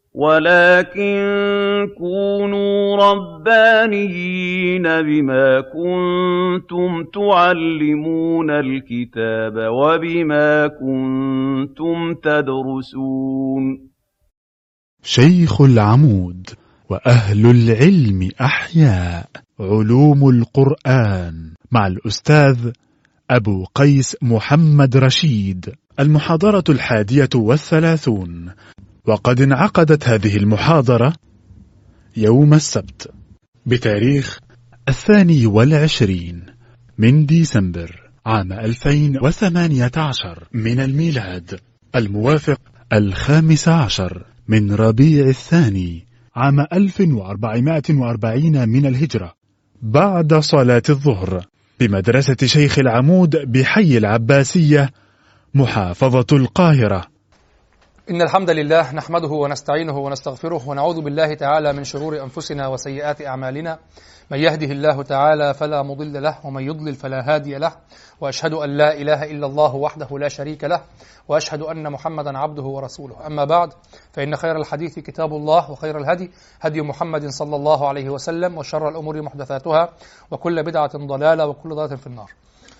ولكن كونوا ربانيين بما كنتم تعلمون الكتاب وبما كنتم تدرسون. شيخ العمود وأهل العلم أحياء علوم القرآن مع الأستاذ أبو قيس محمد رشيد. المحاضرة 31، وقد انعقدت هذه المحاضرة يوم السبت بتاريخ 22 من ديسمبر عام 2018 من الميلاد، الموافق 15 من ربيع الثاني عام 1440 من الهجرة، بعد صلاة الظهر بمدرسة شيخ العمود بحي العباسية محافظة القاهرة. إن الحمد لله نحمده ونستعينه ونستغفره ونعوذ بالله تعالى من شرور أنفسنا وسيئات أعمالنا. من يهده الله تعالى فلا مضل له ومن يضلل فلا هادي له، وأشهد أن لا إله إلا الله وحده لا شريك له، وأشهد أن محمدا عبده ورسوله. أما بعد، فإن خير الحديث كتاب الله، وخير الهدي هدي محمد صلى الله عليه وسلم، وشر الأمور محدثاتها، وكل بدعة ضلالة، وكل ضلالة في النار.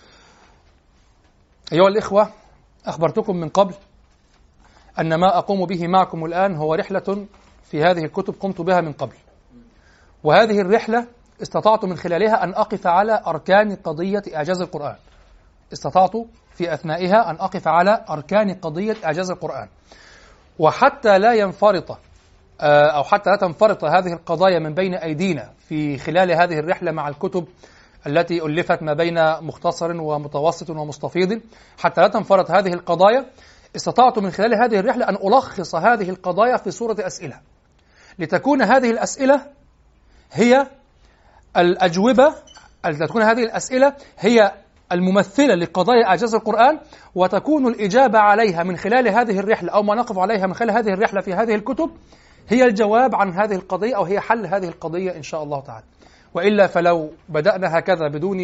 أيها الإخوة، أخبرتكم من قبل أن ما أقوم به معكم الآن هو رحلة في هذه الكتب قمت بها من قبل، وهذه الرحلة استطعت من خلالها أن أقف على أركان قضية إعجاز القرآن. استطعت في أثنائها أن أقف على أركان قضية إعجاز القرآن، وحتى لا ينفرط أو حتى لا تنفرط هذه القضايا من بين أيدينا في خلال هذه الرحلة مع الكتب التي ألفت ما بين مختصر ومتوسط ومستفيض، حتى لا تنفرط هذه القضايا استطعت من خلال هذه الرحلة أن ألخص هذه القضايا في صورة أسئلة، لتكون هذه الأسئلة هي الأجوبة، لتكون هذه الأسئلة هي الممثلة لقضايا إعجاز القرآن، وتكون الإجابة عليها من خلال هذه الرحلة أو ما نقف عليها من خلال هذه الرحلة في هذه الكتب هي الجواب عن هذه القضية أو هي حل هذه القضية إن شاء الله تعالى. وإلا فلو بدأنا هكذا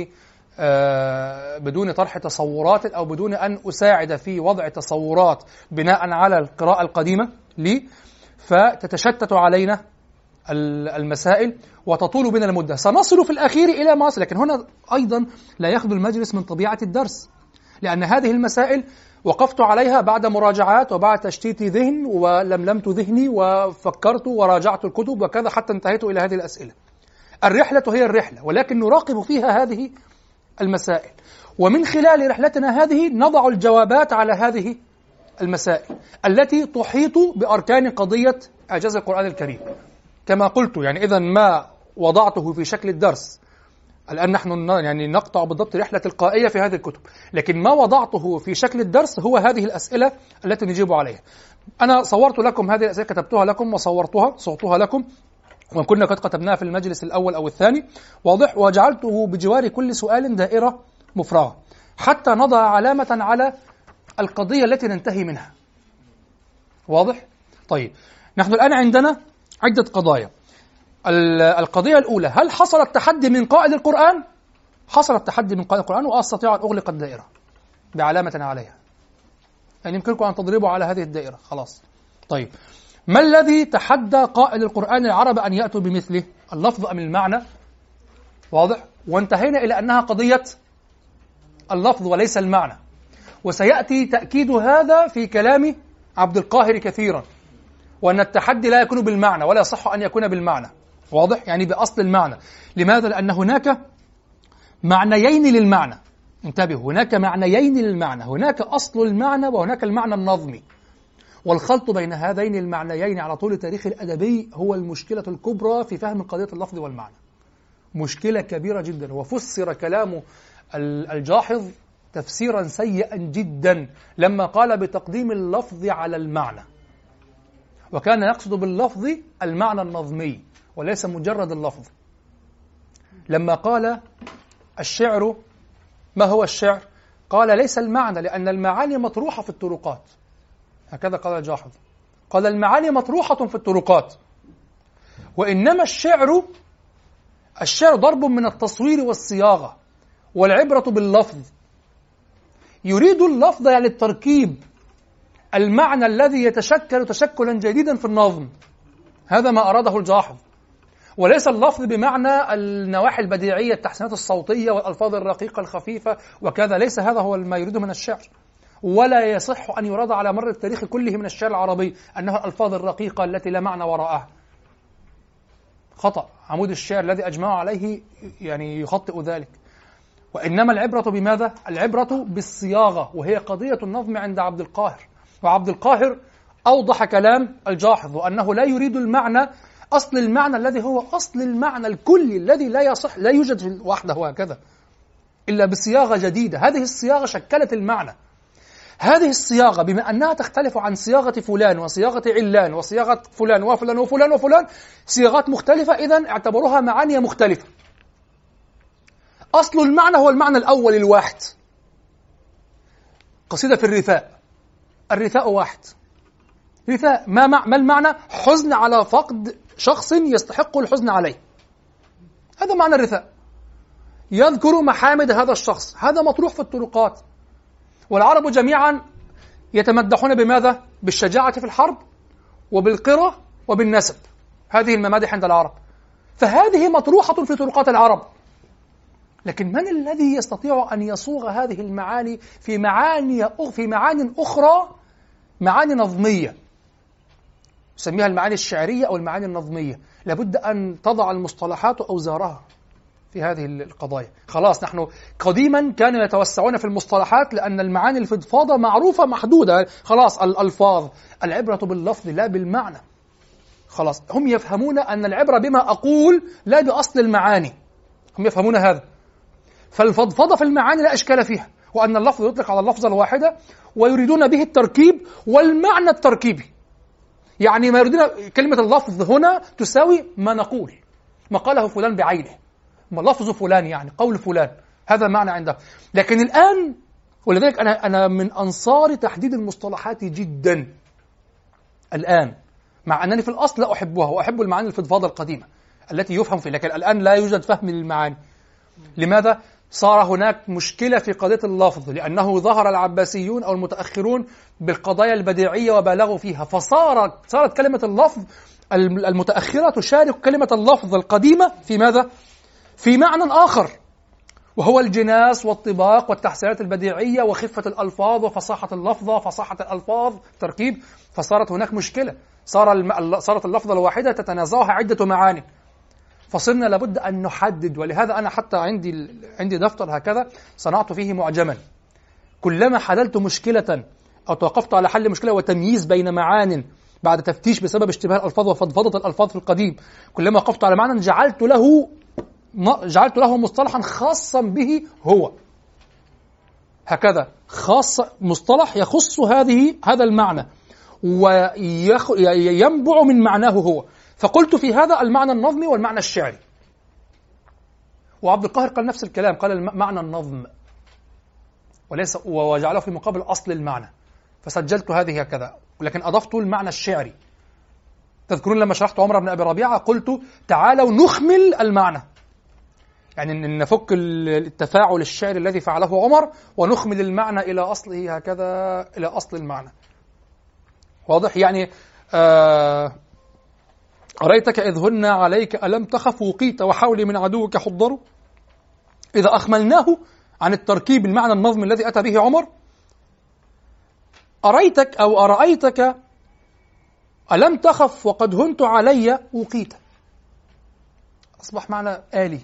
بدون طرح تصورات أو بدون أن أساعد في وضع تصورات بناء على القراءة القديمة لي، فتتشتت علينا المسائل وتطول بنا المدة. سنصل في الأخير إلى ما أصل، لكن هنا أيضا لا يخلو المجلس من طبيعة الدرس، لأن هذه المسائل وقفت عليها بعد مراجعات وبعد تشتيت ذهن ولملمت ذهني وفكرت وراجعت الكتب وكذا حتى انتهيت إلى هذه الأسئلة. الرحلة هي الرحلة، ولكن نراقب فيها هذه المسائل، ومن خلال رحلتنا هذه نضع الجوابات على هذه المسائل التي تحيط بأركان قضية إعجاز القرآن الكريم. كما قلت يعني إذن ما وضعته في شكل الدرس، الآن نحن نقطع بالضبط رحلة تلقائية في هذه الكتب، لكن ما وضعته في شكل الدرس هو هذه الأسئلة التي نجيب عليها. أنا صورت لكم هذه الأسئلة، كتبتها لكم وصورتها لكم، وكنا قد كتبناها في المجلس الأول أو الثاني، واضح، وجعلته بجوار كل سؤال دائرة مفرغة حتى نضع علامة على القضية التي ننتهي منها. واضح؟ طيب، نحن الآن عندنا عدة قضايا. القضية الأولى: هل حصل التحدي من قائل القرآن؟ حصل التحدي من قائل القرآن، وأستطيع أن أغلق الدائرة بعلامة عليها، يعني يمكنكم أن تضربوا على هذه الدائرة. خلاص. طيب، ما الذي تحدى قائل القرآن العرب أن يأتوا بمثله؟ اللفظ أم المعنى؟ واضح؟ وانتهينا إلى أنها قضية اللفظ وليس المعنى، وسيأتي تأكيد هذا في كلام عبد القاهر كثيرا، وأن التحدي لا يكون بالمعنى ولا يصح أن يكون بالمعنى. واضح؟ يعني بأصل المعنى. لماذا؟ لأن هناك معنيين للمعنى. انتبهوا، هناك معنيين للمعنى، هناك أصل المعنى وهناك المعنى النظمي، والخلط بين هذين المعنيين على طول التاريخ الأدبي هو المشكلة الكبرى في فهم قضية اللفظ والمعنى، مشكلة كبيرة جدا. وفسر كلام الجاحظ تفسيرا سيئا جدا لما قال بتقديم اللفظ على المعنى، وكان يقصد باللفظ المعنى النظمي وليس مجرد اللفظ. لما قال الشعر، ما هو الشعر؟ قال ليس المعنى، لأن المعاني مطروحة في الطرقات. هكذا قال الجاحظ، قال المعاني مطروحة في الطرقات، وإنما الشعر ضرب من التصوير والصياغة، والعبرة باللفظ. يريد اللفظ يعني التركيب، المعنى الذي يتشكل تشكلا جديدا في النظم، هذا ما أراده الجاحظ، وليس اللفظ بمعنى النواحي البديعية، التحسينات الصوتية والألفاظ الرقيقة الخفيفة وكذا. ليس هذا هو ما يريده من الشعر، ولا يصح أن يراد على مر التاريخ كله من الشعر العربي أنه الألفاظ الرقيقة التي لا معنى وراءها. خطأ. عمود الشعر الذي أجمعوا عليه يعني يخطئ ذلك. وإنما العبرة بماذا؟ العبرة بالصياغة، وهي قضية النظم عند عبد القاهر. وعبد القاهر أوضح كلام الجاحظ، وأنه لا يريد المعنى، أصل المعنى الذي هو أصل المعنى الكلي الذي لا يصح، لا يوجد وحده هكذا إلا بصياغة جديدة. هذه الصياغة شكلت المعنى. هذه الصياغة بما أنها تختلف عن صياغة فلان وصياغة علان وصياغة فلان وفلان وفلان وفلان، صياغات مختلفة، إذن اعتبروها معاني مختلفة. أصل المعنى هو المعنى الأول الواحد. قصيدة في الرثاء، الرثاء واحد. رثاء ما المعنى؟ حزن على فقد شخص يستحق الحزن عليه، هذا معنى الرثاء. يذكر محامد هذا الشخص، هذا مطروح في الطرقات. والعرب جميعا يتمدحون بماذا؟ بالشجاعة في الحرب وبالقرى وبالنسب، هذه الممادح عند العرب، فهذه مطروحة في طرقات العرب. لكن من الذي يستطيع أن يصوغ هذه المعاني في معاني أخرى، معاني نظمية، نسميها المعاني الشعرية أو المعاني النظمية؟ لابد أن تضع المصطلحات أوزارها في هذه القضايا. خلاص، نحن قديما كانوا يتوسعون في المصطلحات لأن المعاني الفضفاضة معروفة محدودة. خلاص، الألفاظ، العبرة باللفظ لا بالمعنى. خلاص، هم يفهمون أن العبرة بما أقول لا بأصل المعاني، هم يفهمون هذا. فالفضفضة في المعاني لا إشكال فيها، وأن اللفظ يطلق على اللفظة الواحدة، ويريدون به التركيب والمعنى التركيبي. يعني ما يريدون كلمة اللفظ هنا تساوي ما نقول، ما قاله فلان بعينه، ما لفظ فلان يعني قول فلان، هذا معنى عنده. لكن الآن، ولذلك أنا من أنصار تحديد المصطلحات جدا الآن، مع أنني في الأصل لا أحبها، وأحب المعاني الفضفاضة القديمة التي يفهم فيها، لكن الآن لا يوجد فهم للمعاني. لماذا؟ صار هناك مشكلة في قضية اللفظ، لأنه ظهر العباسيون أو المتأخرون بالقضايا البديعية وبالغوا فيها، صارت كلمة اللفظ المتأخرة تشارك كلمة اللفظ القديمة في ماذا؟ في معنى آخر، وهو الجناس والطباق والتحسينات البديعية وخفة الألفاظ وفصاحة اللفظة، فصاحة الألفاظ تركيب. فصارت هناك مشكلة، صارت اللفظة الواحدة تتنازعها عدة معاني، فصرنا لابد أن نحدد. ولهذا أنا حتى عندي دفتر هكذا صنعت فيه معجما، كلما حللت مشكلة أو توقفت على حل مشكلة وتمييز بين معان بعد تفتيش بسبب اشتباه الألفاظ وفضفضة الألفاظ في القديم، كلما وقفت على معنى جعلت له مصطلحا خاصا به هو، هكذا خاص مصطلح يخص هذا المعنى وينبع من معناه هو. فقلت في هذا المعنى النظمي والمعنى الشعري. وعبد القاهر قال نفس الكلام، قال معنى النظم وجعله في مقابل أصل المعنى، فسجلت هذه هكذا، ولكن أضفت المعنى الشعري. تذكرون لما شرحت عمر بن أبي ربيعة قلت تعالوا نخمل المعنى، يعني نفك التفاعل الشعري الذي فعله عمر ونخمل المعنى إلى أصله هكذا، إلى أصل المعنى. واضح؟ يعني أريتك إذ هن عليك ألم تخف وقيت وحولي من عدوك حضر. إذا أخملناه عن التركيب المعنى النظم الذي أتى به عمر، أرأيتك ألم تخف وقد هنت علي وقيت، أصبح معنى آلي،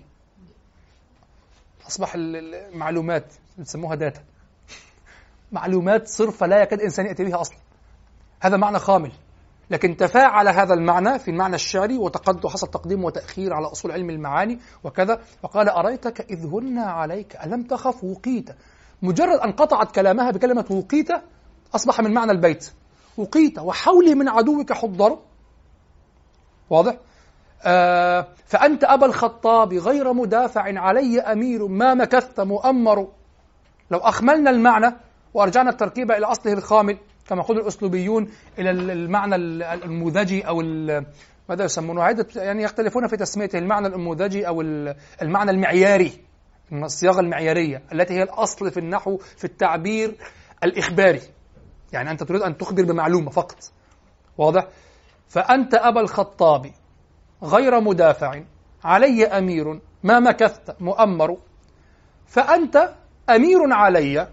أصبح المعلومات نسموها داتا، معلومات صرفة لا يكاد إنسان يأتي بها أصلا، هذا معنى خامل. لكن تفاعل هذا المعنى في المعنى الشعري وحصل تقديم وتأخير على أصول علم المعاني وكذا، وقال أريتك إذ هن عليك ألم تخف وقيت، مجرد أن قطعت كلامها بكلمة وقيت أصبح من معنى البيت وقيت وحولي من عدوك حضر. واضح؟ فأنت أبا الخطاب غير مدافع علي أمير ما مكثت مؤمر. لو أخملنا المعنى وأرجعنا التركيب إلى أصله الخامل كما يقول الأسلوبيون إلى المعنى النموذجي أو ماذا يسمونه، عدة يعني يختلفون في تسميته، المعنى النموذجي أو المعنى المعياري، الصياغة المعيارية التي هي الأصل في النحو في التعبير الإخباري، يعني أنت تريد أن تخبر بمعلومة فقط. واضح؟ فأنت أبا الخطاب غير مدافع علي أمير ما مكثت مؤمر، فأنت أمير علي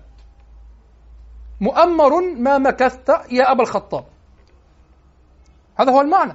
مؤمر ما مكثت يا أبا الخطاب. هذا هو المعنى،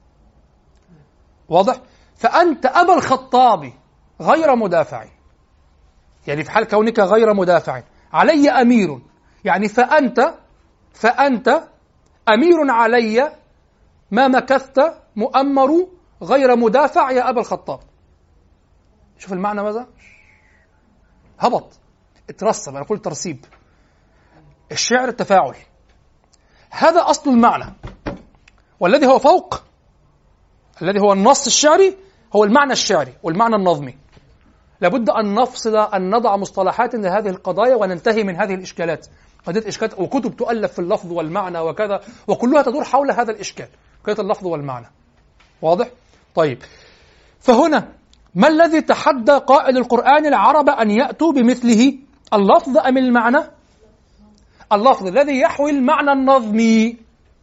واضح؟ فأنت أبا الخطاب غير مدافع، يعني في حال كونك غير مدافع علي أمير، يعني فأنت أمير علي ما مكثت مؤمر غير مدافع يا أبا الخطاب. شوف المعنى ماذا؟ هبط، اترسب، أنا أقول ترسيب. الشعر التفاعل، هذا أصل المعنى، والذي هو فوق، الذي هو النص الشعري، هو المعنى الشعري والمعنى النظمي. لابد أن نفصل، أن نضع مصطلحات لهذه القضايا وننتهي من هذه الإشكالات. قضية إشكالات وكتب تؤلف في اللفظ والمعنى وكذا، وكلها تدور حول هذا الإشكال، قضية اللفظ والمعنى. واضح؟ طيب، فهنا ما الذي تحدى قائل القرآن العرب أن يأتوا بمثله؟ اللفظ أم المعنى؟ اللفظ الذي يحوي المعنى النظمي.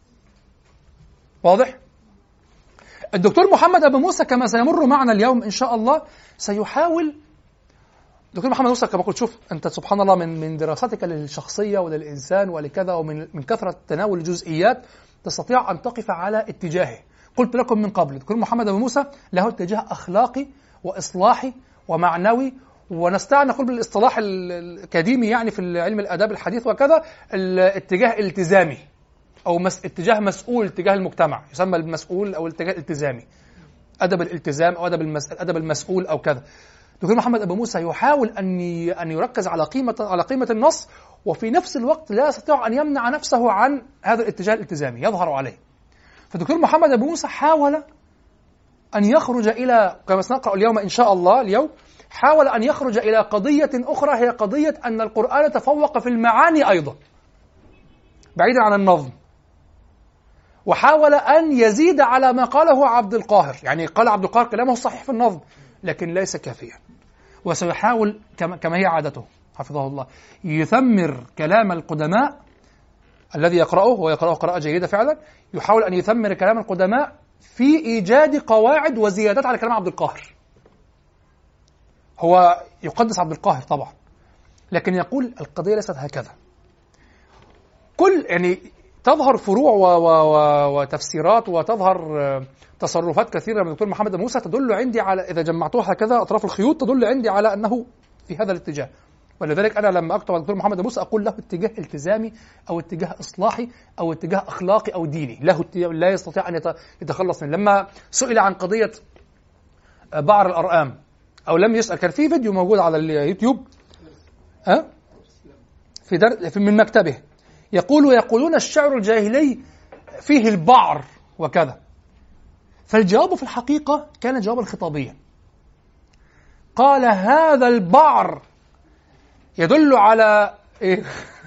واضح؟ الدكتور محمد أبو موسى كما سيمر معنا اليوم إن شاء الله سيحاول. دكتور محمد موسى كما قلت، شوف أنت سبحان الله من دراستك للشخصية وللإنسان ولكذا، ومن كثرة تناول الجزئيات تستطيع أن تقف على اتجاهه. قلت لكم من قبل دكتور محمد أبو موسى له اتجاه أخلاقي وإصلاحي ومعنوي، ونستطيع أن نقول بالاصطلاح الأكاديمي يعني في علم الآداب الحديث وكذا الاتجاه الالتزامي، أو اتجاه مسؤول تجاه المجتمع، يسمى المسؤول أو الاتجاه الالتزامي، أدب الالتزام أو أدب المسؤول أو كذا. دكتور محمد أبو موسى يحاول أن يركز على قيمة النص، وفي نفس الوقت لا يستطيع أن يمنع نفسه عن هذا الاتجاه الالتزامي يظهر عليه. فدكتور محمد أبو موسى حاول أن يخرج إلى، كما سنقرأ اليوم إن شاء الله اليوم، حاول أن يخرج إلى قضية أخرى، هي قضية أن القرآن تفوق في المعاني أيضا بعيدا عن النظم، وحاول أن يزيد على ما قاله عبد القاهر. يعني قال عبد القاهر كلامه صحيح في النظم لكن ليس كافيا، وسيحاول كما هي عادته حفظه الله يثمر كلام القدماء الذي يقرأه، ويقرأه قراءة جيدة فعلا، يحاول أن يثمر كلام القدماء في إيجاد قواعد وزيادات على كلام عبد القاهر. هو يقدس عبد القاهر طبعا، لكن يقول القضية ليست هكذا. يعني تظهر فروع وتفسيرات وتظهر تصرفات كثيرة من الدكتور محمد موسى تدل عندي على، إذا جمعتها هكذا أطراف الخيوط تدل عندي على أنه في هذا الاتجاه. ولذلك أنا لما أكتب على الدكتور محمد موسى أقول له اتجاه التزامي أو اتجاه إصلاحي أو اتجاه أخلاقي أو ديني، لا يستطيع أن يتخلص منه. لما سئل عن قضية بعر الأرقام أو لم يسأل، كان في فيديو موجود على اليوتيوب من مكتبه يقولون الشعر الجاهلي فيه البعر وكذا، فالجواب في الحقيقة كان جوابا خطابيا. قال هذا البعر يدل على إيه؟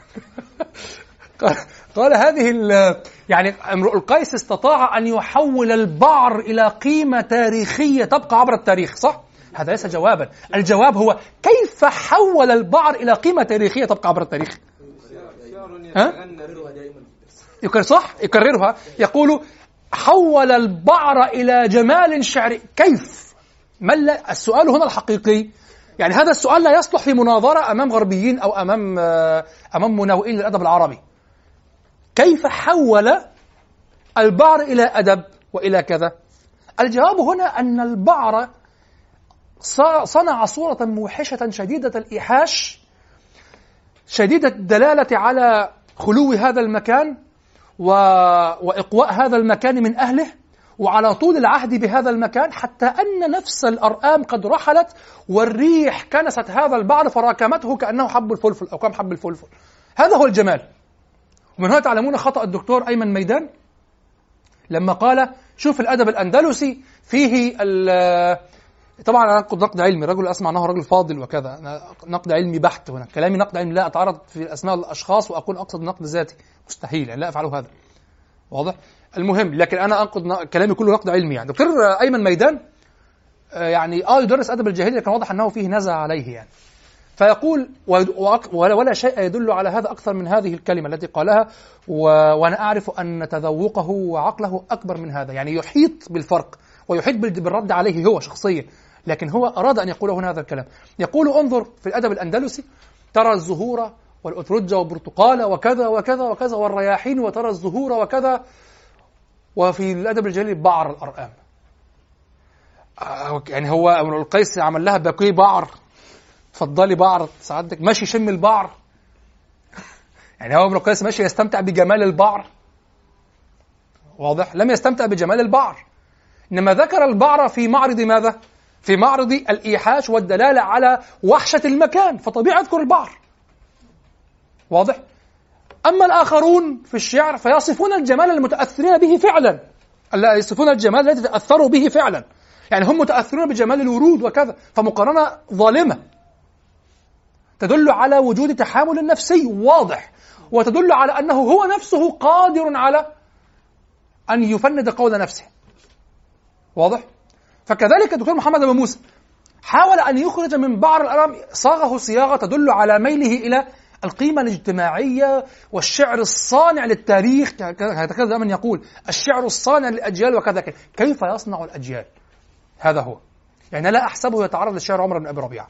قال هذه يعني امرؤ القيس استطاع أن يحول البعر إلى قيمة تاريخية تبقى عبر التاريخ، صح؟ هذا ليس جوابا، الجواب هو كيف حول البعر إلى قيمة تاريخية تبقى عبر التاريخ. صح؟ يكررها، يقول حول البعر إلى جمال شعري. كيف؟ ما السؤال هنا الحقيقي؟ يعني هذا السؤال لا يصلح في مناظرة أمام غربيين أو أمام مناوئين للأدب العربي. كيف حول البعر إلى أدب وإلى كذا؟ الجواب هنا أن البعر صنع صورة موحشة شديدة الإيحاش، شديدة الدلالة على خلو هذا المكان وإقواء هذا المكان من أهله، وعلى طول العهد بهذا المكان، حتى أن نفس الأرقام قد رحلت والريح كنست هذا البعر فراكمته كأنه حب الفلفل أو كم حب الفلفل. هذا هو الجمال. ومن هنا تعلمون خطأ الدكتور أيمن ميدان لما قال شوف الأدب الأندلسي فيه طبعا أنا أنقد نقد علمي، رجل أسمع أنه رجل فاضل وكذا، نقد علمي بحت هنا، كلامي نقد علمي، لا أتعرض في أسماء الأشخاص وأكون أقصد نقد ذاتي، مستحيل يعني لا أفعل هذا، واضح؟ المهم لكن أنا أنقد كلامي كله نقد علمي. يعني دكتور أيمن ميدان يعني يدرس أدب الجاهلية، لكن واضح أنه فيه نزع عليه يعني. فيقول ولا شيء يدل على هذا أكثر من هذه الكلمة التي قالها وأنا أعرف أن تذوقه وعقله أكبر من هذا، يعني يحيط بالفرق ويحيط بالرد عليه هو شخصيا، لكن هو أراد أن يقول هنا هذا الكلام. يقول انظر في الأدب الأندلسي ترى الزهور والأترجة والبرتقال وكذا وكذا وكذا والرياحين وترى الزهور وكذا، وفي الأدب الجليل بعر الأرآم. يعني هو امرؤ القيس عمل لها باقي بعر، تفضلي بعر سعادتك، ماشي شم البعر. يعني هو امرؤ القيس ماشي يستمتع بجمال البعر، واضح؟ لم يستمتع بجمال البعر، إنما ذكر البعر في معرض ماذا؟ في معرض الإيحاش والدلالة على وحشة المكان، فطبيعي أذكر البعر، واضح؟ أما الآخرون في الشعر فيصفون الجمال المتأثرين به فعلا، يصفون الجمال الذي تأثروا به فعلا، يعني هم متأثرون بجمال الورود وكذا، فمقارنة ظالمة تدل على وجود تحامل نفسي واضح، وتدل على أنه هو نفسه قادر على أن يفند قول نفسه، واضح؟ فكذلك الدكتور محمد أبو موسى حاول أن يخرج من بعر الأرام، صاغه صياغة تدل على ميله إلى القيمة الاجتماعية والشعر الصانع للتاريخ، هكذا دائما يقول الشعر الصانع للأجيال وكذا. كيف يصنع الأجيال؟ هذا هو. يعني لا أحسبه يتعرض للشعر عمر بن أبي ربيعة،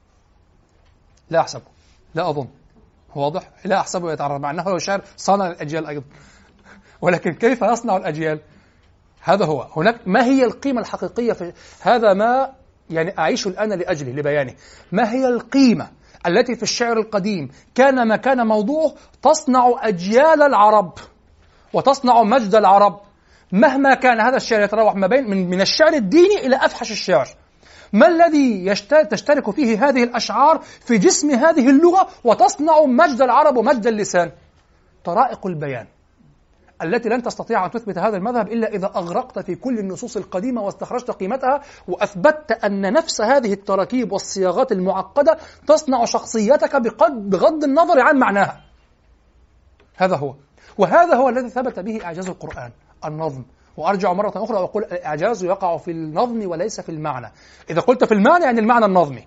لا أحسبه، لا أظن، واضح؟ لا أحسبه يتعرض، مع أنه هو شعر صانع للأجيال أيضا، ولكن كيف يصنع الأجيال؟ هذا هو. هناك ما هي القيمة الحقيقية في هذا؟ ما يعني أعيش الآن لأجله لبيانه. ما هي القيمة التي في الشعر القديم كان ما كان موضوعه تصنع أجيال العرب وتصنع مجد العرب، مهما كان هذا الشعر يتراوح ما بين من الشعر الديني إلى أفحش الشعر. ما الذي تشترك فيه هذه الأشعار في جسم هذه اللغة وتصنع مجد العرب ومجد اللسان؟ طرائق البيان التي لن تستطيع أن تثبت هذا المذهب إلا إذا أغرقت في كل النصوص القديمة واستخرجت قيمتها وأثبتت أن نفس هذه التراكيب والصياغات المعقدة تصنع شخصيتك بغض النظر عن معناها. هذا هو، وهذا هو الذي ثبت به إعجاز القرآن، النظم. وأرجع مرة أخرى وأقول الإعجاز يقع في النظم وليس في المعنى. إذا قلت في المعنى يعني المعنى النظمي،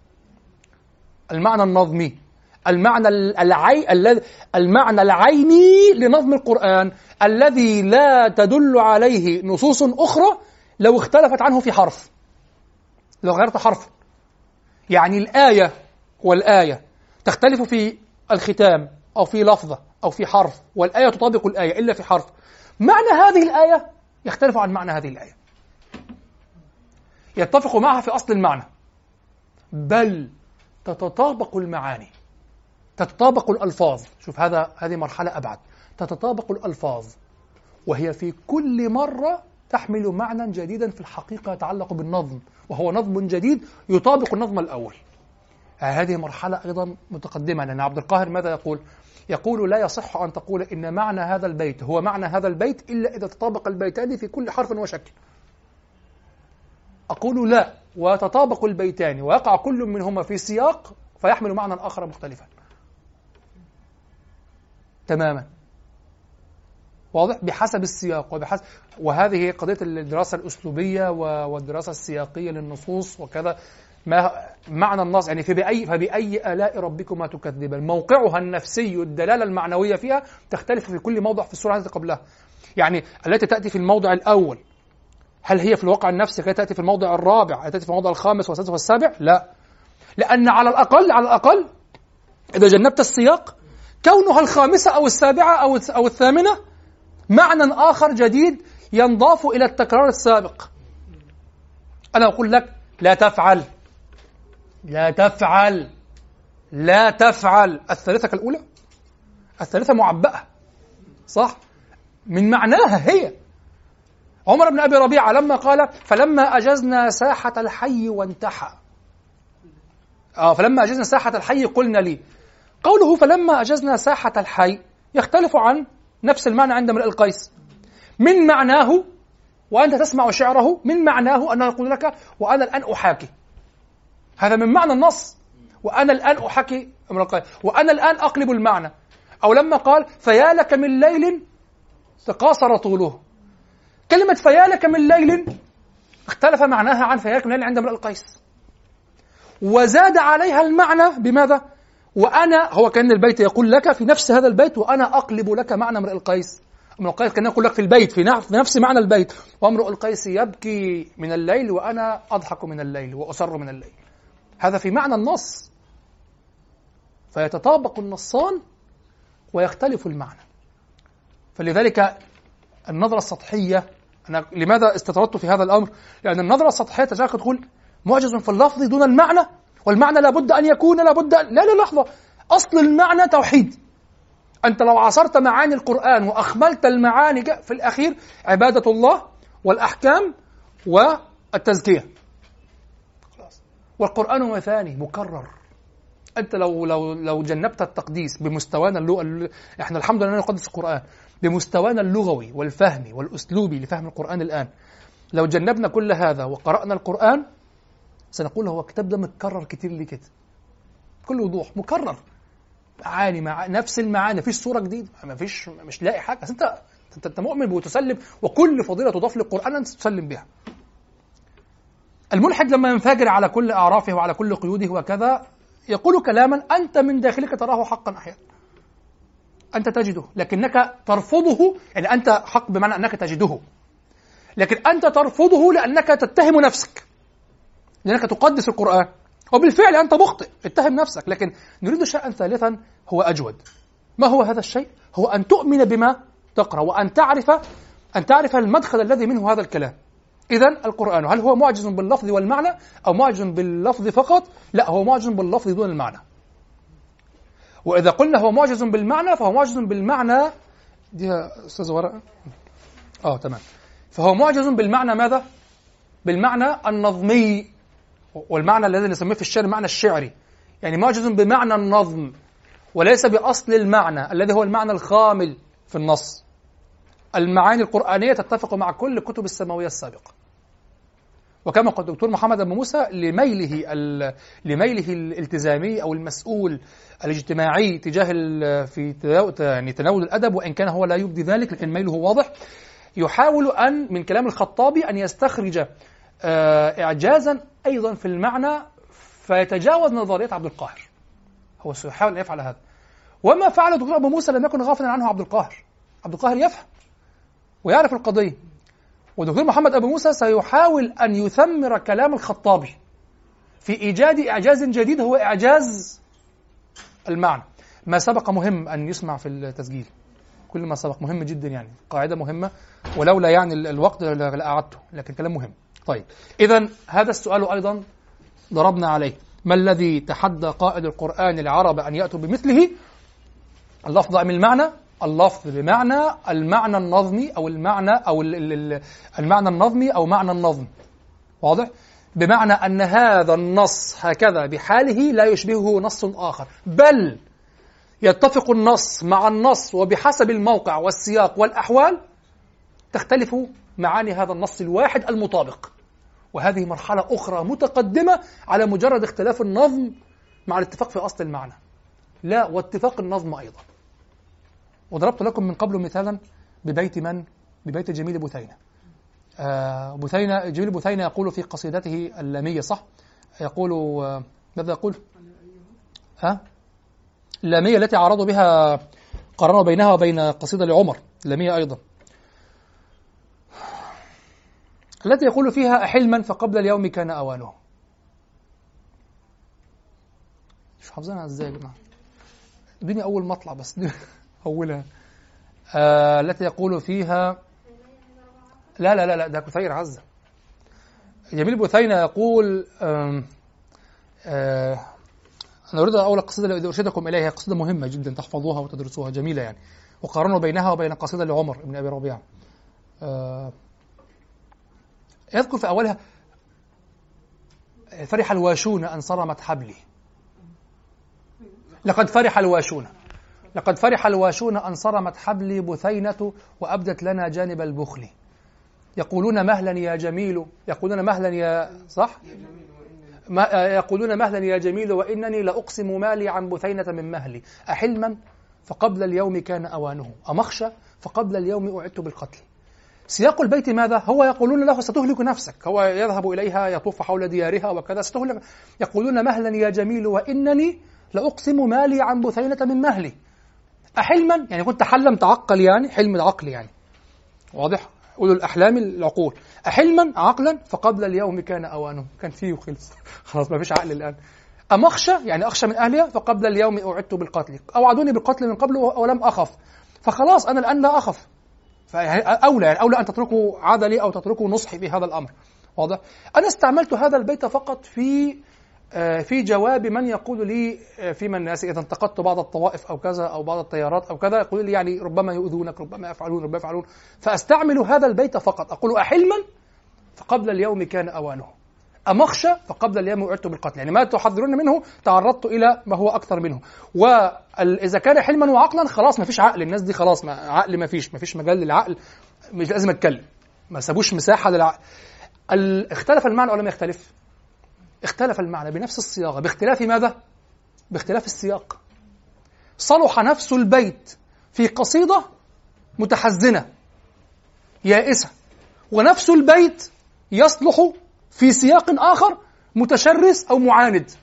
المعنى النظمي، المعنى العيني لنظم القرآن الذي لا تدل عليه نصوص أخرى لو اختلفت عنه في حرف، لو غيرت حرف. يعني الآية والآية تختلف في الختام أو في لفظة أو في حرف، والآية تطابق الآية إلا في حرف، معنى هذه الآية يختلف عن معنى هذه الآية، يتفق معها في أصل المعنى، بل تتطابق المعاني، تتطابق الألفاظ. شوف هذه مرحلة أبعد. تتطابق الألفاظ وهي في كل مرة تحمل معنى جديدا في الحقيقة يتعلق بالنظم، وهو نظم جديد يطابق النظم الأول. هذه مرحلة أيضا متقدمة، لأن عبد القاهر ماذا يقول؟ يقول لا يصح أن تقول إن معنى هذا البيت هو معنى هذا البيت إلا إذا تطابق البيتان في كل حرف وشكل. أقول لا، وتطابق البيتان ويقع كل منهما في سياق فيحمل معنى آخر مختلفا تماما، واضح؟ بحسب السياق وهذه قضية الدراسة الأسلوبية والدراسة السياقية للنصوص وكذا. ما معنى النص؟ يعني فبأي آلاء ربكما تكذبان، موقعها النفسي الدلالة المعنوية فيها تختلف في كل موضع في السورة التي قبلها. يعني التي تأتي في الموضع الأول هل هي في الواقع النفسي كي تأتي في الموضع الرابع، تأتي في الموضع الخامس والسادس والسابع؟ لا، لأن على الأقل إذا جنبت السياق كونها الخامسة أو السابعة أو الثامنة معنى آخر جديد ينضاف إلى التكرار السابق. أنا أقول لك لا تفعل لا تفعل لا تفعل، الثالثة كالأولى، الثالثة معبأة، صح؟ من معناها هي. عمر بن أبي ربيعة لما قال فلما أجزنا ساحة الحي وانتحى، فلما أجزنا ساحة الحي قلنا لي، قوله فلما أجزنا ساحة الحي يختلف عن نفس المعنى عند امرئ القيس. من معناه وأنت تسمع شعره، من معناه أنه يقول لك وأنا الآن أحاكي، هذا من معنى النص، وأنا الآن أحاكي امرئ القيس، وأنا الآن أقلب المعنى. أو لما قال فيا لك من ليل تقاصر طوله، كلمة فيا لك من ليل اختلف معناها عن فيا لك من ليل عند امرئ القيس. وزاد عليها المعنى بماذا؟ وأنا، هو كان البيت يقول لك في نفس هذا البيت وأنا أقلب لك معنى امرئ القيس. امرئ القيس كان يقول لك في البيت في نفس معنى البيت، وامرؤ القيس يبكي من الليل وأنا أضحك من الليل وأسر من الليل. هذا في معنى النص، فيتطابق النصان ويختلف المعنى. فلذلك النظرة السطحية، أنا لماذا استطردت في هذا الأمر؟ لأن النظرة السطحية تجعلك تقول معجز في اللفظ دون المعنى، والمعنى لابد أن يكون لا لحظة، أصل المعنى توحيد. أنت لو عصرت معاني القرآن وأخملت المعاني في الأخير عبادة الله والأحكام والتزكية، والقرآن مثاني مكرر. أنت لو جنبت التقديس بمستوانا اللغوي، إحنا الحمد لله نقدس القرآن بمستوانا اللغوي والفهمي والأسلوبي لفهم القرآن الآن، لو جنبنا كل هذا وقرأنا القرآن سنقول هو الكتاب ده متكرر كتير ليه كده، بكل وضوح مكرر، معاني مع نفس المعاني، مفيش صورة جديدة، مش لاقي حاجة. أنت مؤمن وتسلم، وكل فضيلة تضاف للقرآن أنت تسلم بها. الملحد لما ينفجر على كل أعرافه وعلى كل قيوده وكذا يقول كلاما أنت من داخلك تراه حقا أحيانا، أنت تجده لكنك ترفضه، يعني أنت حق بمعنى أنك تجده، لكن أنت ترفضه لأنك تتهم نفسك، لأنك تقدس القرآن، وبالفعل أنت مخطئ، اتهم نفسك. لكن نريد شيئا ثالثا هو أجود. ما هو هذا الشيء؟ هو أن تؤمن بما تقرأ، وأن تعرف المدخل الذي منه هذا الكلام. إذن القرآن هل هو معجز باللفظ والمعنى أو معجز باللفظ فقط؟ لا، هو معجز باللفظ دون المعنى. وإذا قلنا هو معجز بالمعنى فهو معجز بالمعنى، دي يا أستاذ ورقة؟ تمام. فهو معجز بالمعنى ماذا؟ بالمعنى النظمي، والمعنى الذي نسميه في الشعر المعنى الشعري، يعني معجز بمعنى النظم وليس بأصل المعنى الذي هو المعنى الخامل في النص. المعاني القرآنية تتفق مع كل الكتب السماوية السابقة. وكما قال الدكتور محمد أبو موسى لميله الالتزامي أو المسؤول الاجتماعي تجاه في تناول الأدب، وإن كان هو لا يبدي ذلك لكن ميله واضح، يحاول أن من كلام الخطابي أن يستخرج إعجازا أيضا في المعنى فيتجاوز نظرية عبد القاهر. هو سيحاول أن يفعل هذا، وما فعله الدكتور أبو موسى لم يكن غافلا عنه عبد القاهر. عبد القاهر يفهم ويعرف القضية، والدكتور محمد أبو موسى سيحاول أن يثمر كلام الخطابي في إيجاد إعجاز جديد هو إعجاز المعنى. ما سبق مهم أن يسمع في التسجيل، كل ما سبق مهم جدا، يعني قاعدة مهمة، ولولا يعني الوقت لأعدته، لكن كلام مهم. طيب، إذن هذا السؤال أيضا ضربنا عليه: ما الذي تحدى قائد القرآن العرب أن يأتوا بمثله؟ اللفظ أم المعنى؟ اللفظ بمعنى المعنى النظمي أو المعنى أو المعنى النظمي أو معنى النظم، واضح؟ بمعنى أن هذا النص هكذا بحاله لا يشبهه نص آخر، بل يتفق النص مع النص، وبحسب الموقع والسياق والأحوال تختلف معاني هذا النص الواحد المطابق. وهذه مرحلة أخرى متقدمة على مجرد اختلاف النظم مع الاتفاق في أصل المعنى، لا، واتفاق النظم أيضا. وضربت لكم من قبل مثالا ببيت من؟ ببيت جميل بثينة. جميل بثينة يقول في قصيدته اللامية، صح؟ يقول ماذا يقول؟ اللامية التي عرضوا بها، قارنوا بينها وبين قصيدة لعمر اللامية أيضا، التي يقول فيها: أحلما فقبل اليوم كان أوانه. مش حافظينها ازاي يا جماعة؟ اديني أول مطلع بس أولها. التي يقول فيها لا ده كثير عزة. جميل بثينة يقول أنا أريد أول قصيدة التي أرشدكم إليها، قصيدة مهمة جدا تحفظوها وتدرسوها، جميلة يعني، وقارنوا بينها وبين قصيدة لعمر بن أبي ربيعة. يذكر في أولها: فرح الواشون أن صرمت حبلي، لقد فرح الواشون أن صرمت حبلي بثينة وأبدت لنا جانب البخل، يقولون مهلا يا جميل، يقولون مهلا يا صح؟ يقولون مهلا يا جميل وإنني لأقسم مالي عن بثينة من مهلي، أحلما فقبل اليوم كان أوانه، أمخشى فقبل اليوم أعدت بالقتل. سياق البيت ماذا؟ هو يقولون له ستهلك نفسك، هو يذهب إليها يطوف حول ديارها وكذا ستهلك. يقولون مهلا يا جميل وإنني لأقسم مالي عن بثينة من مهلي. أحلما يعني كنت حلم تعقل، يعني حلم العقل يعني واضح، أولو الأحلام العقول. أحلما عقلا فقبل اليوم كان أوانه، كان فيه وخلص خلاص ما فيش عقل الآن. أم أخشى يعني أخشى من أهلها فقبل اليوم أعدت بالقتل، أوعدوني بالقتل من قبل ولم أخف، فخلاص أنا الآن لا أخف. أولى أن تتركوا عدلي أو تتركوا نصحي في هذا الأمر. واضح. أنا استعملت هذا البيت فقط في جواب من يقول لي فيما الناس إذا انتقدت بعض الطوائف أو كذا أو بعض التيارات أو كذا، يقول لي يعني ربما يؤذونك، ربما يفعلون، فأستعمل هذا البيت فقط، أقول أحلما فقبل اليوم كان أوانه، أم أخشى فقبل اليوم أعدت بالقتل، يعني ما تحذرون منه تعرضت إلى ما هو أكثر منه. وإذا كان حلما وعقلا خلاص ما فيش عقل، الناس دي خلاص عقل ما فيش مجال للعقل، مش لازم أتكلم، ما سابوش مساحة للعقل. اختلف المعنى ولا ما يختلف؟ اختلف المعنى بنفس الصياغة، باختلاف ماذا؟ باختلاف السياق. صلح نفس البيت في قصيدة متحزنة يائسة، ونفس البيت يصلح في سياق آخر متشرس أو معاند.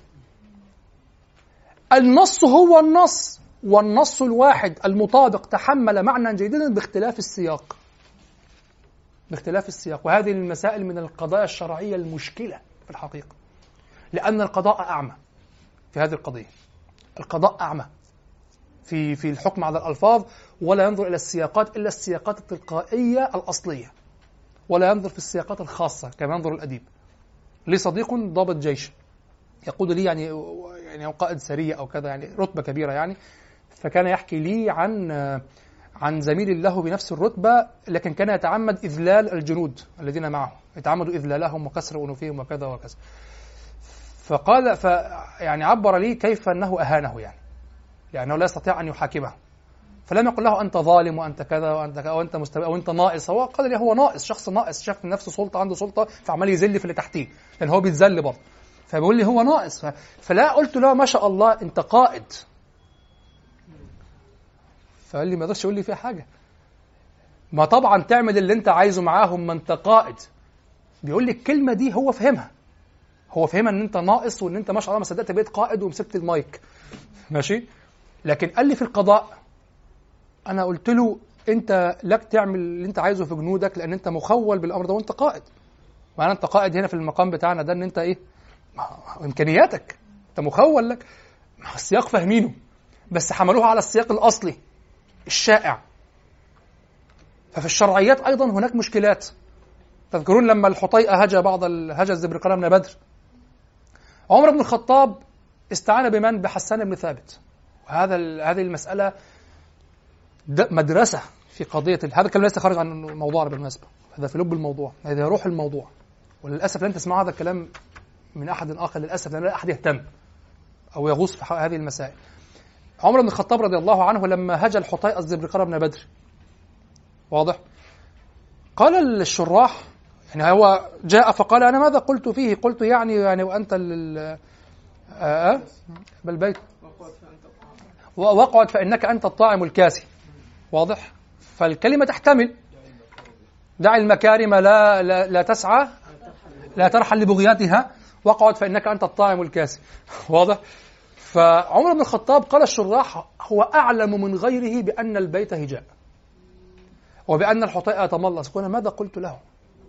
النص هو النص، والنص الواحد المطابق تحمل معنى جيدا باختلاف السياق. باختلاف السياق. وهذه المسائل من القضايا الشرعية المشكلة في الحقيقة، لأن القضاء أعمى في هذه القضية. القضاء أعمى في الحكم على الألفاظ، ولا ينظر إلى السياقات إلا السياقات التلقائية الأصلية، ولا ينظر في السياقات الخاصة كما ينظر الأديب. لي صديق ضابط جيش يقول لي يعني قائد سرية أو كذا، يعني رتبة كبيرة يعني، فكان يحكي لي عن زميل له بنفس الرتبة، لكن كان يتعمد إذلال الجنود الذين معه، يتعمد إذلالهم وكسر أنوفهم وكذا وكذا. فقال يعني عبر لي كيف أنه أهانه، يعني لأنه لا يستطيع أن يحاكمه، فلم يقل له أنت ظالم وأنت كذا وأنت كذا وأنت مستبد أو أنت ناقص. هو قال لي هو ناقص، شخص ناقص، شاف نفسه سلطة، عنده سلطة فعمال يذل في اللي تحتيه، لأن هو بيتذل برضه، فبيقول لي هو ناقص. فلا قلت له ما شاء الله أنت قائد. فقال لي ما يقدرش يقول لي فيها حاجة، ما طبعا تعمل اللي أنت عايزه معاهم، ما أنت قائد. بيقول لي الكلمة دي هو فهمها ان انت ناقص، وان انت ما شاء الله ما صدقت بقيت قائد ومسكت المايك ماشي. لكن قال لي في القضاء انا قلت له انت لك تعمل اللي انت عايزه في جنودك، لان انت مخول بالامر ده وانت قائد. وانا انت قائد هنا في المقام بتاعنا ده، ان انت ايه امكانياتك، انت مخول لك. السياق فاهمينه، بس حملوها على السياق الاصلي الشائع. ففي الشرعيات ايضا هناك مشكلات. تذكرون لما الحطيئة هجى الزبرقان بن بدر، عمر بن الخطاب استعان بمن؟ بحسان بن ثابت. هذه المسألة مدرسة في قضية هذا الكلام ليس خارج عن الموضوع بالمناسبة، هذا في لب الموضوع، هذا روح الموضوع. وللأسف لن تسمع هذا الكلام من أحد آخر للأسف، لأن لا أحد يهتم أو يغوص في هذه المسائل. عمر بن الخطاب رضي الله عنه لما هجى الحطيئة الزبرقان بن بدر، واضح، قال الشراح، يعني هو جاء فقال أنا ماذا قلت فيه؟ قلت يعني وأنت بالبيت واقعد فإنك أنت الطاعم الكاسي. واضح. فالكلمة تحتمل دع المكارم لا تسعى لا ترحل لبغياتها، واقعد فإنك أنت الطاعم الكاسي. واضح. فعمر بن الخطاب قال الشراح هو أعلم من غيره بأن البيت هجاء وبأن الحطيئة تملص. قلنا ماذا قلت له؟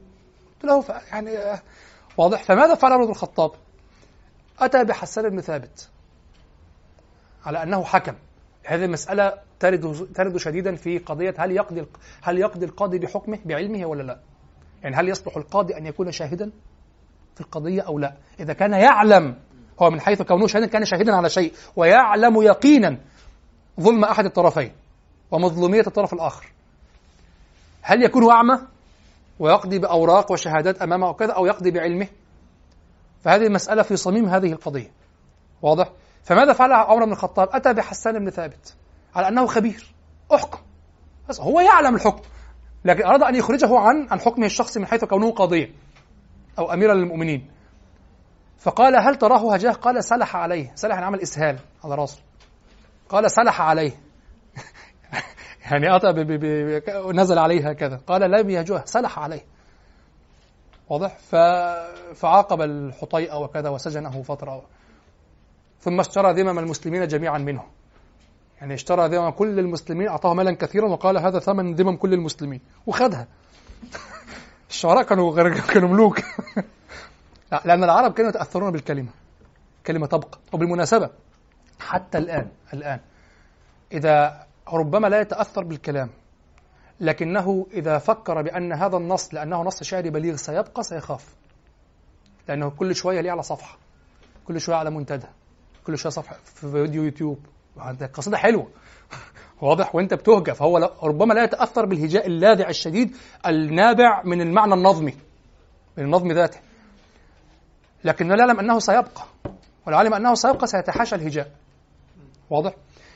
يعني واضح. فماذا فعل عمر بن الخطاب؟ أتى بحسان بن ثابت على أنه حكم. هذه المسألة ترد شديدا في قضية هل يقضي القاضي بحكمه بعلمه ولا لا؟ يعني هل يصلح القاضي أن يكون شاهدا في القضية أو لا؟ إذا كان يعلم، هو من حيث كونه شاهدا كان شاهدا على شيء ويعلم يقينا ظلم أحد الطرفين ومظلومية الطرف الآخر، هل يكون أعمى ويقضي بأوراق وشهادات أمامه وكذا، أو يقضي بعلمه؟ فهذه المسألة في صميم هذه القضية. واضح. فماذا فعل عمر بن الخطاب؟ أتى بحسان بن ثابت على أنه خبير، أحكم. بس هو يعلم الحكم، لكن أراد أن يخرجه عن حكمه الشخصي من حيث كونه قاضيا أو أميرا للمؤمنين. فقال هل تراه هجاه؟ قال سلح عليه. سلح عمل إسهال على راسه. قال سلح عليه يعني أتى نزل عليها كذا، قال لم يهجوها، سلح عليه. واضح؟ فعاقب الحطيئة وكذا وسجنه فترة، ثم اشترى ذمم المسلمين جميعا منه. يعني اشترى ذمم كل المسلمين، أعطاه مالا كثيرا وقال هذا ثمن ذمم كل المسلمين، وخذها. الشعراء كانوا ملوك. لأن العرب كانوا يتأثرون بالكلمة، كلمة تبقى. وبالمناسبة حتى الآن إذا ربما لا يتأثر بالكلام، لكنه إذا فكر بأن هذا النص لأنه نص شعري بليغ سيبقى، سيخاف، لأنه كل شوية ليه على صفحة، كل شوية على منتدى، كل شوية صفحة في فيديو يوتيوب، قصيدة حلوة. واضح؟ وانت بتهجى. فهو ربما لا يتأثر بالهجاء اللاذع الشديد النابع من المعنى النظمي، من النظم ذاته، لكنه لا يعلم أنه سيبقى، ولو علم أنه سيبقى سيتحاشى الهجاء. واضح؟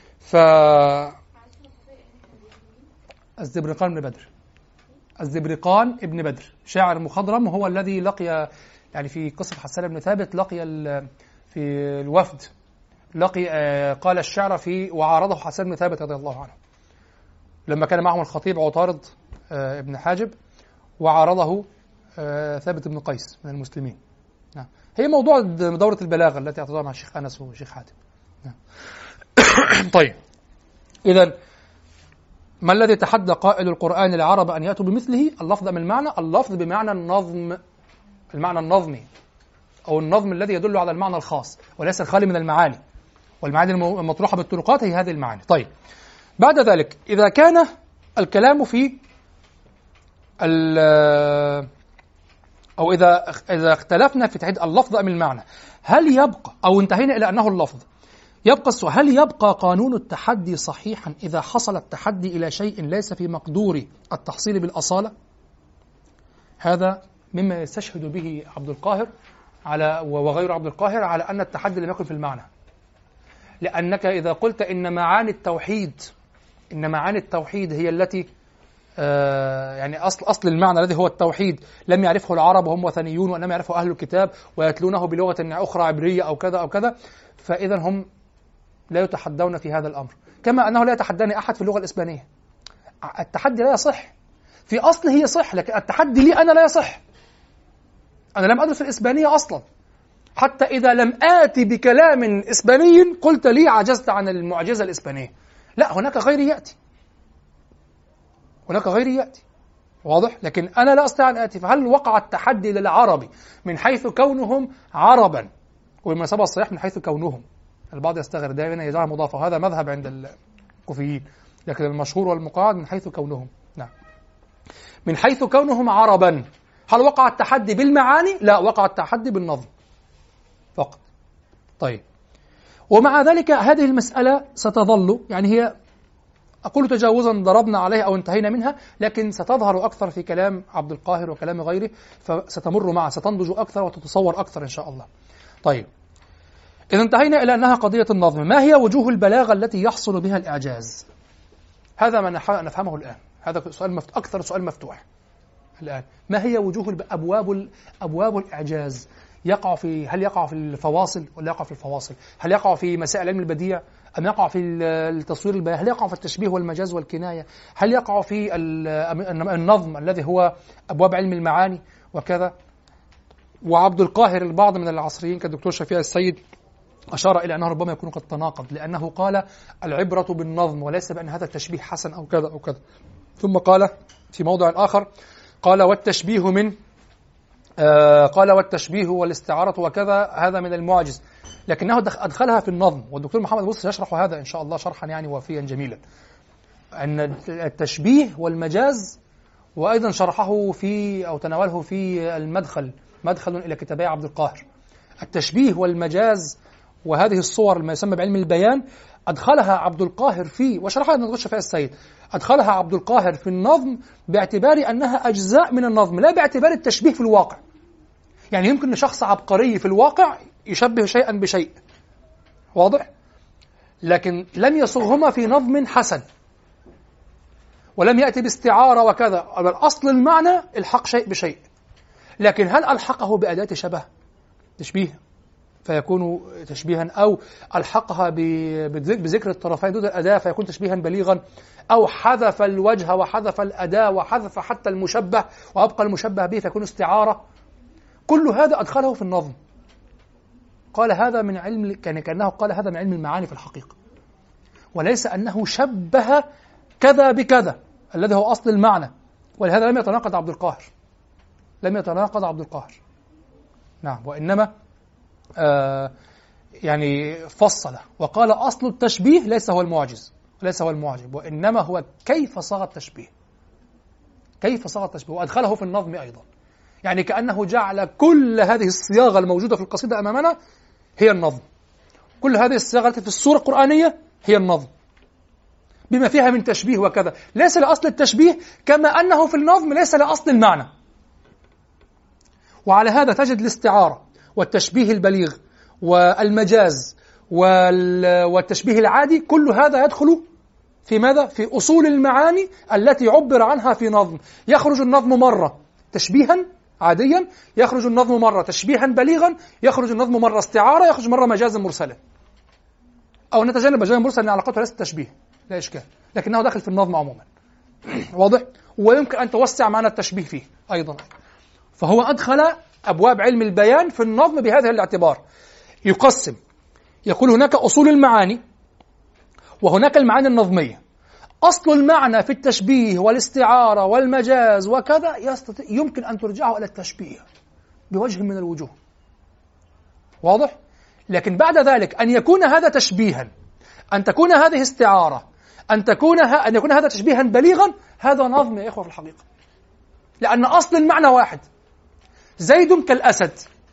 الزبرقان ابن بدر شاعر مخضرم، وهو الذي لقي يعني في قصة حسان بن ثابت، لقي في الوفد، قال الشعر في وعارضه حسان بن ثابت رضي الله عنه لما كان معهم الخطيب عطارد ابن حاجب، وعارضه ثابت بن قيس من المسلمين. هي موضوع دورة البلاغة التي اعتضاها مع الشيخ أنس والشيخ حاتم. طيب، إذن ما الذي تحدى قائل القرآن العرب أن يأتوا بمثله؟ اللفظ من المعنى، اللفظ بمعنى النظم، المعنى النظمي أو النظم الذي يدل على المعنى الخاص وليس الخالي من المعاني، والمعاني المطروحة بالطرقات هي هذه المعاني. طيب، بعد ذلك إذا كان الكلام في أو إذا اختلفنا في تحديد اللفظ أم المعنى، هل يبقى، أو انتهينا إلى أنه اللفظ، يبقى السؤال: هل يبقى قانون التحدي صحيحا إذا حصل التحدي إلى شيء ليس في مقدور التحصيل بالأصالة؟ هذا مما يستشهد به عبد القاهر وغير عبد القاهر على أن التحدي لم يكن في المعنى، لأنك إذا قلت إن معاني التوحيد هي التي يعني أصل المعنى الذي هو التوحيد لم يعرفه العرب وهم وثنيون، وإنما يعرفه أهل الكتاب ويتلونه بلغة أخرى عبرية أو كذا أو كذا، فإذا هم لا يتحدون في هذا الأمر، كما أنه لا يتحداني أحد في اللغة الإسبانية. التحدي لا يصح، في أصله يصح، لكن التحدي لي أنا لا يصح. أنا لم أدرس الإسبانية أصلا، حتى إذا لم آتي بكلام إسباني قلت لي عجزت عن المعجزة الإسبانية. لا، هناك غيري يأتي، واضح؟ لكن أنا لا أستطيع أن آتي. فهل وقع التحدي للعرب من حيث كونهم عربا؟ وبالمناسبة الصحيح من حيث كونهم، البعض يستغرب دائما يجعلها مضافة، وهذا مذهب عند الكوفيين، لكن المشهور والمقاعد من حيث كونهم. نعم، من حيث كونهم عربا. هل وقع التحدي بالمعاني؟ لا، وقع التحدي بالنظم فقط. طيب، ومع ذلك هذه المسألة ستظل، يعني هي أقول تجاوزا ضربنا عليها أو انتهينا منها، لكن ستظهر أكثر في كلام عبد القاهر وكلام غيره، فستمر معها، ستنضج أكثر وتتصور أكثر إن شاء الله. طيب، إذا انتهينا إلى أنها قضية النظم. ما هي وجوه البلاغة التي يحصل بها الإعجاز؟ هذا ما نفهمه الآن، هذا أكثر سؤال مفتوح الآن. ما هي وجوه أبواب الإعجاز؟ هل يقع في الفواصل ولا يقع في الفواصل؟ هل يقع في مسائل علم البديع أم يقع في التصوير البيان؟ هل يقع في التشبيه والمجاز والكناية؟ هل يقع في النظم الذي هو أبواب علم المعاني وكذا؟ وعبد القاهر البعض من العصريين كالدكتور شفيع السيد أشار إلى أنه ربما يكون قد تناقض، لأنه قال العبرة بالنظم وليس بأن هذا التشبيه حسن أو كذا أو كذا. ثم قال في موضع آخر، قال والتشبيه والاستعارة وكذا هذا من المعجز، لكنه أدخلها في النظم. والدكتور محمد بص يشرح هذا إن شاء الله شرحا يعني وافيا جميلا، أن التشبيه والمجاز، وأيضا شرحه أو تناوله في المدخل، مدخل إلى كتابي عبد القاهر. التشبيه والمجاز وهذه الصور ما يسمى بعلم البيان أدخلها عبد القاهر وشرحها الدكتور شفيع السيد، أدخلها عبد القاهر في النظم باعتبار أنها أجزاء من النظم، لا باعتبار التشبيه في الواقع. يعني يمكن لشخص عبقري في الواقع يشبه شيئا بشيء، واضح؟ لكن لم يصغهما في نظم حسن، ولم يأتي باستعارة وكذا، أصل المعنى الحق شيء بشيء. لكن هل ألحقه بأداة شبه تشبيه؟ فيكون تشبيها، أو ألحقها بذكر الطرفين دون الأداة فيكون تشبيها بليغا، أو حذف الوجه وحذف الأداة وحذف حتى المشبه وأبقى المشبه به فيكون استعارة. كل هذا أدخله في النظم. قال هذا من علم، كأنه قال هذا من علم المعاني في الحقيقة، وليس أنه شبه كذا بكذا الذي هو أصل المعنى. ولهذا لم يتناقض عبد القاهر، لم يتناقض عبد القاهر، نعم، وإنما يعني فصل وقال أصل التشبيه ليس هو المعجز، ليس هو المعجب، وإنما هو كيف صاغ التشبيه، كيف صاغ التشبيه، وأدخله في النظم أيضا. يعني كأنه جعل كل هذه الصياغة الموجودة في القصيدة أمامنا هي النظم، كل هذه الصياغة التي في السورة القرآنية هي النظم بما فيها من تشبيه وكذا، ليس لأصل التشبيه كما أنه في النظم ليس لأصل المعنى. وعلى هذا تجد الاستعارة والتشبيه البليغ والمجاز والتشبيه العادي، كل هذا يدخل في ماذا؟ في أصول المعاني التي عبر عنها في نظم. يخرج النظم مرة تشبيها عاديا، يخرج النظم مرة تشبيها بليغا، يخرج النظم مرة استعارة، يخرج مرة مجازا مرسلا. أو نتجنب مجازا مرسلا لأن علاقته ليست تشبيه، لا إشكال، لكنه داخل في النظم عموما. واضح؟ ويمكن أن توسع معنى التشبيه فيه أيضا. فهو أدخل أبواب علم البيان في النظم بهذا الاعتبار. يقسم، يقول هناك أصول المعاني وهناك المعاني النظمية. أصل المعنى في التشبيه والاستعارة والمجاز وكذا يمكن أن ترجعه إلى التشبيه بوجه من الوجوه. واضح؟ لكن بعد ذلك أن يكون هذا تشبيها، أن تكون هذه استعارة، أن يكون هذا تشبيها بليغا، هذا نظم يا إخوة في الحقيقة، لأن أصل المعنى واحد. زيد كالأسد،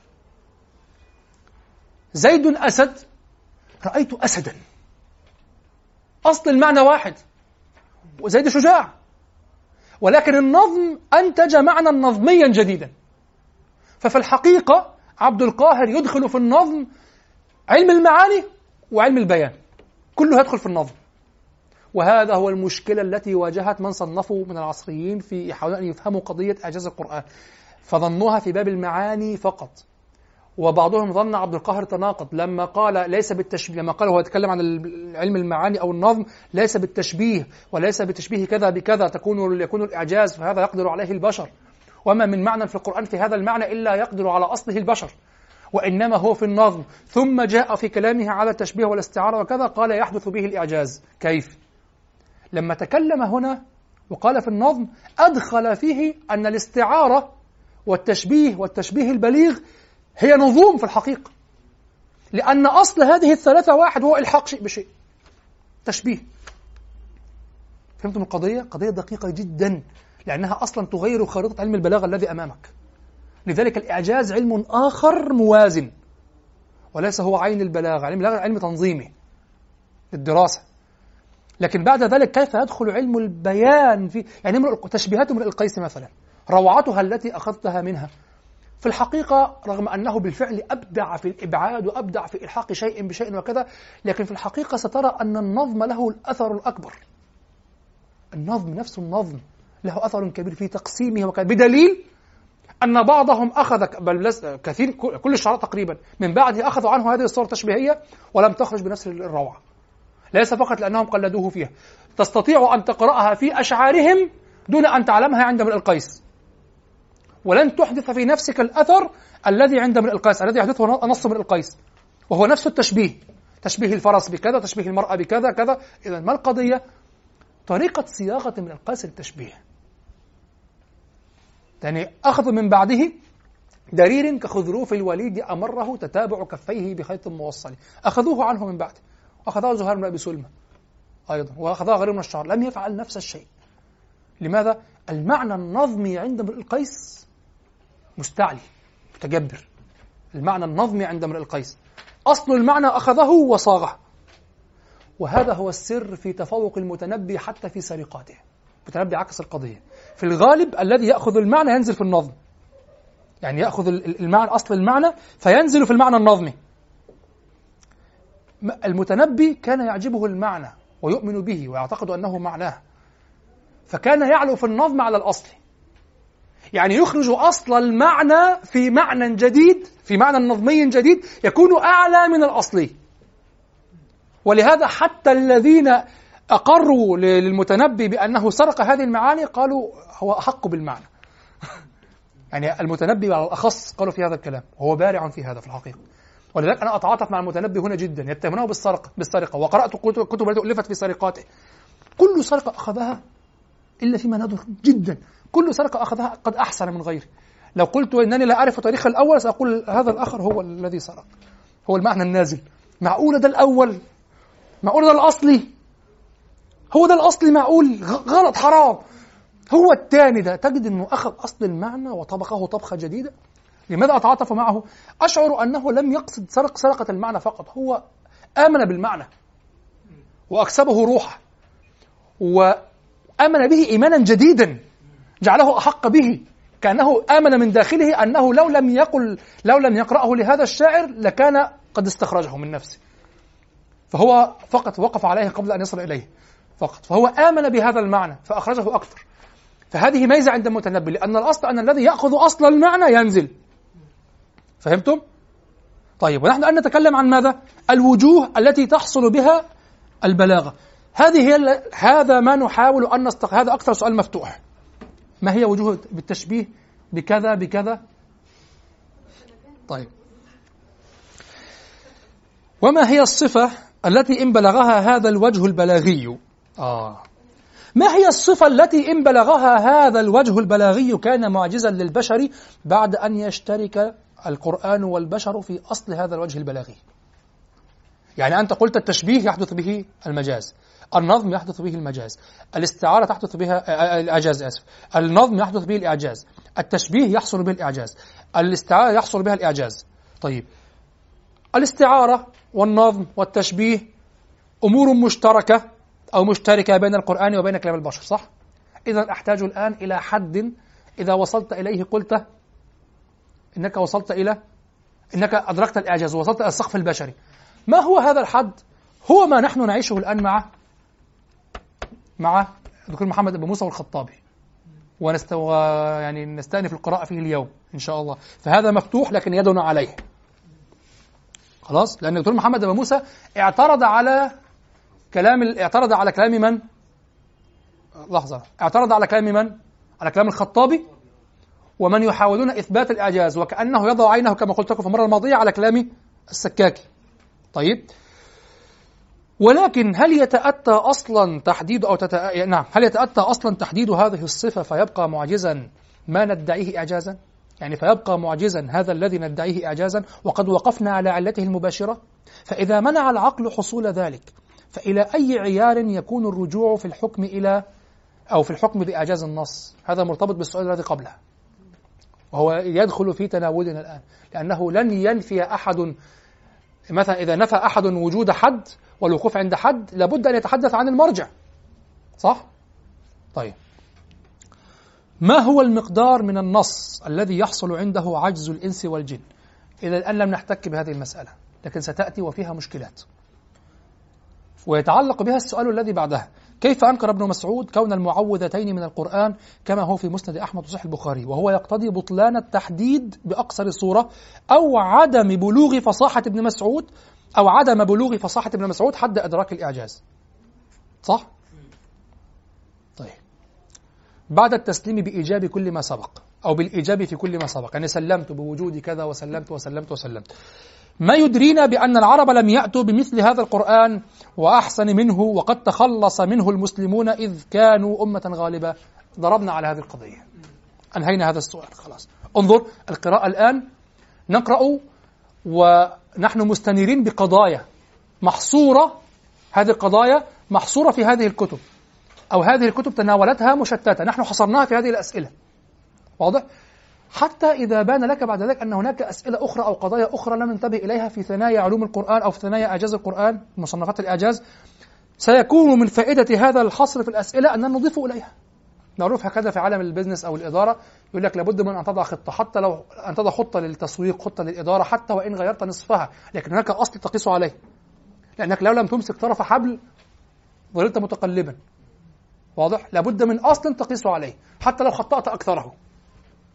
زيد أسد، رأيت أسدا، أصل المعنى واحد، وزيد شجاع، ولكن النظم أنتج معنى نظميا جديدا. ففي الحقيقة عبد القاهر يدخل في النظم علم المعاني وعلم البيان، كله يدخل في النظم. وهذا هو المشكلة التي واجهت من صنفوا من العصريين في يحاولون أن يفهموا قضية إعجاز القرآن، فظنوها في باب المعاني فقط. وبعضهم ظن عبد القاهر تناقض لما قال ليس بالتشبيه، لما قال هو يتكلم عن علم المعاني أو النظم ليس بالتشبيه، وليس بالتشبيه كذا بكذا يكون الإعجاز، فهذا يقدر عليه البشر، وما من معنى في القرآن في هذا المعنى إلا يقدر على أصله البشر، وإنما هو في النظم. ثم جاء في كلامه على التشبيه والاستعارة وكذا قال يحدث به الإعجاز. كيف؟ لما تكلم هنا وقال في النظم أدخل فيه أن الاستعارة والتشبيه البليغ هي نظوم في الحقيقة، لأن أصل هذه الثلاثة واحد، هو إلحاق شيء بشيء، تشبيه. فهمتم القضية؟ قضية دقيقة جدا، لأنها أصلا تغير خريطة علم البلاغة الذي أمامك. لذلك الإعجاز علم آخر موازن، وليس هو عين البلاغة. علم البلاغة علم تنظيمي للدراسة. لكن بعد ذلك كيف يدخل علم البيان في يعني تشبيهات امرئ القيس مثلا، روعتها التي أخذتها منها في الحقيقة، رغم أنه بالفعل أبدع في الإبعاد وأبدع في إلحاق شيء بشيء وكذا، لكن في الحقيقة سترى أن النظم له الأثر الأكبر. النظم نفسه، النظم له أثر كبير في تقسيمه وكذا، بدليل أن بعضهم أخذ، بل كثير، كل الشعراء تقريبا من بعده أخذوا عنه هذه الصورة التشبيهية ولم تخرج بنفس الروعة. ليس فقط لأنهم قلدوه فيها، تستطيع أن تقرأها في أشعارهم دون أن تعلمها عند امرئ القيس، ولن تحدث في نفسك الأثر الذي عند امرئ القيس، الذي يحدثه نص امرئ القيس، وهو نفس التشبيه، تشبيه الفرس بكذا، تشبيه المرأة بكذا كذا. إذا ما القضية؟ طريقة صياغة امرئ القيس للتشبيه، يعني أخذ من بعده درير كخذروف الوليد أمره تتابع كفيه بخيط موصل، أخذوه عنه من بعده، أخذه زهير بن أبي سلمى أيضا، وأخذها غيره من الشعراء، لم يفعل نفس الشيء. لماذا؟ المعنى النظمي عند امرئ القيس مستعلي متجبر. المعنى النظمي عند امرئ القيس أصل المعنى أخذه وصاغه، وهذا هو السر في تفوق المتنبي حتى في سرقاته. المتنبي عكس القضية، في الغالب الذي يأخذ المعنى ينزل في النظم، يعني يأخذ المعنى أصل المعنى فينزل في المعنى النظمي. المتنبي كان يعجبه المعنى ويؤمن به ويعتقد أنه معناه، فكان يعلو في النظم على الأصل. يعني يخرج أصل المعنى في معنى جديد، في معنى نظمي جديد يكون أعلى من الأصلي. ولهذا حتى الذين أقروا للمتنبي بأنه سرق هذه المعاني قالوا هو أحق بالمعنى. يعني المتنبي على الأخص قالوا في هذا الكلام، وهو بارع في هذا في الحقيقة. ولذلك أنا أتعاطف مع المتنبي هنا جدا، يتهمونه بالسرقة، وقرأت كتب التي ألفت في سرقاته. كل سرقة أخذها إلا فيما نادر جدا، كل سرقة أخذها قد أحسن من غيره. لو قلت إنني لا أعرف تاريخ الأول سأقول هذا الآخر هو الذي سرق، هو المعنى النازل. معقول ده الأول؟ معقول ده الأصلي؟ هو ده الأصلي؟ معقول؟ غلط، حرام. هو الثاني ده تجد أنه أخذ أصل المعنى وطبقه طبخة جديدة. لماذا أتعاطف معه؟ أشعر أنه لم يقصد سرقة المعنى فقط، هو آمن بالمعنى وأكسبه روحه وآمن به إيمانا جديدا جعله أحق به، كأنه آمن من داخله أنه لو لم يقرأه لهذا الشاعر لكان قد استخرجه من نفسه، فهو فقط وقف عليه قبل أن يصل إليه فقط، فهو آمن بهذا المعنى فأخرجه أكثر. فهذه ميزة عند المتنبي، لأن الأصل أن الذي يأخذ أصل المعنى ينزل. فهمتم؟ طيب، ونحن الآن نتكلم عن ماذا؟ الوجوه التي تحصل بها البلاغة. هذا ما نحاول أن هذا أكثر سؤال مفتوح. ما هي وجوه بالتشبيه بكذا بكذا؟ طيب، وما هي الصفة التي إن بلغها هذا الوجه البلاغي؟ ما هي الصفة التي إن بلغها هذا الوجه البلاغي كان معجزا للبشر بعد أن يشترك القرآن والبشر في أصل هذا الوجه البلاغي؟ يعني أنت قلت التشبيه يحدث به المجاز، النظم يحدث به المجاز، الاستعارة تحدث بها الإعجاز، النظم يحدث به الإعجاز، التشبيه يحصل به الإعجاز، الاستعارة يحصل بها الإعجاز. طيب، الاستعارة والنظم والتشبيه أمور مشتركة أو مشتركة بين القرآن وبين كلام البشر، صح؟ إذا أحتاج الآن إلى حد إذا وصلت إليه قلت إنك أدركت الإعجاز ووصلت إلى السقف البشري. ما هو هذا الحد؟ هو ما نحن نعيشه الآن مع دكتور محمد أبو موسى والخطابي، يعني نستأنف القراءة فيه اليوم إن شاء الله، فهذا مفتوح لكن يدنا عليه خلاص، لأن دكتور محمد أبو موسى اعترض على كلام من؟ لحظة، اعترض على كلام من؟ على كلام الخطابي ومن يحاولون إثبات الإعجاز، وكأنه يضع عينه كما قلت لكم في المرة الماضية على كلام السكاكي. طيب، ولكن هل يتأتى أصلا تحديد هل يتأتى أصلا تحديد هذه الصفة فيبقى معجزا ما ندعيه إعجازا؟ يعني فيبقى معجزا هذا الذي ندعيه إعجازا وقد وقفنا على علته المباشرة؟ فإذا منع العقل حصول ذلك فإلى أي عيار يكون الرجوع في الحكم بإعجاز النص؟ هذا مرتبط بالسؤال الذي قبله، وهو يدخل في تناولنا الآن، لأنه لن ينفي أحد. مثلا إذا نفى أحد وجود حد والوقوف عند حد لابد أن يتحدث عن المرجع، صح؟ طيب، ما هو المقدار من النص الذي يحصل عنده عجز الإنس والجن؟ إذا الآن لم نحتك بهذه المسألة، لكن ستأتي وفيها مشكلات، ويتعلق بها السؤال الذي بعدها: كيف أنكر ابن مسعود كون المعوذتين من القرآن كما هو في مسند أحمد وصحيح البخاري، وهو يقتضي بطلان التحديد بأقصر صورة أو عدم بلوغ فصاحة ابن مسعود حد إدراك الإعجاز، صح؟ طيب، بعد التسليم بإيجاب كل ما سبق أو بالإيجاب في كل ما سبق، يعني سلمت بوجود كذا وسلمت، ما يدرينا بأن العرب لم يأتوا بمثل هذا القرآن وأحسن منه وقد تخلص منه المسلمون إذ كانوا أمة غالبة؟ ضربنا على هذه القضية، أنهينا هذا السؤال خلاص. انظر القراءة الآن، نقرأ ونحن مستنيرين بقضايا محصورة، هذه القضايا محصورة في هذه الكتب، أو هذه الكتب تناولتها مشتتة، نحن حصرناها في هذه الأسئلة، واضح؟ حتى إذا بان لك بعد ذلك أن هناك أسئلة أخرى أو قضايا أخرى لم ننتبه إليها في ثنايا علوم القرآن أو في ثنايا إعجاز القرآن، مصنفات الإعجاز، سيكون من فائدة هذا الحصر في الأسئلة أن نضيف إليها. معروف هكذا في عالم البزنس أو الإدارة، يقول لك لابد من أن تضع خطة، حتى لو أن تضع خطة للتسويق، خطة للإدارة، حتى وإن غيرت نصفها، لكن هناك أصل تقيس عليه، لأنك لو لم تمسك طرف حبل ظللت متقلبا، واضح؟ لابد من أصل تقيس عليه حتى لو خطأت أكثره.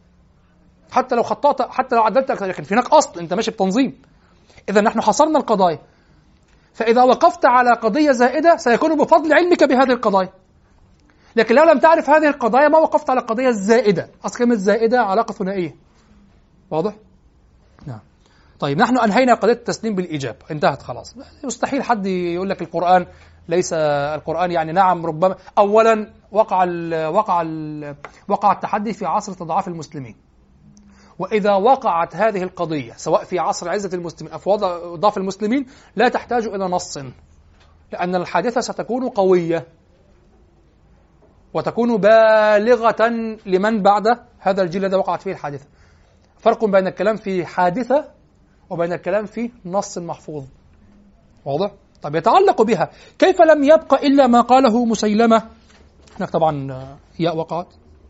حتى لو خطأت، حتى لو عدلت، لكن في هناك أصل، أنت ماشي بتنظيم. إذا نحن حصرنا القضايا، فإذا وقفت على قضية زائدة سيكون بفضل علمك بهذه القضايا، لكن لو لم تعرف هذه القضايا ما وقفت على القضية الزائدة. أصل كلمة زائدة علاقة ثنائية، واضح؟ نعم. طيب نحن أنهينا قضية التسليم بالإيجاب، انتهت خلاص. مستحيل حد يقول لك القرآن ليس القرآن، يعني نعم ربما أولا وقع التحدي في عصر تضعاف المسلمين، وإذا وقعت هذه القضية سواء في عصر عزة المسلمين أو في ضعف المسلمين لا تحتاج إلى نص، لأن الحادثة ستكون قوية وتكون بالغة لمن بعد هذا الجيل الذي وقعت فيه الحادثة. فرق بين الكلام في حادثة وبين الكلام في نص محفوظ، واضح؟ طب يتعلق بها كيف لم يبقى إلا ما قاله مسيلمة، هناك طبعا ياء وقعت،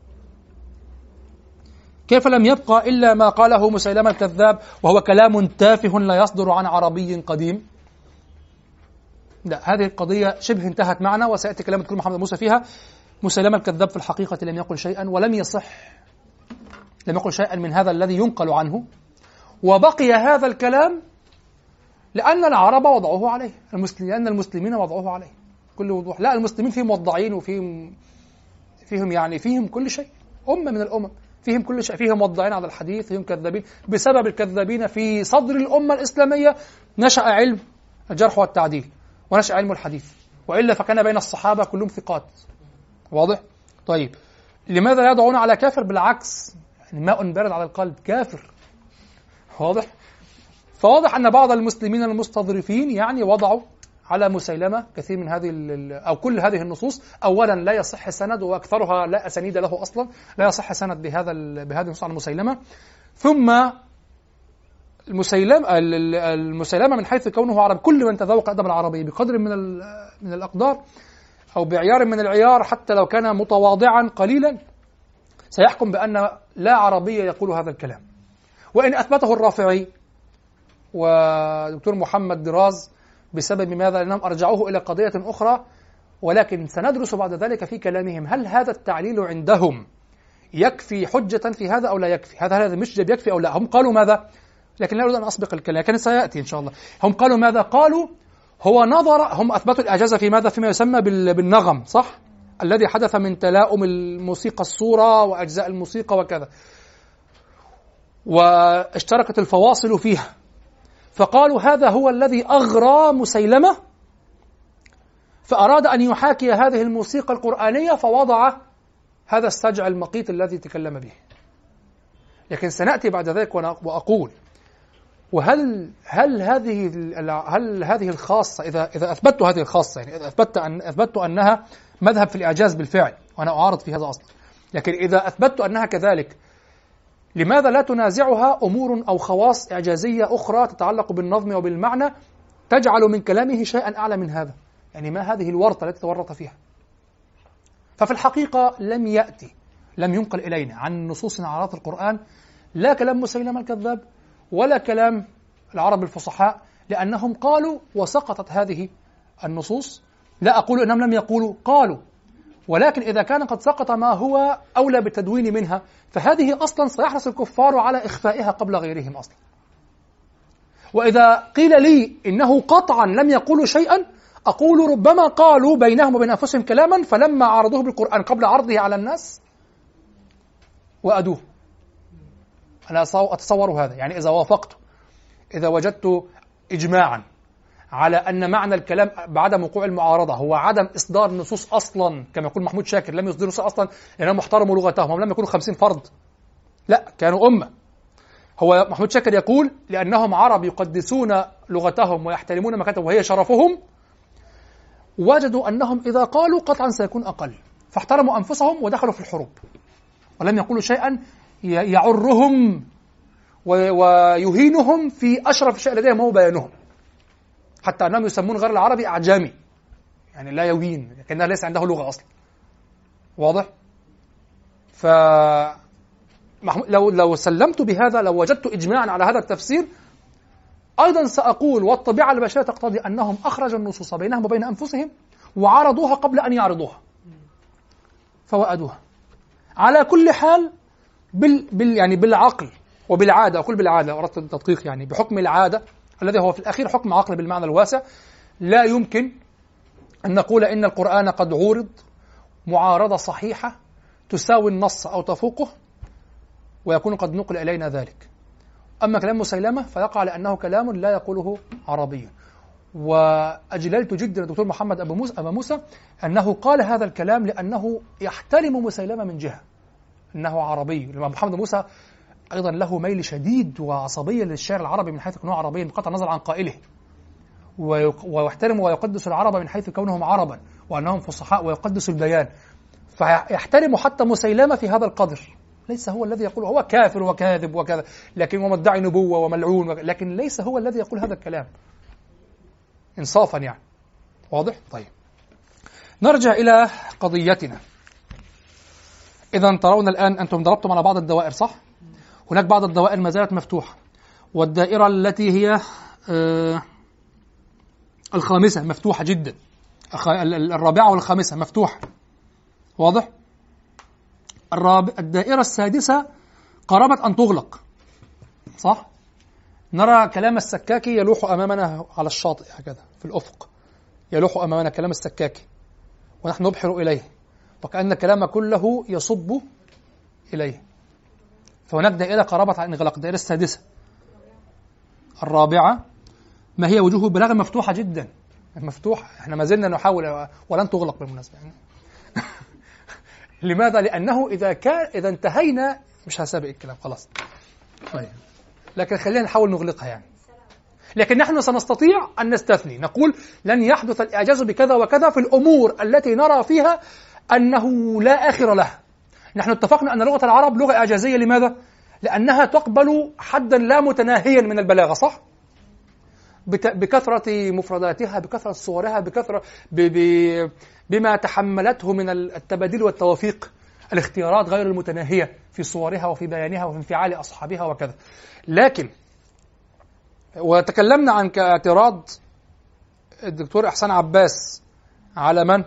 كيف لم يبقى إلا ما قاله مسيلمة الكذاب وهو كلام تافه لا يصدر عن عربي قديم. لا، هذه القضية شبه انتهت معنا، وسيأتي كلام الدكتور محمد موسى فيها. مسيلمة الكذاب في الحقيقة لم يقل شيئا، ولم يصح، لم يقل شيئا من هذا الذي ينقل عنه، وبقي هذا الكلام لأن العرب وضعوه عليه، لأن المسلمين وضعوه عليه كل وضوح. لا، المسلمين فيهم وضعين وفيهم كل شيء، أمة من الأمم فيهم كل شيء، فيهم وضعين على الحديث، فيهم كذابين. بسبب الكذابين في صدر الأمة الإسلامية نشأ علم الجرح والتعديل ونشأ علم الحديث، وإلا فكان بين الصحابة كلهم ثقات، واضح؟ طيب لماذا لا يضعون على كافر؟ بالعكس، يعني ماء بارد على القلب، كافر، واضح؟ فواضح أن بعض المسلمين المستظرفين يعني وضعوا على مسيلمة كثير من هذه أو كل هذه النصوص. أولا لا يصح سند، وأكثرها لا أسانيد له أصلا، لا يصح سند بهذه النصوص عن مسيلمة. ثم المسيلمة من حيث كونه عربي، كل من تذوق الأدب العربي بقدر من الأقدار أو بعيار من العيار، حتى لو كان متواضعا قليلا، سيحكم بأن لا عربي يقول هذا الكلام. وإن أثبته الرافعي ودكتور محمد دراز بسبب ماذا؟ لأنهم أرجعوه إلى قضية أخرى، ولكن سندرس بعد ذلك في كلامهم هل هذا التعليل عندهم يكفي حجة في هذا أو لا يكفي، هذا المشجب يكفي أو لا. هم قالوا ماذا؟ لكن لا أريد أن أسبق الكلام، لكن سيأتي إن شاء الله. هم قالوا ماذا؟ قالوا هو هم أثبتوا الإعجاز في ماذا؟ فيما يسمى بالنغم، صح؟ الذي حدث من تلاؤم الموسيقى الصورة وأجزاء الموسيقى وكذا، واشتركت الفواصل فيها. فقالوا هذا هو الذي أغرى مسيلمة، فأراد أن يحاكي هذه الموسيقى القرآنية فوضع هذا السجع المقيت الذي تكلم به. لكن سنأتي بعد ذلك وأقول وهل هذه الخاصة، إذا أثبتت هذه الخاصة، يعني إذا أثبتت أنها مذهب في الإعجاز بالفعل، وأنا أعارض في هذا أصلا، لكن إذا أثبتت أنها كذلك، لماذا لا تنازعها أمور أو خواص إعجازية أخرى تتعلق بالنظم وبالمعنى تجعل من كلامه شيئا أعلى من هذا؟ يعني ما هذه الورطة التي تورط فيها؟ ففي الحقيقة لم ينقل إلينا عن نصوص عارضة القرآن لا كلام مسيلمة الكذاب ولا كلام العرب الفصحاء، لأنهم قالوا وسقطت هذه النصوص. لا أقول أنهم لم يقولوا، قالوا، ولكن إذا كان قد سقط ما هو أولى بالتدوين منها، فهذه أصلا سيحرص الكفار على إخفائها قبل غيرهم أصلا. وإذا قيل لي إنه قطعا لم يقولوا شيئا، أقول ربما قالوا بينهم وبين أنفسهم كلاما، فلما عرضوه بالقرآن قبل عرضه على الناس وأدوه. أنا أتصور هذا، يعني إذا وجدت إجماعا على أن معنى الكلام بعدم وقوع المعارضة هو عدم إصدار نصوص أصلا، كما يقول محمود شاكر لم يصدروا نصوص أصلا لأنهم احترموا لغتهم، هم لم يكونوا 50 فرد، لا كانوا أمة. هو محمود شاكر يقول لأنهم عرب يقدسون لغتهم ويحترمون مكانتهم وهي شرفهم، وجدوا أنهم إذا قالوا قطعا سيكون أقل، فاحترموا أنفسهم ودخلوا في الحروب، ولم يقولوا شيئا يعرهم ويهينهم في أشرف شيء لديهم هو بيانهم، حتى أنهم يسمون غير العربي أعجمي، يعني لا يوين، كأنه ليس عنده لغة أصلا، واضح؟ لو سلمت بهذا، لو وجدت إجماعا على هذا التفسير، أيضا سأقول والطبيعة البشرية تقتضي أنهم أخرجوا النصوص بينهم وبين أنفسهم وعرضوها قبل أن يعرضوها فوأدوها. على كل حال يعني بالعقل وبالعادة، أقول بالعادة أردت التدقيق، يعني بحكم العادة الذي هو في الأخير حكم عقل بالمعنى الواسع، لا يمكن أن نقول إن القرآن قد عورض معارضة صحيحة تساوي النص أو تفوقه ويكون قد نقل إلينا ذلك. أما كلام مسيلمة فيقع لأنه كلام لا يقوله عربي. وأجللت جدا الدكتور محمد أبو موسى أنه قال هذا الكلام لأنه يحترم مسيلمة من جهة أنه عربي. لما محمد أبو موسى أيضا له ميل شديد وعصبية للشعر العربي من حيث كونه عربيا بقطع النظر عن قائله، ويحترم ويقدس العرب من حيث كونهم عربا وأنهم فصحاء ويقدس البيان، فيحترم حتى مسيلمة في هذا القدر. ليس هو الذي يقول هو كافر وكاذب وكذا، لكن ومدعي نبوة وملعون، لكن ليس هو الذي يقول هذا الكلام إنصافا يعني. واضح؟ طيب نرجع إلى قضيتنا. إذا ترون الآن أنتم ضربتم على بعض الدوائر، صح؟ هناك بعض الدوائر ما زالت مفتوحة، والدائرة التي هي الخامسة مفتوحة جدا، الرابعة والخامسة مفتوحة. واضح؟ الدائرة السادسة قربت أن تغلق، صح؟ نرى كلام السكاكي يلوح أمامنا على الشاطئ هكذا في الأفق، يلوح أمامنا كلام السكاكي ونحن نبحر إليه، وكأن الكلام كله يصب إليه. فهناك دائرة قربت على انغلاق، الدائرة السادسة. الرابعة ما هي وجوه البلاغة مفتوحة جدا، مفتوحة، احنا ما زلنا نحاول ولن تغلق بالمناسبة يعني. لماذا؟ لأنه إذا انتهينا مش هسابق الكلام خلاص. طيب لكن خلينا نحاول نغلقها يعني. لكن نحن سنستطيع أن نستثني، نقول لن يحدث الإعجاز بكذا وكذا في الأمور التي نرى فيها أنه لا آخر لها. نحن اتفقنا أن لغة العرب لغة إعجازية، لماذا؟ لأنها تقبل حدا لا متناهيا من البلاغة، صح؟ بكثرة مفرداتها، بكثرة صورها، بما تحملته من التبادل والتوافيق، الاختيارات غير المتناهية في صورها وفي بيانها وفي انفعال أصحابها وكذا. لكن وتكلمنا عن كاعتراض الدكتور إحسان عباس على من؟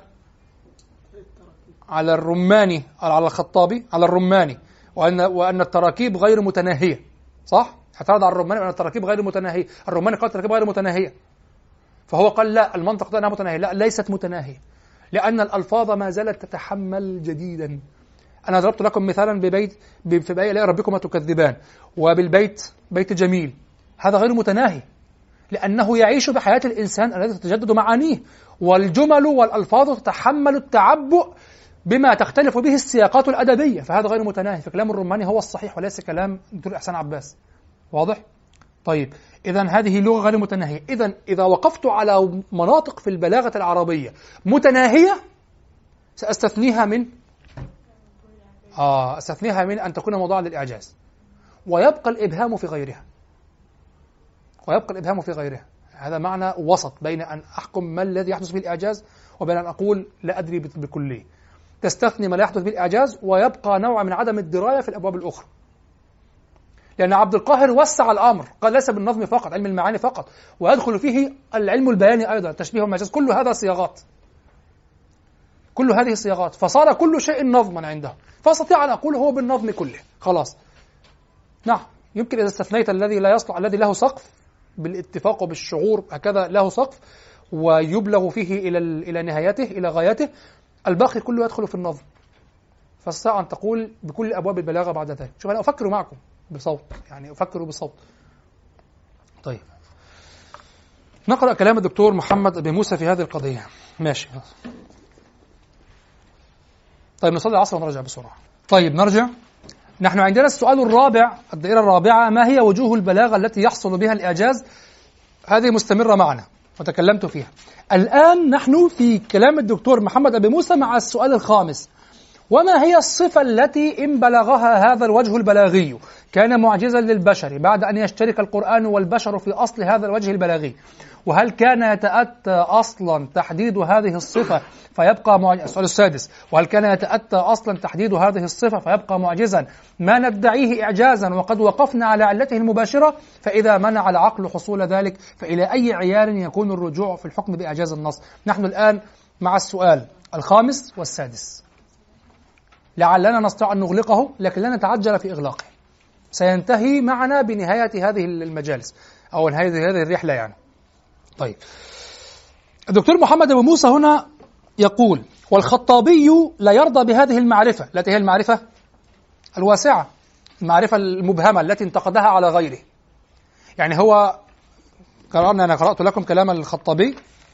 على الرماني، على الخطابي، على الرماني، وأن التراكيب غير متناهية، صح؟ اعترض على الرماني وأن التراكيب غير متناهية، الرماني قال التراكيب غير متناهية، فهو قال لا، المنطق ده أنها متناهية، لا ليست متناهية، لأن الألفاظ ما زالت تتحمل جديدا. أنا ضربت لكم مثالا في بأي آلاء ربكما تكذبان، وبالبيت بيت جميل، هذا غير متناهي لأنه يعيش بحياة الإنسان التي تتجدد معانيه، والجمل والألفاظ تتحمل التعبؤ بما تختلف به السياقات الأدبية، فهذا غير متناهي. فكلام الرماني هو الصحيح وليس كلام دكتور إحسان عباس. واضح؟ طيب إذن هذه لغة غير متناهية. إذا وقفت على مناطق في البلاغة العربية متناهية سأستثنيها من أن تكون موضوعا للإعجاز، ويبقى الإبهام في غيرها. هذا معنى وسط بين أن أحكم ما الذي يحدث به الإعجاز وبين أن أقول لا أدري بكلية. تستثني ما لا يحدث به الإعجاز ويبقى نوع من عدم الدراية في الأبواب الأخرى، لأن عبد القاهر وسع الأمر، قال ليس بالنظم فقط، علم المعاني فقط، ويدخل فيه العلم البياني أيضا، تشبيه والمجاز، كل هذا صياغات، كل هذه الصياغات، فصار كل شيء نظما عنده، فأستطيع أن أقول هو بالنظم كله خلاص. نعم، يمكن إذا استثنيت الذي لا يصلح، الذي له سقف بالاتفاق وبالشعور هكذا له سقف ويبلغ فيه إلى نهايته، إلى غايته، الباقي كله يدخل في النظم، فاستطيع أن تقول بكل أبواب البلاغة بعد ذلك. شوف أنا أفكر معكم بصوت، يعني أفكر بصوت. طيب نقرأ كلام الدكتور محمد أبو موسى في هذه القضية. ماشي. طيب نصلي العصر ونرجع بسرعة. طيب نرجع. نحن عندنا السؤال الرابع، الدائرة الرابعة، ما هي وجوه البلاغة التي يحصل بها الإعجاز؟ هذه مستمرة معنا وتكلمت فيها. الآن نحن في كلام الدكتور محمد أبو موسى مع السؤال الخامس، وما هي الصفة التي إن بلغها هذا الوجه البلاغي كان معجزا للبشر بعد أن يشترك القرآن والبشر في أصل هذا الوجه البلاغي؟ وهل كان يتأتى أصلا تحديد هذه الصفة فيبقى السؤال السادس، وهل كان يتأتى أصلا تحديد هذه الصفة فيبقى معجزا ما ندعيه إعجازا وقد وقفنا على علته المباشرة؟ فإذا منع العقل حصول ذلك فإلى أي عيار يكون الرجوع في الحكم بإعجاز النص؟ نحن الآن مع السؤال الخامس والسادس. لعلنا نستطيع أن نغلقه، لكن لا نتعجل في إغلاقه. سينتهي معنا بنهاية هذه المجالس أو نهاية هذه الرحلة يعني. طيب، الدكتور محمد أبو موسى هنا يقول: والخطابي لا يرضى بهذه المعرفة التي هي المعرفة الواسعة، المعرفة المبهمة التي انتقدها على غيره. يعني هو أنا قرأت لكم كلام الخطابي،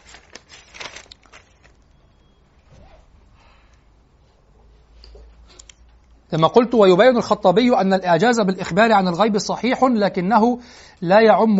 لما قلت: ويبين الخطابي أن الإعجاز بالإخبار عن الغيب صحيح، لكنه لا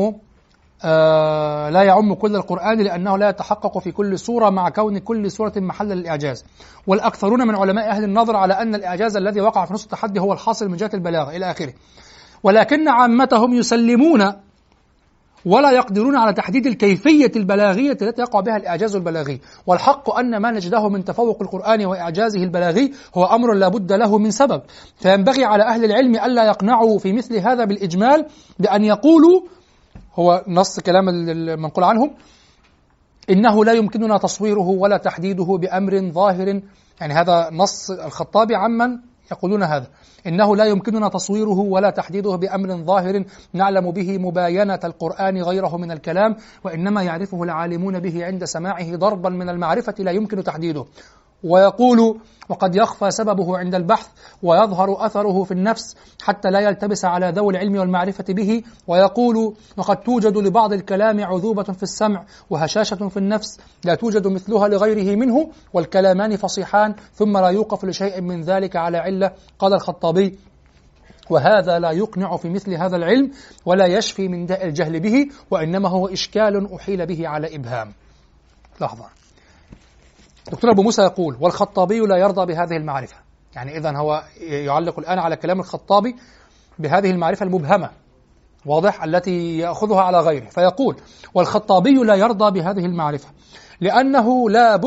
يعم كل القرآن، لأنه لا يتحقق في كل سورة، مع كون كل سورة محل للإعجاز. والأكثرون من علماء أهل النظر على أن الإعجاز الذي وقع في نص التحدي هو الحاصل من جهة البلاغة إلى آخره. ولكن عامتهم يسلمون ولا يقدرون على تحديد الكيفية البلاغية التي يقع بها الإعجاز البلاغي. والحق أن ما نجده من تفوق القرآن وإعجازه البلاغي هو أمر لا بد له من سبب، فينبغي على أهل العلم ألا يقنعوا في مثل هذا بالإجمال بأن يقولوا، هو نص كلام المنقول عنهم، إنه لا يمكننا تصويره ولا تحديده بأمر ظاهر. يعني هذا نص الخطابي عمن يقولون هذا، إنه لا يمكننا تصويره ولا تحديده بأمر ظاهر نعلم به مباينة القرآن غيره من الكلام، وإنما يعرفه العالمون به عند سماعه ضربا من المعرفة لا يمكن تحديده. ويقول: وقد يخفى سببه عند البحث ويظهر أثره في النفس حتى لا يلتبس على ذوي العلم والمعرفة به. ويقول: وقد توجد لبعض الكلام عذوبة في السمع وهشاشة في النفس لا توجد مثلها لغيره منه، والكلامان فصيحان ثم لا يوقف لشيء من ذلك على علة. قال الخطابي: وهذا لا يقنع في مثل هذا العلم ولا يشفي من داء الجهل به، وإنما هو إشكال أحيل به على إبهام. لحظة، دكتور أبو موسى يقول: والخطابي لا يرضى بهذه المعرفة. يعني إذن هو يعلق الآن على كلام الخطابي بهذه المعرفة المبهمة، واضح، التي يأخذها على غيره. فيقول: والخطابي لا يرضى بهذه المعرفة لأنه لا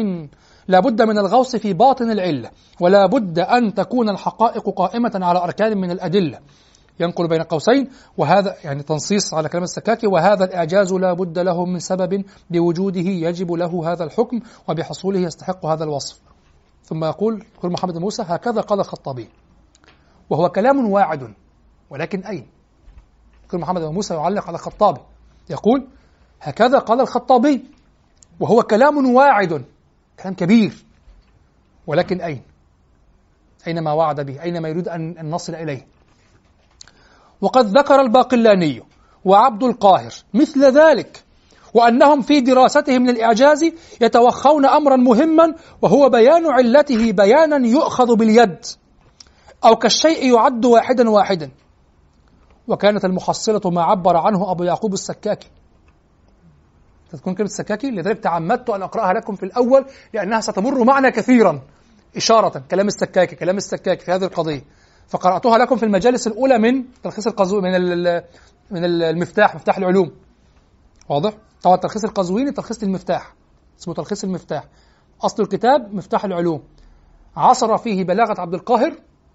بد من الغوص في باطن العلة، ولا بد أن تكون الحقائق قائمة على أركان من الأدلة. ينقل بين قوسين، وهذا يعني تنصيص على كلام السكاكي: وهذا الإعجاز لا بد له من سبب، بوجوده يجب له هذا الحكم، وبحصوله يستحق هذا الوصف. ثم يقول دكتور محمد موسى: هكذا قال الخطابي، وهو كلام واعد، ولكن أين؟ دكتور محمد موسى يعلق على الخطابي يقول: هكذا قال الخطابي وهو كلام واعد، كلام كبير، ولكن أين؟ أين ما وعد به؟ أين ما يريد أن نصل إليه؟ وقد ذكر الباقلاني وعبد القاهر مثل ذلك، وأنهم في دراستهم للإعجاز يتوخون أمرا مهما، وهو بيان علته بيانا يؤخذ باليد، أو كالشيء يعد واحدا واحدا. وكانت المحصلة ما عبر عنه أبو يعقوب السكاكي. تذكرون كلمة السكاكي؟ لذلك تعمدت أن أقرأها لكم في الأول، لأنها ستمر معنا كثيرا إشارة. كلام السكاكي في هذه القضية، فقرأتها لكم في المجالس الأولى من تلخيص القزويني، من المفتاح، مفتاح العلوم، واضح؟ طبعا تلخيص القزويني تلخيص المفتاح، اسمه تلخيص المفتاح. أصل الكتاب مفتاح العلوم، عصر فيه بلاغة عبد القاهر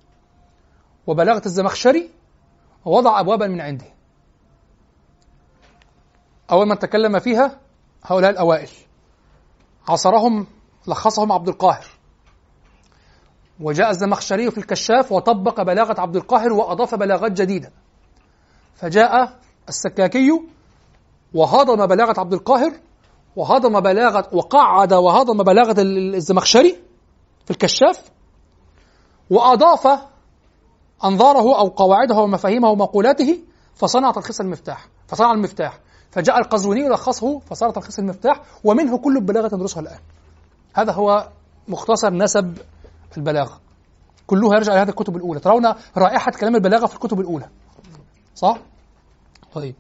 وبلاغة الزمخشري، ووضع أبوابا من عنده. أول من تكلم فيها هؤلاء الأوائل، عصرهم لخصهم عبد القاهر، وجاء الزمخشري في الكشاف وطبق بلاغة عبد القاهر وأضاف بلاغات جديدة. فجاء السكاكي وهضم بلاغة عبد القاهر وهضم بلاغة الزمخشري في الكشاف، وأضاف أنظاره أو قواعده ومفاهيمه ومقولاته، فصنع تلخيص المفتاح، فصنع المفتاح. فجاء القزويني لخصه فصار تلخيص المفتاح، ومنه كل البلاغة ندرسها الآن. هذا هو مختصر نسب البلاغة، كلها يرجع إلى هذه الكتب الأولى. ترون رائحة كلام البلاغة في الكتب الأولى، صح؟ طيب،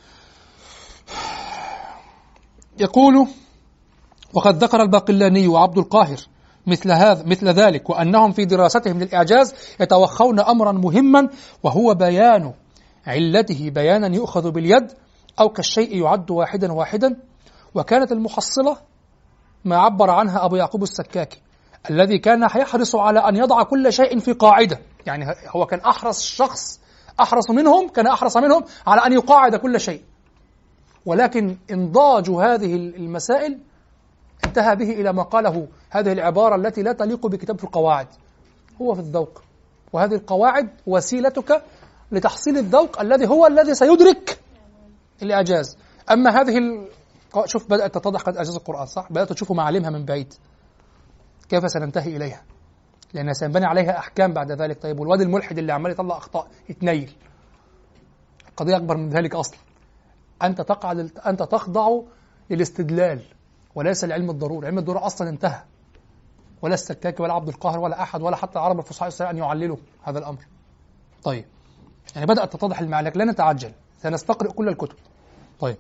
يقول: وقد ذكر الباقلاني وعبد القاهر مثل ذلك، وأنهم في دراستهم للإعجاز يتوخون أمرا مهما، وهو بيان علته بيانا يؤخذ باليد، أو كالشيء يعد واحدا واحدا. وكانت المحصلة ما عبر عنها أبو يعقوب السكاكي، الذي كان يحرص على أن يضع كل شيء في قاعدة. يعني هو كان أحرص منهم على أن يقاعد كل شيء، ولكن إنضاج هذه المسائل انتهى به إلى ما قاله، هذه العبارة التي لا تليق بكتاب القواعد: هو في الذوق، وهذه القواعد وسيلتك لتحصيل الذوق الذي سيدرك الإعجاز. أما هذه شوف بدأت تتضح قد إعجاز القرآن، صح؟ بدأت تشوفوا معالمها من بعيد، كيف سننتهي إليها، لأنها سينبني عليها أحكام بعد ذلك. طيب والواد الملحد اللي عمال يطلع أخطاء يتنيل، القضية أكبر من ذلك أصلا. أنت تخضع للاستدلال وليس لعلم الضرورة. علم الضرورة أصلا انتهى، ولا السكاكي ولا عبد القاهر ولا أحد ولا حتى العرب الفصحاء يستطيعون أن يعللوا هذا الأمر. طيب يعني بدأت تتضح المعاني، لكن لا نتعجل، سنستقرئ كل الكتب. طيب،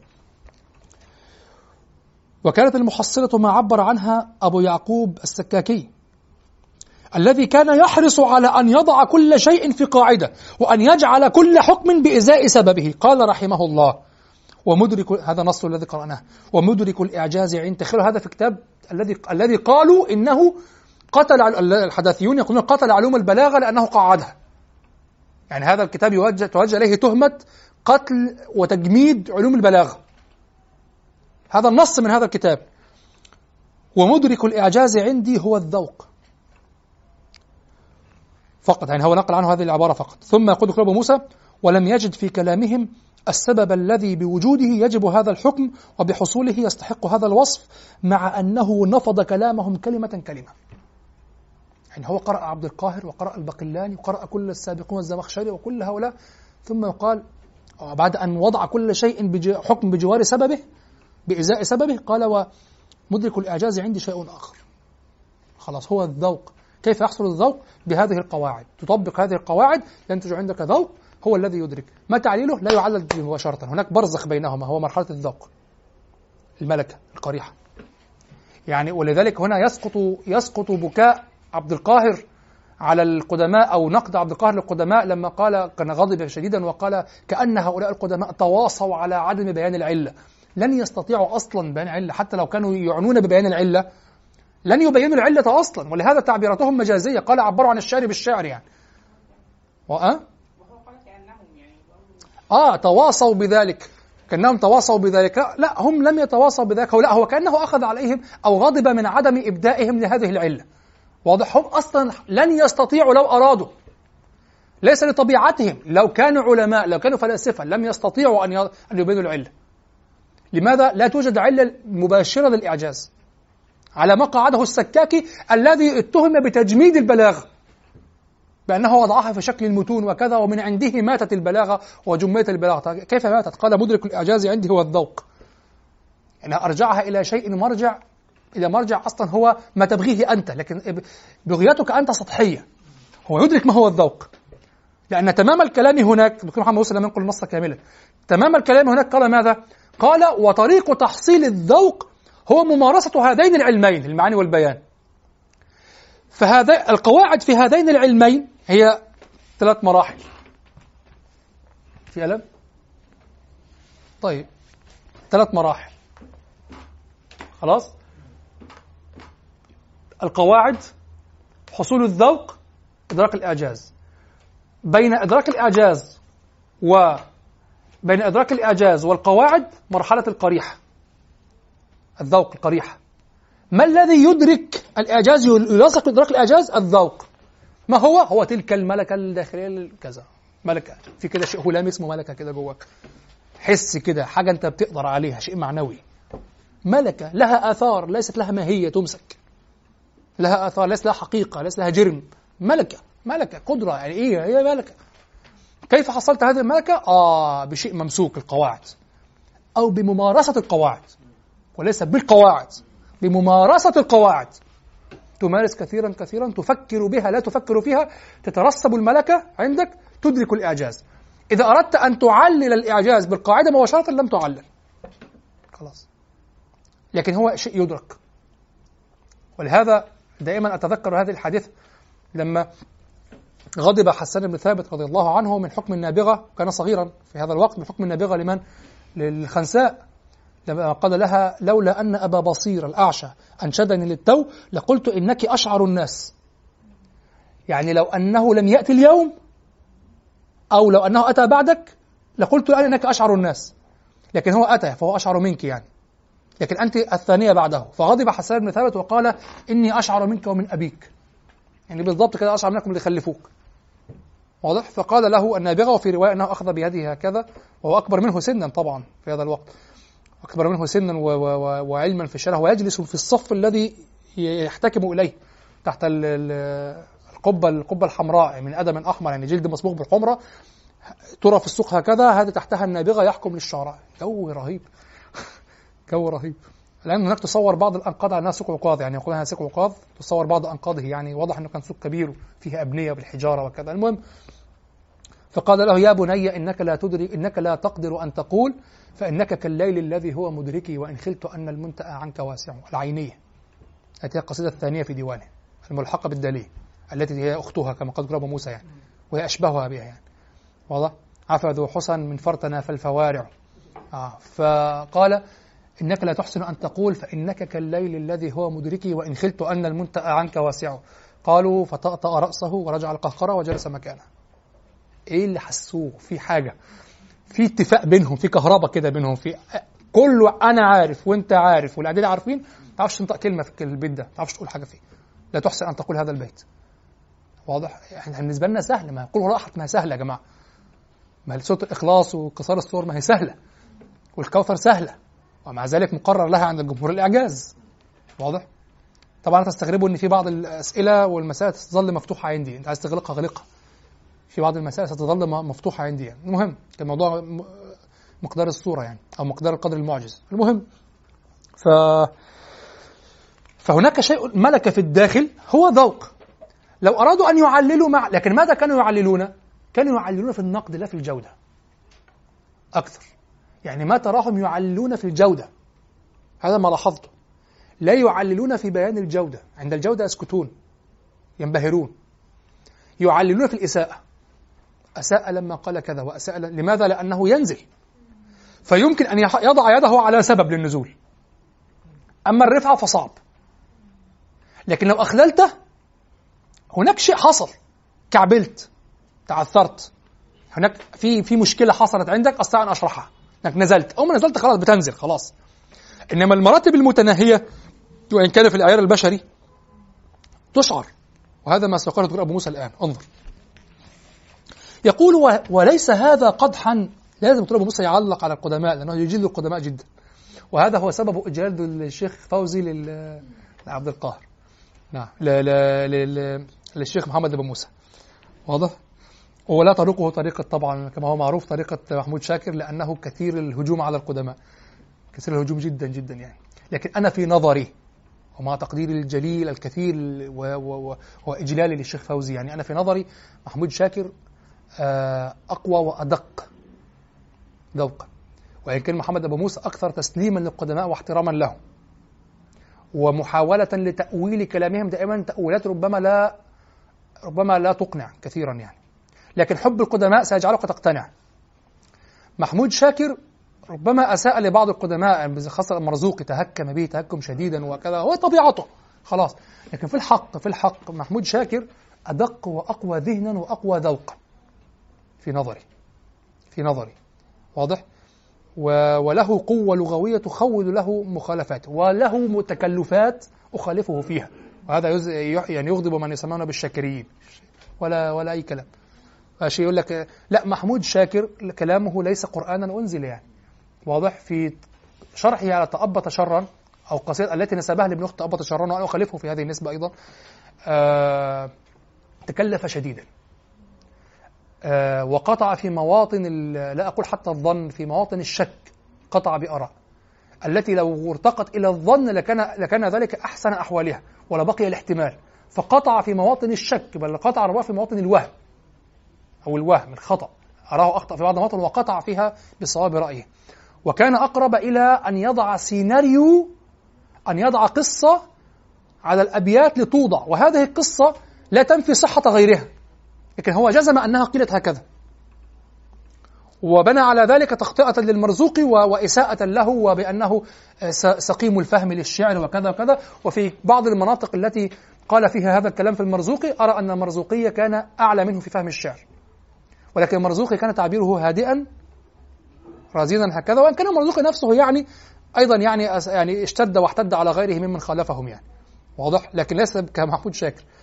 وكانت المحصلة ما عبر عنها أبو يعقوب السكاكي الذي كان يحرص على أن يضع كل شيء في قاعدة وأن يجعل كل حكم بإزاء سببه. قال رحمه الله: ومدرك، هذا نص الذي قرأناه، ومدرك الإعجاز عند، تخيلوا هذا في كتاب الذي قالوا إنه قتل، الحداثيون يقولون قتل علوم البلاغة لأنه قعدها. يعني هذا الكتاب توجه إليه تهمة قتل وتجميد علوم البلاغة. هذا النص من هذا الكتاب: ومدرك الإعجاز عندي هو الذوق فقط. يعني هو نقل عنه هذه العبارة فقط. ثم يقول أبو موسى: ولم يجد في كلامهم السبب الذي بوجوده يجب هذا الحكم وبحصوله يستحق هذا الوصف، مع أنه نفض كلامهم كلمة كلمة. يعني هو قرأ عبد القاهر وقرأ البقلاني وقرأ كل السابقون الزمخشري وكل هؤلاء، ثم يقال بعد أن وضع كل شيء حكم بجوار سببه بإزاء سببه، قال: ومدرك الإعجاز عندي شيء آخر. خلاص، هو الذوق. كيف يحصل الذوق؟ بهذه القواعد، تطبق هذه القواعد ينتج عندك ذوق هو الذي يدرك. ما تعليله؟ لا يعلل مباشرة، هناك برزخ بينهما، هو مرحلة الذوق، الملكة القريحة. يعني ولذلك هنا يسقط بكاء عبد القاهر على القدماء، أو نقد عبد القاهر للقدماء لما قال، كان غاضبا شديدا وقال: كأن هؤلاء القدماء تواصوا على عدم بيان العلة. لن يستطيعوا أصلا بيان العلة، حتى لو كانوا يعنون ببيان العلة لن يبينوا العلة أصلا، ولهذا تعبيراتهم مجازية. قال: عبروا عن الشعر بالشعر، يعني تواصوا بذلك، كأنهم تواصوا بذلك. لا، هم لم يتواصوا بذلك، هو كأنه أخذ عليهم أو غضب من عدم إبدائهم لهذه العلة. واضح؟ هم أصلا لن يستطيعوا لو أرادوا، ليس لطبيعتهم. لو كانوا علماء، لو كانوا فلاسفة، لم يستطيعوا أن يبينوا العلة. لماذا؟ لا توجد علة مباشرة للإعجاز، على ما قعده السكاكي الذي اتهم بتجميد البلاغة، بأنه وضعها في شكل المتون وكذا، ومن عنده ماتت البلاغة وجميت البلاغة. كيف ماتت؟ قال: مدرك الإعجاز عندي هو الذوق. يعني أرجعها إلى شيء مرجع أصلا هو ما تبغيه أنت، لكن بغيتك أنت سطحية. هو يدرك ما هو الذوق، لأن تمام الكلام هناك، دكتور محمد موسى لم ينقل النص كاملا، تمام الكلام هناك قال ماذا؟ قال: وطريق تحصيل الذوق هو ممارسة هذين العلمين، المعاني والبيان. فهذا القواعد في هذين العلمين هي 3 مراحل. في ألم؟ طيب، 3 مراحل. خلاص؟ القواعد، حصول الذوق، إدراك الإعجاز. بين إدراك الإعجاز والقواعد مرحلة القريحة، الذوق، القريحة. ما الذي يدرك الإعجاز، يلاصق إدراك الإعجاز؟ الذوق. ما هو تلك الملكة الداخلية كذا، ملكة في كده شيء هلامي اسمه ملكة كده جواك، حس كده، حاجة أنت بتقدر عليها، شيء معنوي. ملكة لها آثار، ليست لها ماهية تمسك، لها آثار، ليس لها حقيقة، ليس لها جرم. ملكة قدرة، يعني إيه هي ملكة؟ كيف حصلت هذه الملكة؟ بشيء ممسوك، القواعد، أو بممارسة القواعد، وليس بالقواعد، بممارسة القواعد. تمارس كثيرا كثيرا، تفكر بها لا تفكر فيها، تترسب الملكة عندك، تدرك الإعجاز. إذا أردت أن تعلل الإعجاز بالقاعدة مباشرة لم تعلل، خلاص. لكن هو شيء يدرك. ولهذا دائما أتذكر هذه الحديث لما غضب حسان بن ثابت رضي الله عنه من حكم النابغة، كان صغيرا في هذا الوقت، من حكم النابغة لمن؟ للخنساء، لما قال لها: لولا أن أبا بصير الأعشى أنشدني للتو لقلت إنك أشعر الناس. يعني لو أنه لم يأتي اليوم، أو لو أنه أتى بعدك، لقلت إنك أشعر الناس، لكن هو أتى فهو أشعر منك يعني، لكن أنت الثانية بعده. فغضب حسان بن ثابت وقال: إني أشعر منك ومن أبيك. يعني بالضبط كده أشعر منكم اللي خلفوك. واضح؟ فقال له النابغة، وفي رواية أنه أخذ بيده هكذا، وهو أكبر منه سنا طبعا في هذا الوقت، أكبر منه سنا وعلما في الشارع، ويجلس في الصف الذي يحتكم إليه تحت القبة الحمراء من أدم أحمر، يعني جلد مصبوغ بالحمرة ترى في السوق هكذا، هذا تحتها النابغة يحكم للشعراء. جو رهيب جو رهيب. لأن هناك تصور بعض الأنقاض على أنها سوق عكاظ، يعني يقولونها سوق عكاظ، تصور بعض أنقاضه، يعني واضح أنه كان سوق كبير فيه أبنية بالحجارة وكذا. المهم، فقال له يا بني إنك لا تدري، إنك لا تقدر أن تقول فإنك كالليل الذي هو مدركي وإن خلت أن المنتأى عنك واسع. العينية التي هي القصيدة الثانية في ديوانه الملحقة بالدالية، التي هي أختها كما قال أبو موسى يعني، وهي أشبهها بها يعني. واضح؟ عفا ذو حسن من فرتنا فالفوارع. فقال إنك لا تحسن أن تقول فإنك كالليل الذي هو مدركي وإن خلت أن المنتأى عنك واسع. قالوا فطأطأ رأسه ورجع القهقرة وجلس مكانه. إيه اللي حسوه؟ في حاجة، في اتفاق بينهم، في كهرباء كده بينهم، في كله أنا عارف وأنت عارف والعديد عارفين، ما تعرفش تنطق كلمة في البيت ده، ما تعرفش تقول حاجة فيه، لا تحسن أن تقول هذا البيت. واضح؟ احنا بالنسبة لنا سهل، ما يقولوا راحت، ما هي سهلة يا جماعة، ما هي سورة الإخلاص وقصار السور ما هي سهلة، والكوثر سهلة، ومع ذلك مقرر لها عند الجمهور الإعجاز. واضح؟ طبعا تستغربوا إن في بعض الأسئلة والمسائل تظل مفتوحة عندي، أنت عايز تغلقها غلقها، في بعض المسائل ستظل مفتوحة عندي يعني. المهم الموضوع مقدار الصورة يعني، أو مقدار القدر المعجز. المهم فهناك شيء ملك في الداخل هو ذوق. لو أرادوا أن يعللوا لكن ماذا كانوا يعللون؟ كانوا يعللون في النقد لا في الجودة أكثر. يعني ما تراهم يعللون في الجودة، هذا ما لاحظته، لا يعللون في بيان الجودة. عند الجودة يسكتون ينبهرون. يعللون في الإساءة، أساء لما قال كذا وأساء لماذا؟ لأنه ينزل، فيمكن أن يضع يده على سبب للنزول. أما الرفعة فصعب. لكن لو أخللته، هناك شيء حصل، كعبلت، تعثرت، هناك في مشكلة حصلت عندك، أستطيع أن أشرحها، أنك نزلت، أو ما نزلت خلاص بتنزل خلاص. إنما المراتب المتناهية وإن كان في الإعيار البشري تشعر، وهذا ما سيقوله دكتور أبو موسى الآن. انظر، يقول وليس هذا قدحا. لازم دكتور أبو موسى يعلق على القدماء لأنه يجل القدماء جدا، وهذا هو سبب إجلال الشيخ فوزي لعبد القاهر، نعم، للشيخ محمد أبو موسى. واضح؟ ولا طريقه طريقة طبعا كما هو معروف طريقة محمود شاكر، لأنه كثير الهجوم على القدماء، كثير الهجوم جدا جدا يعني. لكن أنا في نظري ومع تقديري الجليل الكثير وإجلالي للشيخ فوزي، يعني أنا في نظري محمود شاكر أقوى وأدق ذوقا، وإن كان محمد أبو موسى أكثر تسليما للقدماء واحتراما له، ومحاولة لتأويل كلامهم دائما تأويلات ربما لا تقنع كثيرا يعني. لكن حب القدماء سيجعلك تقتنع. محمود شاكر ربما أساء لبعض القدماء، خاصة المرزوقي تهكم به تهكم شديدا وكذا، هو طبيعته خلاص. لكن في الحق محمود شاكر أدق وأقوى ذهنا وأقوى ذوقا في نظري. واضح؟ وله قوة لغوية تخول له مخالفات، وله متكلفات أخالفه فيها، وهذا يعني يغضب من يسمونه بالشاكريين، ولا أي كلام. شيء يقول لك لا، محمود شاكر كلامه ليس قرآنا أنزل يعني. واضح؟ في شرحه على تأبط شرا، أو قصيدة التي نسبها لابن أخت تأبط شرا، وأنا أخالفه في هذه النسبة أيضا، تكلف شديدا، وقطع في مواطن لا أقول حتى الظن، في مواطن الشك قطع بآراء التي لو ارتقت إلى الظن لكان ذلك أحسن أحوالها ولبقي الاحتمال، فقطع في مواطن الشك، بل قطع ربما في مواطن الوهم أو الخطأ، أراه أخطأ في بعض المواطن وقطع فيها بصواب رأيه. وكان أقرب إلى أن يضع سيناريو، أن يضع قصة على الأبيات لتوضع، وهذه القصة لا تنفي صحة غيرها، لكن هو جزم أنها قيلت هكذا، وبنى على ذلك تخطئة للمرزوقي وإساءة له، وبأنه سقيم الفهم للشعر وكذا وكذا. وفي بعض المناطق التي قال فيها هذا الكلام في المرزوقي، أرى أن المرزوقي كان أعلى منه في فهم الشعر، ولكن المرزوقي كان تعبيره هادئا رزينا هكذا، وإن كان المرزوقي نفسه يعني أيضا يعني اشتد واحتد على غيره ممن خالفهم يعني. واضح؟ لكن ليس كمحمود شاكر،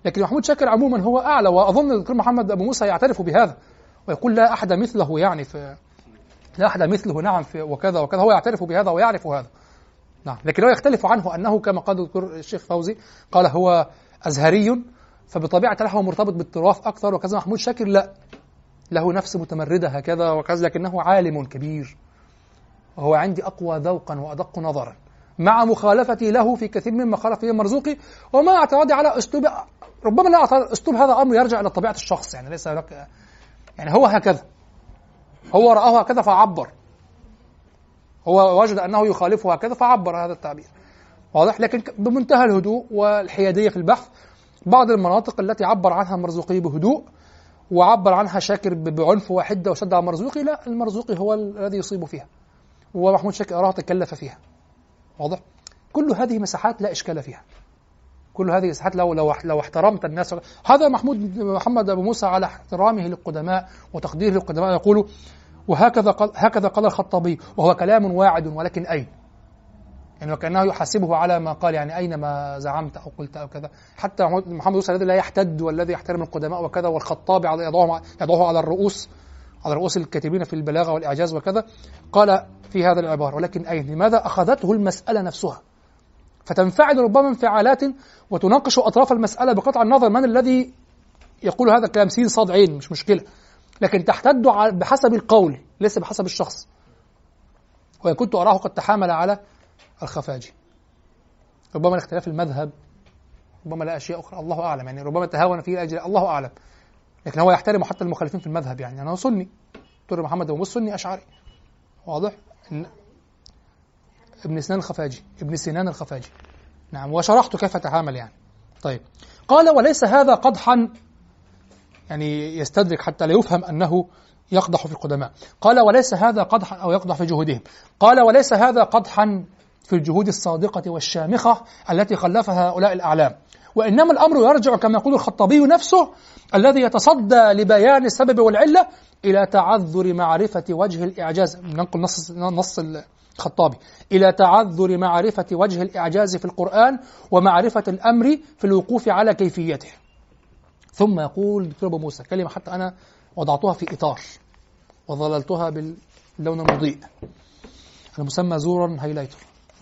لكن محمود شاكر عموما هو أعلى، وأظن الدكتور محمد أبو موسى يعترف بهذا ويقول لا أحد مثله، يعني لا أحد مثله، نعم، وكذا وكذا، هو يعترف بهذا ويعرف هذا، نعم. لكن هو يختلف عنه أنه كما قال الدكتور الشيخ فوزي، قال هو أزهري، فبطبيعة الله هو مرتبط بالتراث أكثر وكذا. محمود شاكر لا، له نفس متمردة هكذا وكذا، لكنه عالم كبير، وهو عندي أقوى ذوقا وأدق نظرا، مع مخالفتي له في كثير مما خالف فيه المرزوقي، وما اعتراضي على أسلوب، ربما لا أعتراض أسلوب، هذا أمر يرجع إلى طبيعة الشخص، يعني ليس لك، يعني هو هكذا، هو رآه هكذا فعبر، هو وجد أنه يخالفه هكذا فعبر هذا التعبير، واضح. لكن بمنتهى الهدوء والحيادية في البحث. بعض المناطق التي عبر عنها المرزوقي بهدوء وعبر عنها شاكر بعنف وحدة وشد على المرزوقي، لا، المرزوقي هو الذي يصيب فيها، ومحمود شاكر أراه تكلف فيها، واضح. كل هذه مساحات لا إشكال فيها، كل هذه مساحات لو احترمت الناس. هذا محمد أبو موسى على احترامه للقدماء وتقديره للقدماء يقول هكذا قال الخطابي، وهو كلام واعد، ولكن أين؟ يعني وكأنه يحاسبه على ما قال، يعني أين ما زعمت أو قلت أو كذا. حتى محمد موسى الذي لا يحتد والذي يحترم القدماء وكذا، والخطابي يضعه على رؤوس الكاتبين في البلاغة والإعجاز وكذا، قال في هذا العبارة ولكن أين؟ لماذا أخذته المسألة نفسها فتنفعل ربما انفعالات وتناقش أطراف المسألة بقطع النظر من الذي يقول هذا الكلام، سين صاد عين، مش مشكلة، لكن تحتد بحسب القول ليس بحسب الشخص. وكنت أراه قد تحامل على الخفاجي، ربما لاختلاف المذهب، ربما لا أشياء أخرى، الله أعلم، يعني ربما تهاون فيه الأجر، الله أعلم، لكن هو يحترم حتى المخالفين في المذهب. يعني أنا سني، دكتور محمد أبو موسى سني أشعري، واضح. ابن سنان الخفاجي، نعم، وشرحت كيف تعامل يعني. طيب، قال وليس هذا قدحا، يعني يستدرك حتى لا يفهم أنه يقدح في القدماء. قال وليس هذا قدحا أو يقدح في جهودهم، قال وليس هذا قدحا في الجهود الصادقة والشامخة التي خلفها هؤلاء الأعلام، وإنما الأمر يرجع كما يقول الخطابي نفسه الذي يتصدى لبيان السبب والعلة إلى تعذر معرفة وجه الإعجاز، ننقل نص الخطابي، إلى تعذر معرفة وجه الإعجاز في القرآن ومعرفة الأمر في الوقوف على كيفيته. ثم يقول دكتور أبو موسى كلمة حتى أنا وضعتها في إطار وظللتها باللون المضيء المسمى زورا هايلايتر.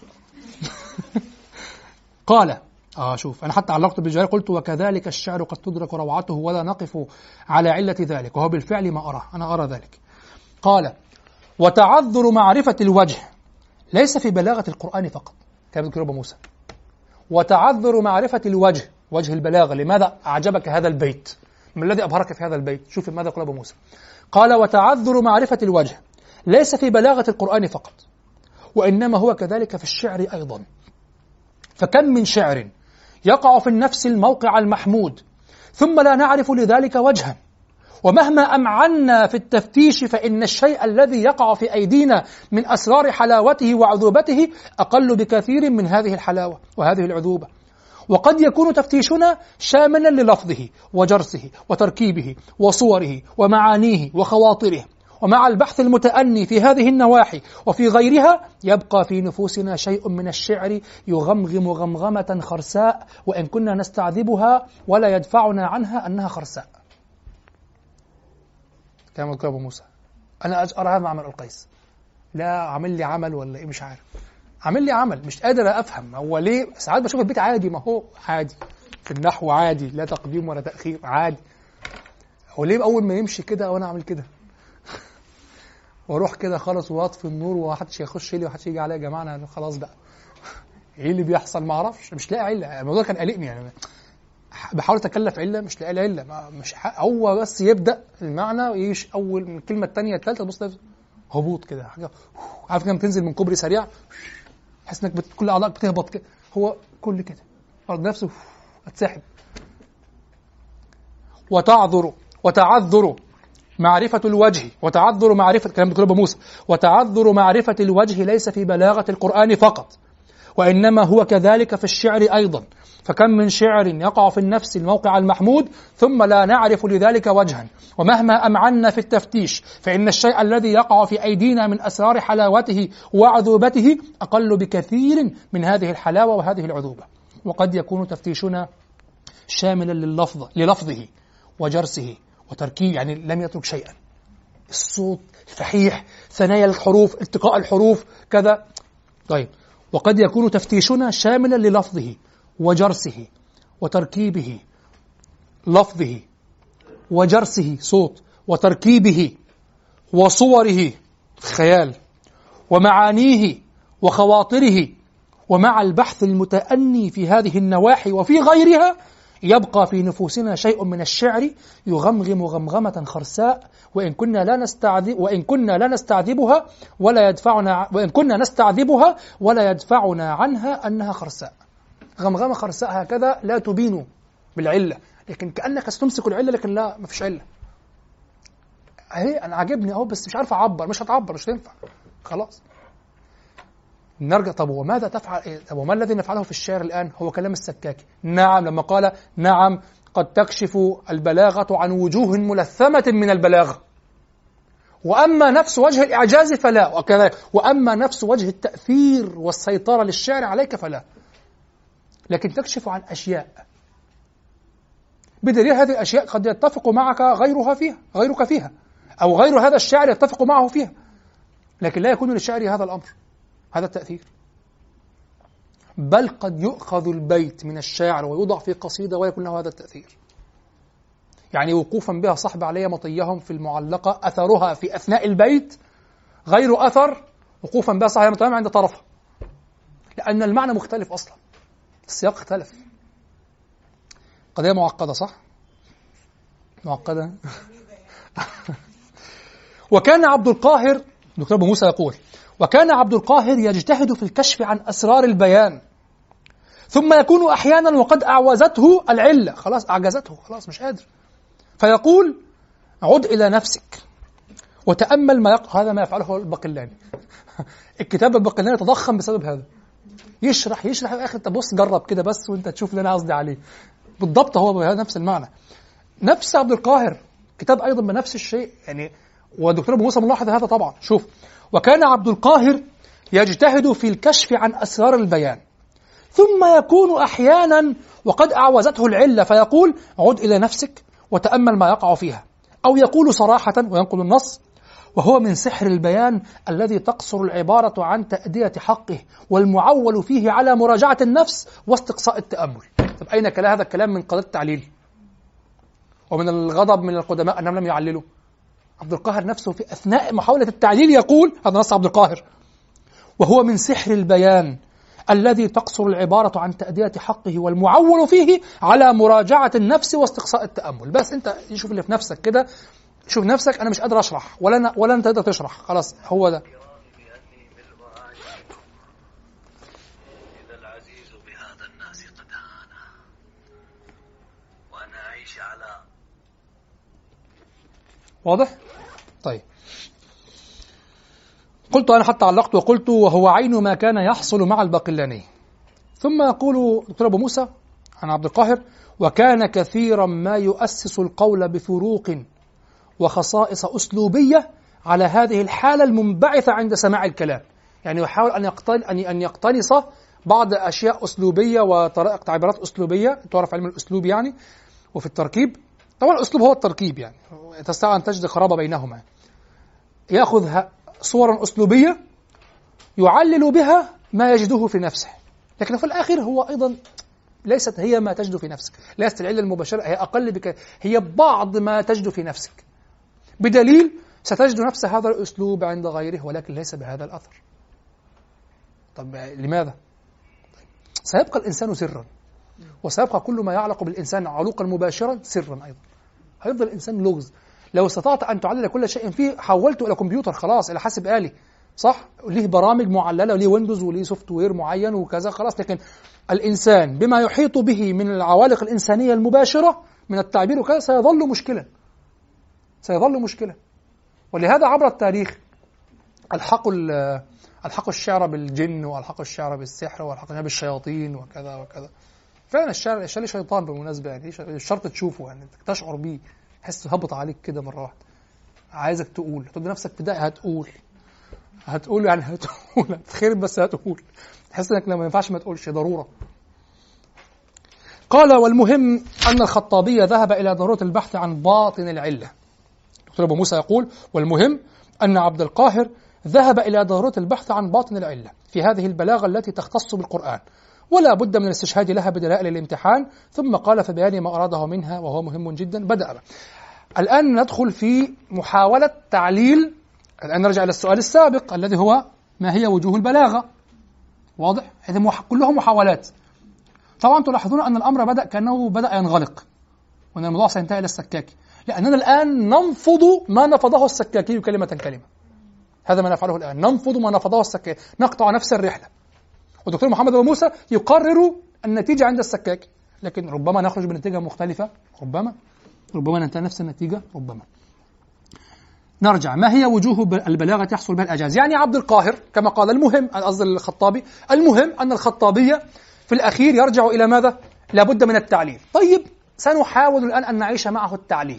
قال شوف، أنا حتى علقت بالجواب قلت وكذلك الشعر قد تدرك روعته ولا نقف على علة ذلك، وهو بالفعل ما أراه، أنا أرى ذلك. قال وتعذر معرفة الوجه ليس في بلاغة القرآن فقط، كلام دكتور أبو موسى، وتعذر معرفة الوجه، وجه البلاغة. لماذا أعجبك هذا البيت؟ ما الذي أبهرك في هذا البيت؟ شوف ماذا قال أبو موسى، قال وتعذر معرفة الوجه ليس في بلاغة القرآن فقط، وإنما هو كذلك في الشعر أيضا. فكم من شعر يقع في النفس الموقع المحمود ثم لا نعرف لذلك وجها، ومهما أمعنا في التفتيش فإن الشيء الذي يقع في أيدينا من أسرار حلاوته وعذوبته أقل بكثير من هذه الحلاوة وهذه العذوبة. وقد يكون تفتيشنا شاملا للفظه وجرسه وتركيبه وصوره ومعانيه وخواطره، ومع البحث المتأني في هذه النواحي وفي غيرها يبقى في نفوسنا شيء من الشعر يغمغم غمغمة خرساء، وإن كنا نستعذبها ولا يدفعنا عنها أنها خرساء. كلام دكتور أبو موسى. أنا أرى هذا عمل القيس، لا عمل لي عمل ولا إيه، مش عارف، عمل لي عمل، مش قادر أفهم هو ليه. ساعات بشوف البيت عادي، ما هو عادي في النحو عادي، لا تقديم ولا تأخير عادي، هو ليه أول ما يمشي كده وأنا أعمل كده واروح كده خالص واطفي النور ومحدش يخش لي ومحدش يجي عليا، يا جماعه انا خلاص بقى ايه اللي بيحصل؟ ما اعرفش، مش لاقي عله. الموضوع كان قلقني، يعني بحاول اتكلف عله مش لاقي العله، مش هو بس يبدا المعنى يجيش اول من الكلمه الثانيه الثالثه تبص هبوط كده، حاجه عارف كده بتنزل من كوبري سريع تحس انك كل اعضائك بتهبط كده، هو كل كده فرض نفسه اتسحب. وتعذر معرفة الوجه، وتعذر معرفة، كلام دكتور أبو موسى، وتعذر معرفة الوجه ليس في بلاغة القرآن فقط، وإنما هو كذلك في الشعر أيضا. فكم من شعر يقع في النفس الموقع المحمود ثم لا نعرف لذلك وجها، ومهما أمعنا في التفتيش فإن الشيء الذي يقع في أيدينا من أسرار حلاوته وعذوبته أقل بكثير من هذه الحلاوة وهذه العذوبة. وقد يكون تفتيشنا شاملا للفظه وجرسه وتركيبه، يعني لم يترك شيئا. الصوت الفحيح، ثنايا الحروف، التقاء الحروف، كذا. طيب، وقد يكون تفتيشنا شاملا للفظه وجرسه وتركيبه، لفظه وجرسه صوت، وتركيبه وصوره خيال، ومعانيه وخواطره، ومع البحث المتأني في هذه النواحي وفي غيرها يبقى في نفوسنا شيء من الشعر يغمغم غمغمة خرساء، وإن كنا لا نستعذبها ولا يدفعنا عنها أنها خرساء. غمغمة خرساء هكذا لا تبين بالعلة، لكن كأنك ستمسك العلة، لكن لا، ما فيش علة. أنا عاجبني أهو، بس مش عارف أعبر. مش هتعبر، مش تنفع، خلاص. نرجع. طب وماذا تفعل؟ طب وما الذي نفعله في الشعر الآن؟ هو كلام السكاكي. نعم، لما قال نعم قد تكشف البلاغة عن وجوه ملثمة من البلاغة، وأما نفس وجه الإعجاز فلا، وكذلك وأما نفس وجه التأثير والسيطرة للشعر عليك فلا، لكن تكشف عن أشياء، بدليل هذه الأشياء قد يتفق معك غيرك فيها، أو غير هذا الشاعر يتفق معه فيها، لكن لا يكون للشاعر هذا الأمر، هذا التأثير. بل قد يؤخذ البيت من الشاعر ويوضع في قصيدة ويكون له هذا التأثير. يعني وقوفا بها صحب علي مطيهم في المعلقة، أثرها في أثناء البيت غير أثر وقوفا بها صحب علي مطيهم عند طرفها، لأن المعنى مختلف أصلا، السياق اختلف. قضية معقدة، صح؟ معقدة. وكان عبد القاهر، دكتور أبو موسى يقول: وكان عبد القاهر يجتهد في الكشف عن أسرار البيان، ثم يكون أحيانا وقد أعوزته العلة، خلاص أعجزته، خلاص مش قادر، فيقول: عد إلى نفسك وتأمل ما هذا ما يفعله الباقلاني. الكتاب الباقلاني تضخم بسبب هذا، يشرح يا أخي، أنت بص جرب كده بس وأنت تشوف اللي أنا قصدي عليه بالضبط، هو بهذا نفس المعنى. نفس عبد القاهر كتاب أيضا بنفس الشيء يعني، والدكتور أبو موسى ملاحظ هذا طبعا. شوف: وكان عبد القاهر يجتهد في الكشف عن أسرار البيان، ثم يكون أحيانا وقد أعوزته العلة، فيقول: عد إلى نفسك وتأمل ما يقع فيها. أو يقول صراحة وينقل النص: وهو من سحر البيان الذي تقصر العبارة عن تأدية حقه، والمعول فيه على مراجعة النفس واستقصاء التأمل. طب أين كان هذا الكلام من قضية التعليل؟ ومن الغضب من القدماء أنهم لم يعللوا. عبد القاهر نفسه في أثناء محاولة التعليل يقول، هذا نص عبد القاهر: وهو من سحر البيان الذي تقصر العبارة عن تأدية حقه، والمعول فيه على مراجعة النفس واستقصاء التأمل. بس أنت شوف اللي في نفسك كده، شوف نفسك، أنا مش قادر أشرح ولا أنت تقدر تشرح، خلاص هو ده. واضح؟ طيب، قلت أنا حتى علقت وقلت: وهو عين ما كان يحصل مع الباقلاني. ثم يقول دكتور أبو موسى عن عبد القاهر: وكان كثيرا ما يؤسس القول بفروق وخصائص أسلوبية على هذه الحالة المنبعثة عند سماع الكلام. يعني يحاول أن يقتنص بعض أشياء أسلوبية وطرائق تعبيرات أسلوبية، تعرف علم الأسلوب يعني، وفي التركيب طبعا الأسلوب هو التركيب، يعني تستطيع أن تجد قرابة بينهما. يأخذ صورا أسلوبية يعلل بها ما يجده في نفسه، لكن في الآخر هو أيضا ليست هي ما تجد في نفسك، ليست العلة المباشرة، هي أقل هي بعض ما تجد في نفسك، بدليل ستجد نفس هذا الأسلوب عند غيره ولكن ليس بهذا الأثر. طب لماذا؟ سيبقى الإنسان سرا، وسيبقى كل ما يعلق بالإنسان علوقا مباشرا سرا أيضا. هيفضل الإنسان لغز. لو استطعت أن تعلل كل شيء فيه حولته إلى كمبيوتر، خلاص، إلى حاسب آلي، صح؟ ليه برامج معللة وليه ويندوز وليه سوفت وير معين وكذا، خلاص. لكن الإنسان بما يحيط به من العوالق الإنسانية المباشرة من التعبير وكذا سيظل مشكلة. ولهذا عبر التاريخ ألحقوا الشعر بالجن، وألحقوا الشعر بالسحر، وألحقوا بالشياطين وكذا وكذا. فعلا الشعر شيطان بالمناسبة، يعني مش شرط تشوفه، يعني تشعر بيه، تحس هبط عليك كده مرة واحدة، عايزك تقول، تقول نفسك في دقيقة هتقول يعني هتخرب، بس هتقول، تحس انك لما ينفعش ما تقولش، ضرورة. قال والمهم أن الخطابي ذهب إلى ضرورة البحث عن باطن العلة. دكتور أبو موسى يقول والمهم أن عبد القاهر ذهب إلى ضرورة البحث عن باطن العلة في هذه البلاغة التي تختص بالقرآن، ولا بد من الاستشهاد لها بدلائل الامتحان، ثم قال في بيان ما أراده منها وهو مهم جدا. بدأ الآن ندخل في محاولة تعليل. الآن نرجع إلى السؤال السابق الذي هو ما هي وجوه البلاغة؟ واضح؟ هذه كلها محاولات. طبعا تلاحظون أن الأمر كأنه بدأ ينغلق، وأن الموضوع سينتهي إلى السكاكي، لأننا الآن ننفض ما نفضه السكاكي كلمة كلمة. هذا ما نفعله الآن، ننفض ما نفضه السكاكي، نقطع نفس الرحلة. والدكتور محمد أبو موسى يقرر النتيجة عند السكاكي، لكن ربما نخرج بنتيجة مختلفة، ربما ننتهي نفس النتيجة، ربما. نرجع، ما هي وجوه البلاغة يحصل بها الإعجاز؟ يعني عبد القاهر كما قال، المهم قصد الخطابي، المهم أن الخطابية في الأخير يرجع إلى ماذا؟ لابد من التعليل. طيب سنحاول الآن أن نعيش معه التعليل،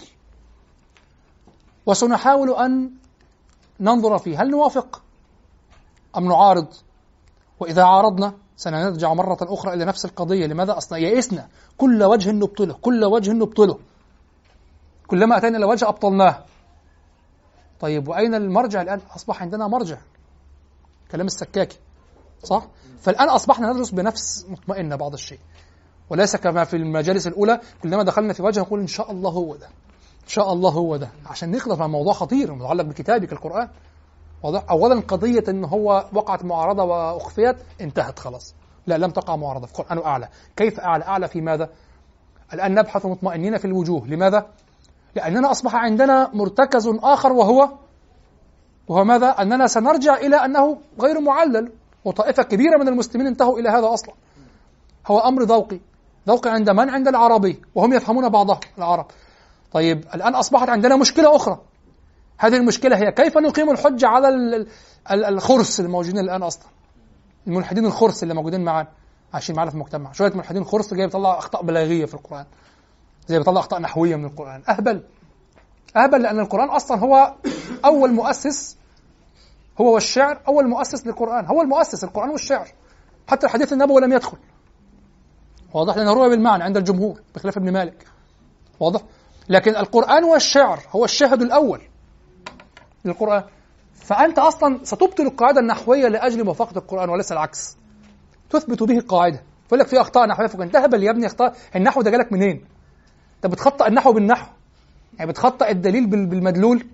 وسنحاول أن ننظر فيه هل نوافق أم نعارض. وإذا عارضنا سنرجع مرة أخرى إلى نفس القضية. لماذا؟ أصلا يئسنا، كل وجه نبطله، كلما أتينا إلى وجه أبطلناه. طيب وأين المرجع الآن؟ أصبح عندنا مرجع، كلام السكاكي، صح؟ فالآن أصبحنا ندرس بنفس مطمئنة بعض الشيء، وليس كما في المجالس الأولى كلما دخلنا في وجه نقول إن شاء الله هو ده، إن شاء الله هو ده، عشان نخلص مع موضوع خطير متعلق بكتابك القرآن. واضح؟ أولا قضية إن هو وقعت معارضة وأخفيت انتهت خلاص. لا، لم تقع معارضة، في القرآن أعلى. كيف أعلى؟ أعلى في ماذا؟ الآن نبحث مطمئنين في الوجوه. لماذا؟ لأننا أصبح عندنا مرتكز آخر، وهو ماذا؟ أننا سنرجع إلى أنه غير معلل، وطائفة كبيرة من المسلمين انتهوا إلى هذا أصلا. هو أمر ذوقي عند من؟ عند العربي، وهم يفهمون بعضهم العرب. طيب الآن أصبحت عندنا مشكلة أخرى. هذه المشكلة هي كيف نقيم الحجة على الخرس الموجودين الآن أصلا، الملحدين الخرس اللي موجودين معنا، عايشين معنا في المجتمع. شوية ملحدين خرس جاي بيطلع أخطاء بلاغية في القرآن، زي بيطلع أخطاء نحوية من القرآن. أهبل، لأن القرآن أصلا هو أول مؤسس، هو والشعر أول مؤسس للقرآن، هو المؤسس القرآن والشعر. حتى الحديث النبوي لم يدخل، واضح، لأنه روى بالمعنى عند الجمهور بخلاف ابن مالك، واضح. لكن القرآن والشعر هو الشاهد الأول للقرآن. فأنت أصلا ستبطل القاعدة النحوية لأجل موافقة القرآن وليس العكس، تثبت به القاعدة. يقول لك في أخطاء نحوية، فأنت هبل يا ابني، أخطاء النحو ده جالك منين؟ أنت بتخطأ النحو بالنحو، يعني بتخطأ الدليل بالمدلول.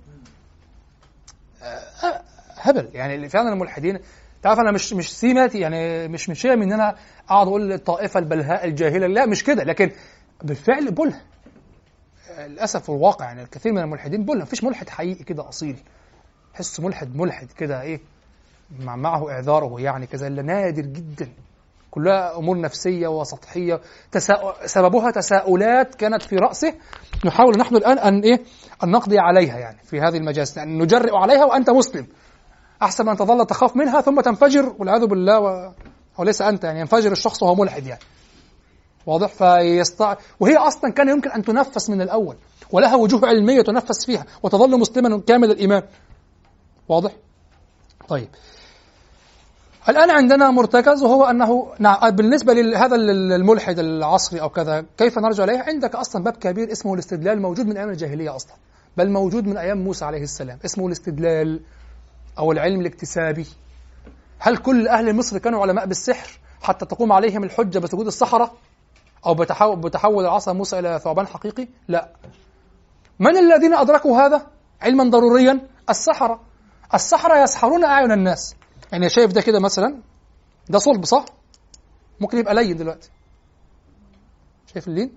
هبل يعني فعلا. الملحدين تعرف أنا مش سيماتي، يعني مش شيء من أنا أقعد أقول الطائفة البلهاء الجاهلة، لا مش كده، لكن بالفعل بله للأسف الواقع. يعني الكثير من الملحدين بله، مفيش ملحد حقيقي كده أصيل، حس ملحد كده إيه معه إعذاره يعني كذا، إلا نادر جدا، كلها أمور نفسية وسطحية سببها تساؤلات كانت في رأسه، نحاول نحن الآن أن نقضي عليها يعني في هذه المجالس، يعني نجرئ عليها وأنت مسلم، أحسن من تظل تخاف منها ثم تنفجر والعياذ بالله وليس أنت، يعني ينفجر الشخص وهو ملحد يعني، واضح. وهي أصلا كان يمكن أن تنفس من الأول، ولها وجوه علمية تنفس فيها وتظل مسلما كامل الإيمان، واضح. طيب الآن عندنا مرتكز، وهو أنه بالنسبة لهذا الملحد العصري أو كذا كيف نرجع إليه؟ عندك أصلا باب كبير اسمه الاستدلال، موجود من أيام الجاهلية أصلا، بل موجود من أيام موسى عليه السلام، اسمه الاستدلال أو العلم الاكتسابي. هل كل أهل مصر كانوا علماء بالسحر حتى تقوم عليهم الحجة بسجود السحرة أو بتحول العصا موسى إلى ثعبان حقيقي؟ لا. من الذين أدركوا هذا علما ضروريا؟ السحرة يسحرون أعين الناس. يعني شايف ده كده مثلا، ده صلب صح؟ ممكن يبقى لين دلوقتي، شايف اللين؟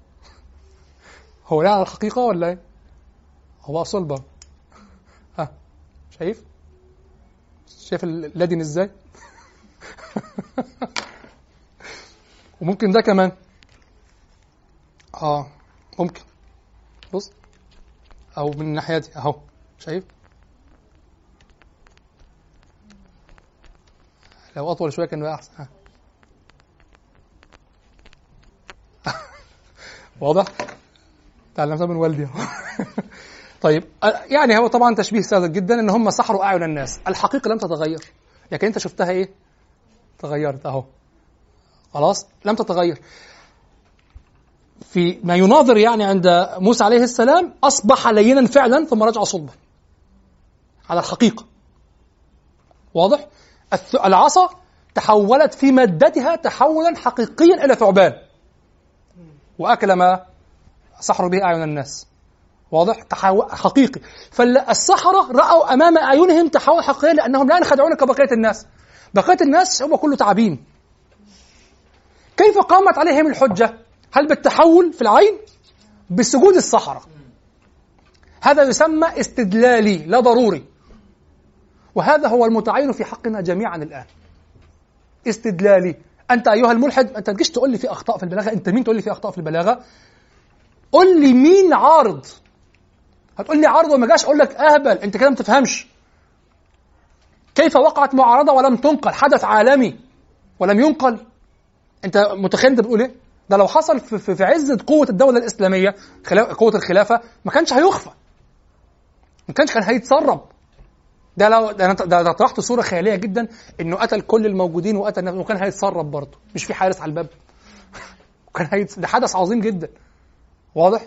هو يعني الحقيقة ولا ايه؟ هو صلبة، ها شايف اللدن ازاي؟ وممكن ده كمان ممكن بص، او من الناحية دي اهو، شايف؟ لو أطول شوية كان بقى أحسن. واضح؟ تعلمتها من والدي. طيب يعني هو طبعا تشبيه ساذج جدا، إن هم سحروا أعين الناس، الحقيقة لم تتغير، لكن أنت شفتها إيه؟ تغيرت أهو، خلاص لم تتغير. في ما يناظر يعني عند موسى عليه السلام أصبح لينا فعلا ثم رجع صلبا على الحقيقة. واضح؟ العصا تحولت في مادتها تحولا حقيقيا إلى ثعبان وأكل ما سحروا به أعين الناس. واضح؟ حقيقي. فالسحرة رأوا أمام أعينهم تحول حقيقي لأنهم لا ينخدعون كبقية الناس. بقية الناس هو كله تعابين. كيف قامت عليهم الحجة؟ هل بالتحول في العين؟ بسجود السحرة. هذا يسمى استدلالي لا ضروري، وهذا هو المتعين في حقنا جميعا الآن. استدلالي. أنت أيها الملحد أنت تجيش تقول لي في أخطاء في البلاغة. أنت مين تقول لي في أخطاء في البلاغة؟ قل لي مين عارض. هتقول لي عارض وما جاش أقول لك أهبل، أنت كده ما تفهمش. كيف وقعت معارضة ولم تنقل؟ حدث عالمي ولم ينقل. أنت متخيل أنت بتقول إيه؟ ده لو حصل في عزة قوة الدولة الإسلامية، قوة الخلافة، ما كانش هيخفى، ما كان هيتسرب. ده لو ده طرحت صورة خيالية جدا إنه قتل كل الموجودين وقتل نفسه وكان هيتسرب برضه، مش في حارس على الباب. ده حدث عظيم جدا. واضح؟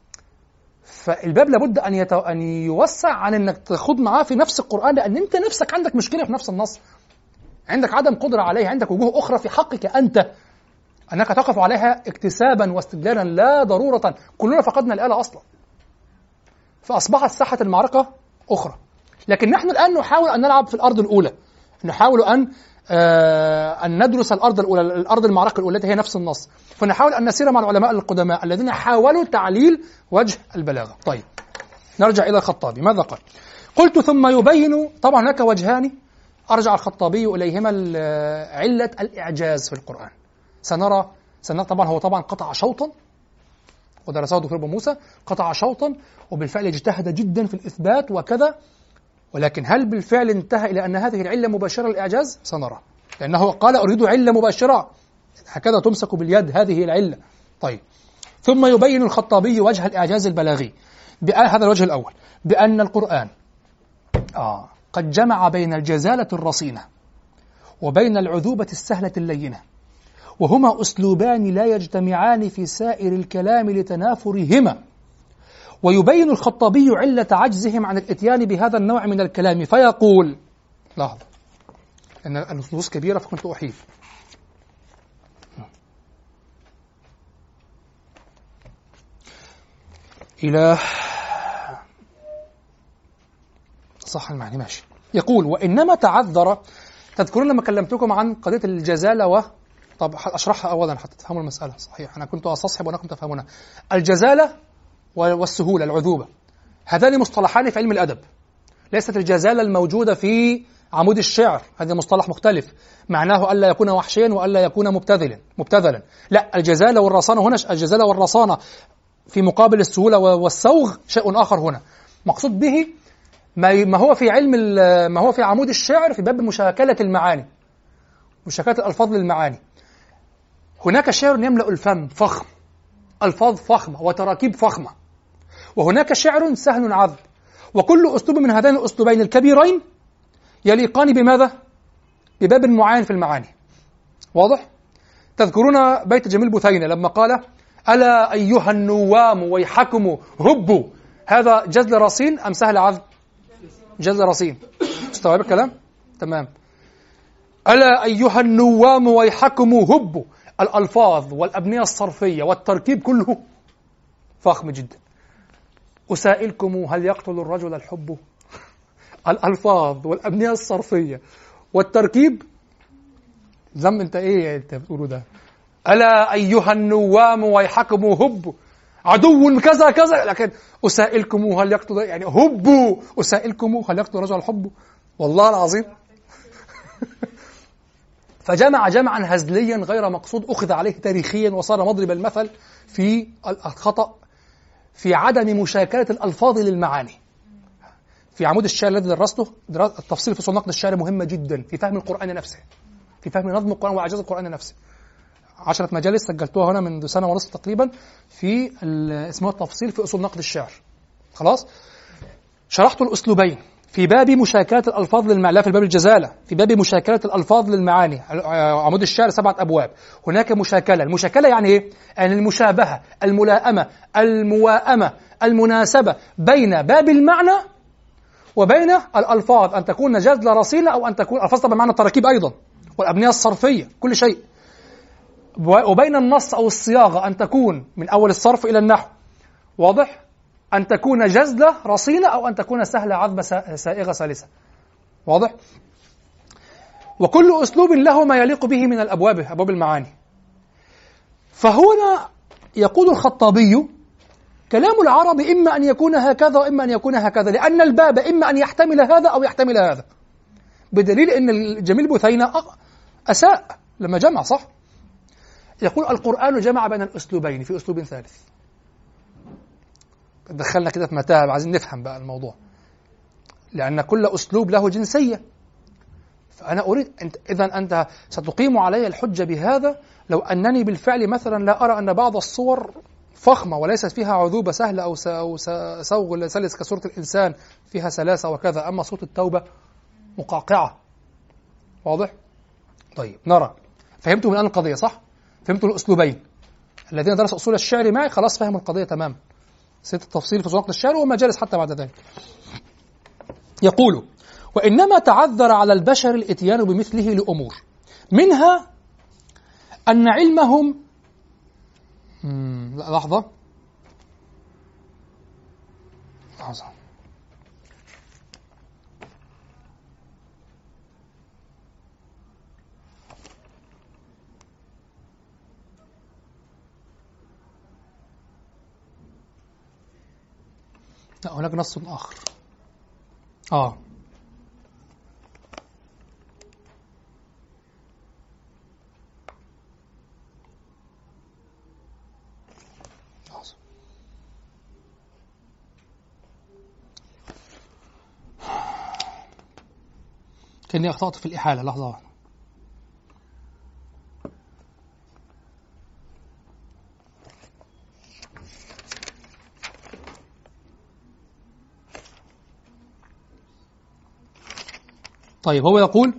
فالباب لابد أن يوسع عن إنك تخوض معاه في نفس القرآن، لأن أنت نفسك عندك مشكلة في نفس النص، عندك عدم قدرة عليه، عندك وجوه أخرى في حقك أنت أنك تقف عليها اكتسابا واستدلالا لا ضرورة. كلنا فقدنا الآلة أصلا، فأصبحت ساحة المعركة أخرى. لكن نحن الآن نحاول أن نلعب في الأرض الأولى، نحاول أن ندرس الأرض الأولى، الأرض المعركة الأولى التي هي نفس النص، فنحاول أن نسير مع العلماء القدماء الذين حاولوا تعليل وجه البلاغة. طيب نرجع إلى الخطابي ماذا قال؟ قلت ثم يبين. طبعا هناك وجهان أرجع الخطابي إليهما علة الإعجاز في القرآن. سنرى طبعا هو قطع شوطا ودرسه دكتور أبو موسى، قطع شوطا وبالفعل اجتهد جدا في الإثبات وكذا، ولكن هل بالفعل انتهى إلى أن هذه العلة مباشرة للإعجاز؟ سنرى، لأنه قال أريد علة مباشرة هكذا تمسك باليد هذه العلة. طيب ثم يبين الخطابي وجه الإعجاز البلاغي هذا الوجه الأول بأن القرآن قد جمع بين الجزالة الرصينة وبين العذوبة السهلة اللينة، وهما أسلوبان لا يجتمعان في سائر الكلام لتنافرهما. ويبين الخطابي علة عجزهم عن الإتيان بهذا النوع من الكلام فيقول، لاحظ أن النصوص كبيرة فكنت أحيل، إلى صح المعنى ماشي. يقول وإنما تعذر. تذكرون لما كلمتكم عن قضية الجزالة طب أشرحها أولا حتى تفهموا المسألة صحيح. أنا كنت أستصحب وأنكم تفهمونها. الجزالة والسهولة العذوبة هذان مصطلحان في علم الأدب. ليست الجزالة الموجودة في عمود الشعر، هذا مصطلح مختلف معناه ألا يكون وحشيا وألا يكون مبتذلا. لا، الجزالة والرصانة هنا، الجزالة والرصانة في مقابل السهولة والسوغ شيء آخر هنا. مقصود به ما هو في علم ما هو في عمود الشعر في باب مشاكلة المعاني، مشاكلة الألفاظ للمعاني. هناك شعر يملأ الفم فخم، ألفاظ فخمة وتراكيب فخمة، وهناك شعر سهل عذب، وكل أسلوب من هذين الأسلوبين الكبيرين يليقان بماذا؟ بباب معين في المعاني. واضح؟ تذكرون بيت جميل بثينة لما قال ألا أيها النوام ويحكم هبوا، هذا جزل رصين أم سهل عذب؟ جزل رصين. استوعب الكلام؟ تمام. ألا أيها النوام ويحكم هبوا، الألفاظ والأبنية الصرفية والتركيب كله فخم جدا. أسائلكم هل يقتل الرجل الحب؟ الألفاظ والأبنية الصرفية والتركيب زم انت ايه انت بتقوله ده؟ ألا أيها النوام ويحكم هب عدو كذا كذا، لكن أسائلكم هل يقتل يعني هبوا، أسائلكم هل يقتل الرجل الحب؟ والله العظيم. فجمع جمعا هزليا غير مقصود أخذ عليه تاريخيا وصار مضرب المثل في الخطأ في عدم مشاكلة الألفاظ للمعاني. في عمود الشعر الذي درسته التفصيل في أصول نقد الشعر مهمة جدا في فهم القرآن نفسه، في فهم نظم القرآن وإعجاز القرآن نفسه. 10 مجالس سجلتوها هنا منذ سنة ونصف تقريبا في اسمه التفصيل في أصول نقد الشعر. خلاص شرحت الأسلوبين في باب مشاكلة الألفاظ للمعاني، لا في الباب الجزالة، في باب مشاكلة الألفاظ للمعاني، عمود الشعر 7 أبواب. هناك مشاكلة، المشاكلة يعني إيه؟ يعني المشابهة، الملائمة، المواءمة، المناسبة بين باب المعنى وبين الألفاظ، أن تكون جزلة رصينة أو أن تكون الألفاظ طبعا معنى التراكيب أيضا والأبنية الصرفية كل شيء، وبين النص أو الصياغة أن تكون من أول الصرف إلى النحو، واضح؟ أن تكون جزلة رصينة أو أن تكون سهلة عذبة سائغة سلسة، واضح؟ وكل أسلوب له ما يليق به من الأبواب، أبواب المعاني. فهنا يقول الخطابي كلام العرب إما أن يكون هكذا وإما أن يكون هكذا، لأن الباب إما أن يحتمل هذا أو يحتمل هذا، بدليل أن الجميل بثينة أساء لما جمع، صح؟ يقول القرآن جمع بين الأسلوبين في أسلوب ثالث. دخلنا كده في متاهة، عايزين نفهم بقى الموضوع، لأن كل أسلوب له جنسية. فأنا أريد إذن أنت ستقيم علي الحجة بهذا لو أنني بالفعل مثلا لا أرى أن بعض الصور فخمة وليست فيها عذوبة سهلة أو سوغ سلس كسورة الإنسان فيها سلاسة وكذا، أما صوت التوبة مقعقعة، واضح؟ طيب نرى، فهمتوا من الآن القضية صح؟ فهمتوا الأسلوبين. الذين درسوا أصول الشعر معي خلاص فهموا القضية تمام، سيد التفصيل في سواقة الشعر ومجالس حتى بعد ذلك. يقول وإنما تعذر على البشر الإتيان بمثله لأمور، منها أن علمهم لحظة لا هناك نص آخر. كأني أخطأت في الإحالة، لحظة واحدة. طيب هو يقول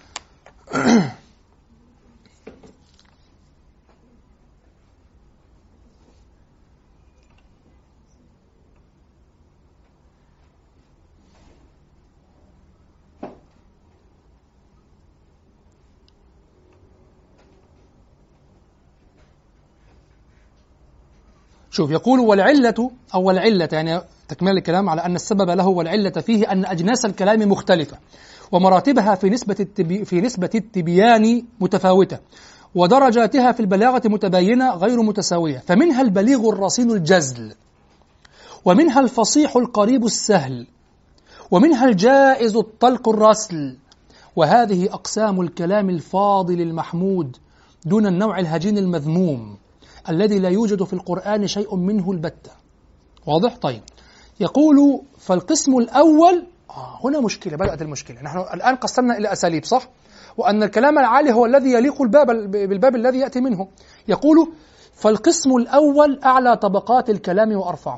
شوف، يقول والعلة أو العلة يعني تكمل الكلام على أن السبب له والعلة فيه أن أجناس الكلام مختلفة ومراتبها في نسبة التبيان متفاوتة ودرجاتها في البلاغة متباينة غير متساوية، فمنها البليغ الرصين الجزل، ومنها الفصيح القريب السهل، ومنها الجائز الطلق الرسل، وهذه أقسام الكلام الفاضل المحمود دون النوع الهجين المذموم الذي لا يوجد في القرآن شيء منه البتة. واضح؟ طيب يقول فالقسم الأول هنا مشكلة، بدأت المشكلة. نحن الآن قسمنا إلى أساليب، صح؟ وأن الكلام العالي هو الذي يليق بالباب الذي يأتي منه. يقول فالقسم الأول أعلى طبقات الكلام وأرفعه.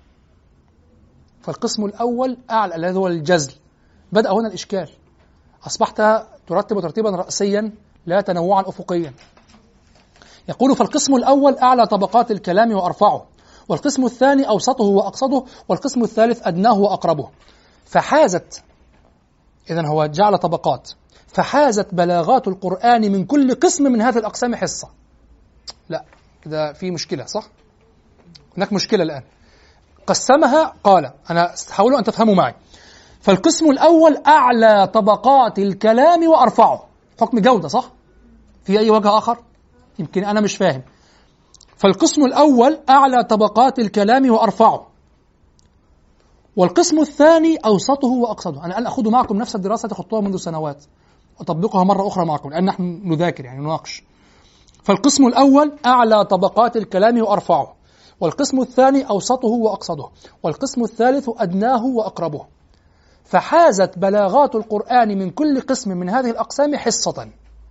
فالقسم الأول أعلى الذي هو الجزل. بدأ هنا الإشكال، أصبحت ترتب ترتيبا رأسيا لا تنوعا أفقيا. يقول فالقسم الأول أعلى طبقات الكلام وأرفعه، والقسم الثاني أوسطه وأقصده، والقسم الثالث أدناه وأقربه. فحازت، إذن هو جعل طبقات، فحازت بلاغات القرآن من كل قسم من هذه الأقسام حصة. لا كده في مشكلة، صح؟ هناك مشكلة الآن. قسمها، قال أنا حاولوا أن تفهموا معي. فالقسم الأول أعلى طبقات الكلام وأرفعه، حكم جودة، صح؟ في أي وجه آخر؟ يمكن أنا مش فاهم. فالقسم الأول أعلى طبقات الكلام وأرفعه، والقسم الثاني أوسطه وأقصده. أنا الآن أخذ معكم نفس الدراسة خضتوها منذ سنوات أطبقها مرة أخرى معكم، لأن نحن نذاكر يعني نناقش. فالقسم الأول أعلى طبقات الكلام وأرفعه، والقسم الثاني أوسطه وأقصده، والقسم الثالث أدناه وأقربه. فحازت بلاغات القرآن من كل قسم من هذه الأقسام حصة،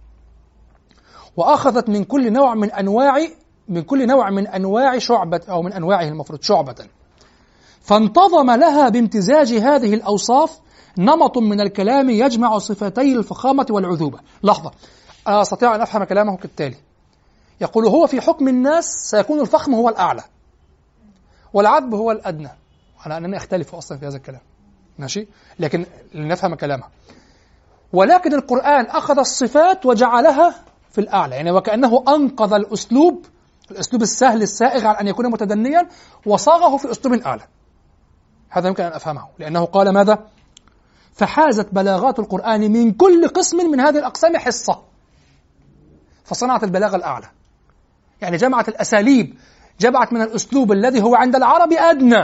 وأخذت من كل نوع من أنواع شعبة، أو من أنواعه المفروض شعبة، فانتظم لها بامتزاج هذه الأوصاف نمط من الكلام يجمع صفتي الفخامة والعذوبة. لحظة، أستطيع أن أفهم كلامه كالتالي: يقول هو في حكم الناس سيكون الفخم هو الأعلى والعذب هو الأدنى. على أنني أختلف أصلا في هذا الكلام، ماشي، لكن لنفهم كلامه. ولكن القرآن أخذ الصفات وجعلها في الأعلى، يعني وكأنه أنقذ الأسلوب السهل السائغ عن أن يكون متدنيا وصاغه في أسلوب أعلى. هذا يمكن أن أفهمه، لأنه قال ماذا؟ فحازت بلاغات القرآن من كل قسم من هذه الأقسام حصة، فصنعت البلاغة الأعلى، يعني جمعت الأساليب، جمعت من الأسلوب الذي هو عند العرب أدنى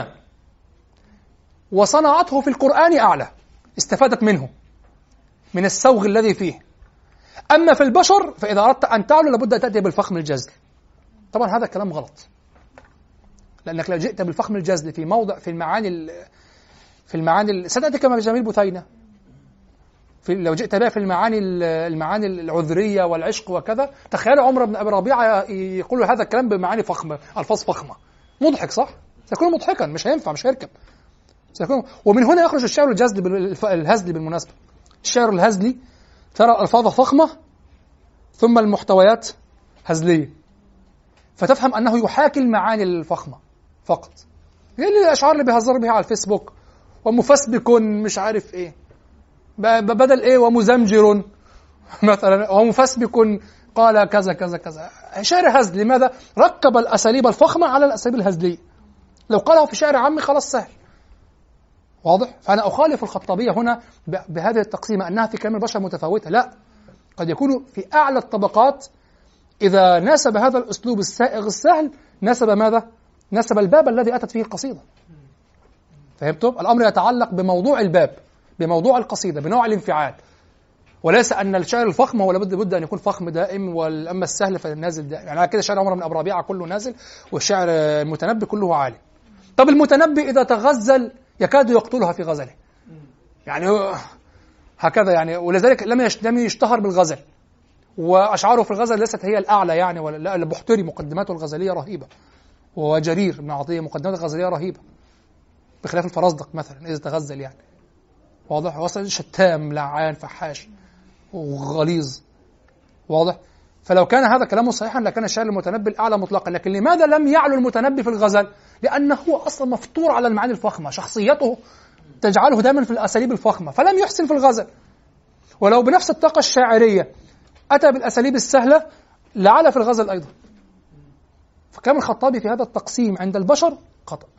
وصنعته في القرآن أعلى، استفادت منه من السوغ الذي فيه. أما في البشر فإذا أردت أن تعلو لابد أن تأتي بالفخم الجزل. طبعا هذا الكلام غلط، لأنك لو جئت بالفخم الجزل في موضع في المعاني ستأتي كما جميل بثينة، لو جئت بها في المعاني العذرية والعشق وكذا، تخيل عمر بن أبي ربيعة يقول هذا الكلام بمعاني فخمة، ألفاظ فخمة، مضحك صح؟ سيكون مضحكا، مش هينفع، مش هيركب، سيكون. ومن هنا يخرج الشعر الهزلي بالمناسبة. الشعر الهزلي ترى الألفاظ فخمة ثم المحتويات هزلية، فتفهم أنه يحاكي المعاني الفخمة فقط. يعني الأشعار اللي بيهزر بها على الفيسبوك، ومفسبك مش عارف إيه، بدل إيه ومزمجر مثلا، ومفسبك قال كذا كذا كذا، شعر هزلي. لماذا؟ ركب الأساليب الفخمة على الأساليب الهزلية. لو قاله في شعر عامي خلاص سهل، واضح؟ فأنا أخالف الخطابية هنا بهذه التقسيمة أنها في كلام البشر متفاوتة. لا، قد يكون في أعلى الطبقات إذا ناسب هذا الأسلوب السائغ السهل ناسب ماذا؟ ناسب الباب الذي أتت فيه القصيدة. فهمتم؟ الأمر يتعلق بموضوع الباب، بموضوع القصيدة، بنوع الانفعال، وليس أن الشعر الفخم هو لابد أن يكون فخم دائم، وأما السهل فالنازل دائم. يعني كده شعر عمر بن أبي ربيعة كله نازل، والشعر المتنبي كله عالي. طب المتنبي إذا تغزل يكاد يقتلها في غزله، يعني هكذا يعني، ولذلك لم يشتهر بالغزل، وأشعاره في الغزل ليست هي الأعلى يعني، ولا البحتري مقدماته الغزلية رهيبة، وجرير بن عطية مقدماته الغزلية رهيبة، بخلاف الفرزدق مثلا إذا تغزل يعني، واضح؟ وصل شتام لعان فحاش وغليظ، واضح؟ فلو كان هذا كلامه صحيحا لكان الشعر المتنبي الأعلى مطلقا. لكن لماذا لم يعلو المتنبي في الغزل؟ لأنه هو أصلا مفطور على المعاني الفخمة، شخصيته تجعله دائما في الأساليب الفخمة، فلم يحسن في الغزل. ولو بنفس الطاقة الشاعرية أتى بالأساليب السهلة لعلى في الغزل أيضا. فكان الخطابي في هذا التقسيم عند البشر خطأ،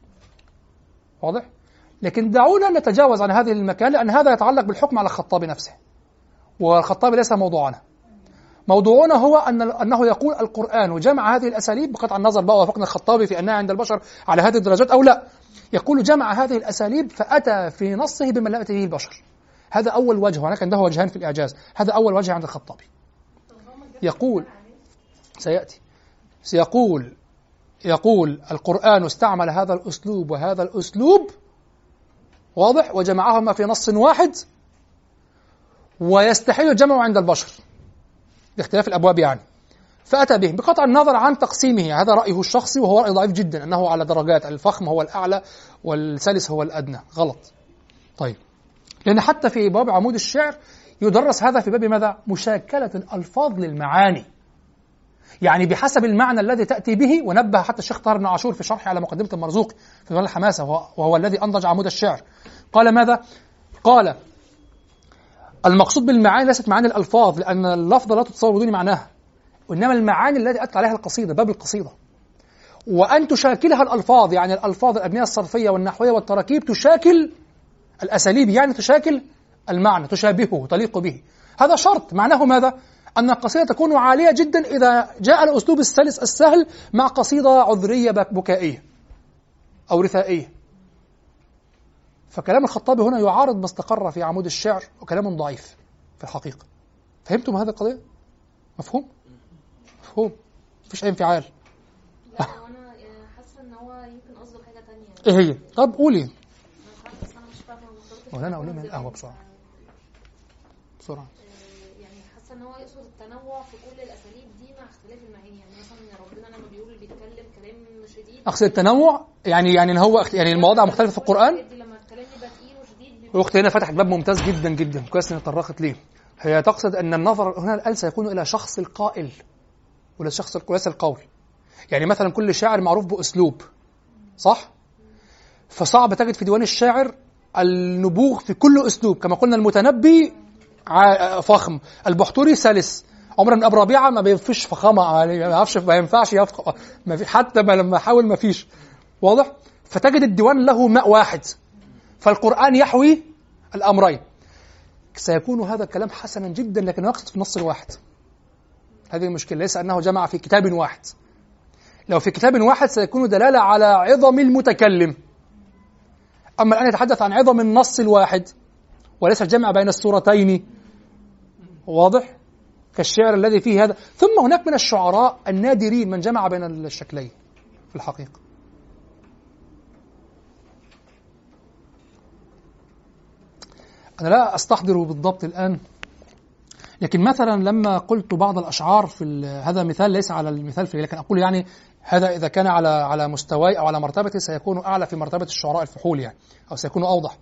واضح؟ لكن دعونا نتجاوز عن هذه المكان، لأن هذا يتعلق بالحكم على الخطابي نفسه، والخطابي ليس موضوعنا. موضوعنا هو أنه يقول القرآن جمع هذه الأساليب، بقطع النظر بقى وافقنا الخطابي في أنها عند البشر على هذه الدرجات أو لا، يقول جمع هذه الأساليب فأتى في نصه بما لا يأتي به البشر. هذا أول وجه، وهناك عنده وجهان في الإعجاز. هذا أول وجه عند الخطابي. يقول يقول القرآن استعمل هذا الأسلوب وهذا الأسلوب، واضح، وجمعهما في نص واحد، ويستحيل الجمع عند البشر باختلاف الأبواب يعني، فأتى به بقطع النظر عن تقسيمه. هذا رأيه الشخصي، وهو رأي ضعيف جدا، أنه على درجات، الفخم هو الأعلى والسلس هو الأدنى. غلط. طيب، لأن حتى في باب عمود الشعر يدرس هذا في باب ماذا؟ مشاكلة الألفاظ للمعاني، يعني بحسب المعنى الذي تأتي به. ونبه حتى الشيخ طاهر بن عاشور في شرحه على مقدمة المرزوق في مال الحماسة، وهو الذي أنضج عمود الشعر، قال ماذا؟ قال المقصود بالمعاني ليست معاني الألفاظ، لأن اللفظ لا تتصور بدون معناها، وإنما المعاني التي أتت عليها القصيدة، باب القصيدة، وأن تشاكلها الألفاظ، يعني الألفاظ الأبنية الصرفية والنحوية والتراكيب تشاكل الأساليب، يعني تشاكل المعنى، تشابهه، تليق به. هذا شرط، معناه ماذا؟ أن القصيدة تكون عالية جدا إذا جاء الأسلوب السلس السهل مع قصيدة عذرية بكائية أو رثائية. فكلام الخطابي هنا يعارض ما استقر في عمود الشعر، وكلام ضعيف في الحقيقة. فهمتم هذه القضية؟ مفهوم؟ مفهوم؟ مفيش أي انفعال. لا، أنا حاسة إن هو يمكن قصده حاجة تانية. إيه هي؟ طب قولي. أنا مش فاهمة. ولا أنا أقول من القهوة بسرعة. يعني حاسة إن هو يقصد التنوع في كل الأساليب دي مع اختلاف المعاني. يعني مثلا ربنا لما بيقول بيتكلم كلام شديد، أقصد التنوع يعني إن هو يعني المواضع مختلفة في القرآن. لما الكلام يبقى تقيل وشديد الأخت هنا فتحت باب ممتاز جدا جدا، كويس إنها طرقت ليه. هي تقصد أن النظر هنا الآن سيكون إلى شخص القائل ولا شخص وليس القول. يعني مثلا كل شاعر معروف بأسلوب، صح؟ فصعب تجد في ديوان الشاعر النبوغ في كل أسلوب. كما قلنا المتنبي فخم، البحتوري سلس، عمر بن أبي ربيعة ما بيفيش فخامة، ما ينفعش حتى ما لما حاول ما فيش. واضح؟ فتجد الديوان له ماء واحد، فالقرآن يحوي الأمرين. سيكون هذا الكلام حسنا جدا، لكن يقصد في النص الواحد. هذه المشكلة، ليس أنه جمع في كتاب واحد. لو في كتاب واحد سيكون دلالة على عظم المتكلم، أما الآن يتحدث عن عظم النص الواحد وليس الجمع بين السورتين. واضح؟ كالشعر الذي فيه هذا. ثم هناك من الشعراء النادرين من جمع بين الشكلين في الحقيقة. أنا لا أستحضر بالضبط الآن، لكن مثلا لما قلت بعض الأشعار في هذا مثال ليس على المثال فيه، لكن أقول يعني هذا إذا كان على مستواي أو على مرتبتي سيكون أعلى في مرتبة الشعراء الفحول يعني، أو سيكون أوضح.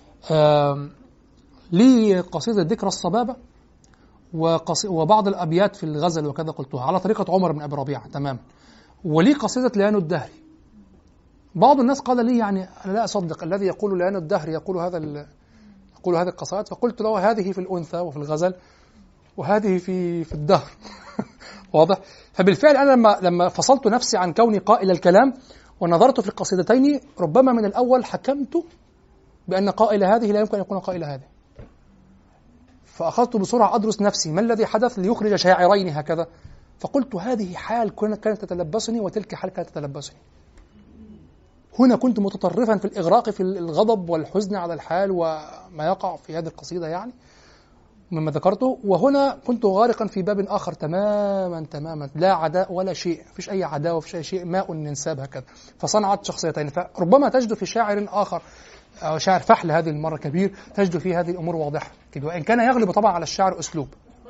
لي قصيدة ذكرى الصبابة وبعض الأبيات في الغزل وكذا قلتها على طريقة عمر بن أبي ربيعة تمام. ولي قصيدة ليان الدهري. بعض الناس قال لي يعني أنا لا أصدق الذي يقول ليان الدهري يقول هذه القصائد، فقلت له هذه في الأنثى وفي الغزل وهذه في الدهر. واضح؟ فبالفعل أنا لما فصلت نفسي عن كوني قائل الكلام ونظرت في القصيدتين، ربما من الأول حكمت بأن قائل هذه لا يمكن أن يكون قائل هذه، فأخذت بسرعة أدرس نفسي ما الذي حدث ليخرج شاعرين هكذا، فقلت هذه حال كانت تتلبسني وتلك حال كانت تتلبسني. هنا كنت متطرفا في الإغراق في الغضب والحزن على الحال وما يقع في هذه القصيدة يعني مما ذكرته، وهنا كنت غارقا في باب آخر تماما لا عداء ولا شيء، فيش أي عداوة وفيش أي شيء، ماء ننساب هكذا. فصنعت شخصيتين. فربما تجد في شاعر آخر أو شاعر فحل هذه المرة كبير تجد فيه هذه الأمور واضحة كده، وإن كان يغلب طبعا على الشعر أسلوب.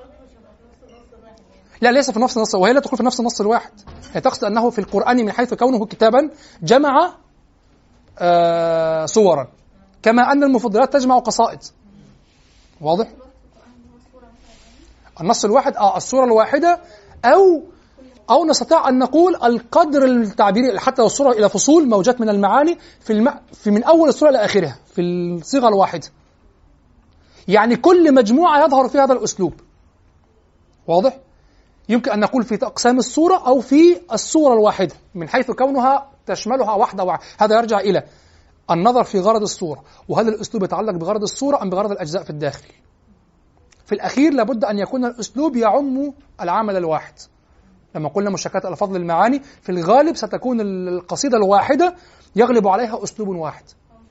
لا ليس في نفس النص، وهي لا تقول في نفس النص الواحد. هي تقصد أنه في القرآن من حيث كونه كتابا جمع صورا، كما أن المفضلات تجمع قصائد. واضح؟ النص الواحد الصورة الواحدة، أو نستطيع أن نقول القدر التعبيري، حتى الصورة إلى فصول موجات من المعاني في من أول الصورة إلى آخرها في الصيغة الواحدة، يعني كل مجموعة يظهر فيها هذا الأسلوب. واضح؟ يمكن أن نقول في أقسام الصورة أو في الصورة الواحدة من حيث كونها تشملها واحدة. هذا يرجع إلى النظر في غرض الصورة، وهل الأسلوب يتعلق بغرض الصورة أم بغرض الأجزاء في الداخل. في الأخير لابد أن يكون الأسلوب يعم العمل الواحد. لما قلنا مشتقات الألفاظ للمعاني في الغالب ستكون القصيدة الواحدة يغلب عليها أسلوب واحد.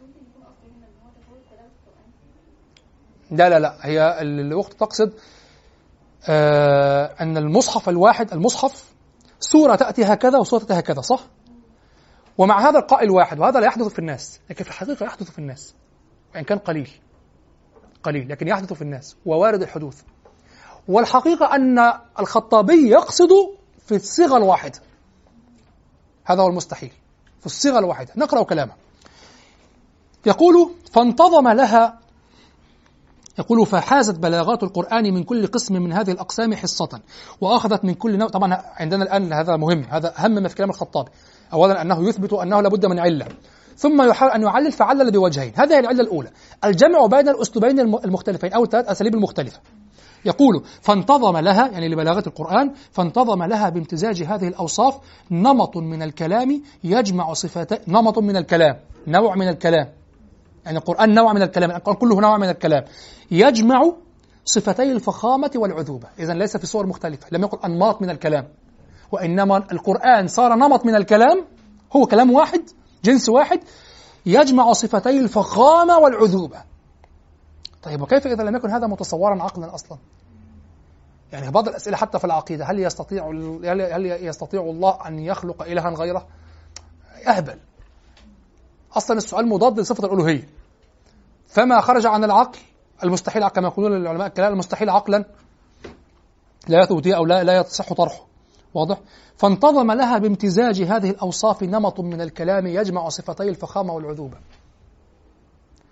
لا هي الوقت تقصد أن المصحف الواحد، المصحف سورة تأتي هكذا وسورة تأتي هكذا، صح؟ ومع هذا القائل واحد، وهذا لا يحدث في الناس، لكن في الحقيقة يحدث في الناس وإن كان قليل لكن يحدث في الناس ووارد الحدوث. والحقيقة أن الخطابي يقصد في الصيغة الواحدة، هذا هو المستحيل، في الصيغة الواحدة. نقرأ كلامه. يقول فانتظم لها، يقول فحازت بلاغات القرآن من كل قسم من هذه الأقسام حصة، وأخذت من كل نوع. طبعا عندنا الآن هذا مهم، هذا أهم ما في كلام الخطابي. أولا أنه يثبت أنه لابد من علة، ثم يحاول أن يعلل فعلل بوجهين. هذه العلة الأولى، الجمع بين الأسلوبين المختلفين أو الثلاث أساليب المختلفة. يقول فانتظم لها، يعني لبلاغة القرآن، فانتظم لها بامتزاج هذه الأوصاف نمط من الكلام يجمع صفاتين. نمط من الكلام، نوع من الكلام، يعني القرآن نوع من الكلام، القرآن كله نوع من الكلام يجمع صفتي الفخامة والعذوبة. إذن ليس في صور مختلفة، لم يقل أنماط من الكلام، وإنما القرآن صار نمط من الكلام، هو كلام واحد جنس واحد يجمع صفتي الفخامة والعذوبة. طيب وكيف إذا لم يكن هذا متصورا عقلا أصلا؟ يعني بعض الأسئلة حتى في العقيدة، هل يستطيع الله أن يخلق إلها غيره؟ أهبل. أصلا السؤال مضاد لصفة الألوهية، فما خرج عن العقل المستحيل، كما يقولون العلماء الكلام، المستحيل عقلا لا يثبت أو لا يصح طرحه. واضح؟ فانتظم لها بامتزاج هذه الأوصاف نمط من الكلام يجمع صفتي الفخامة والعذوبة.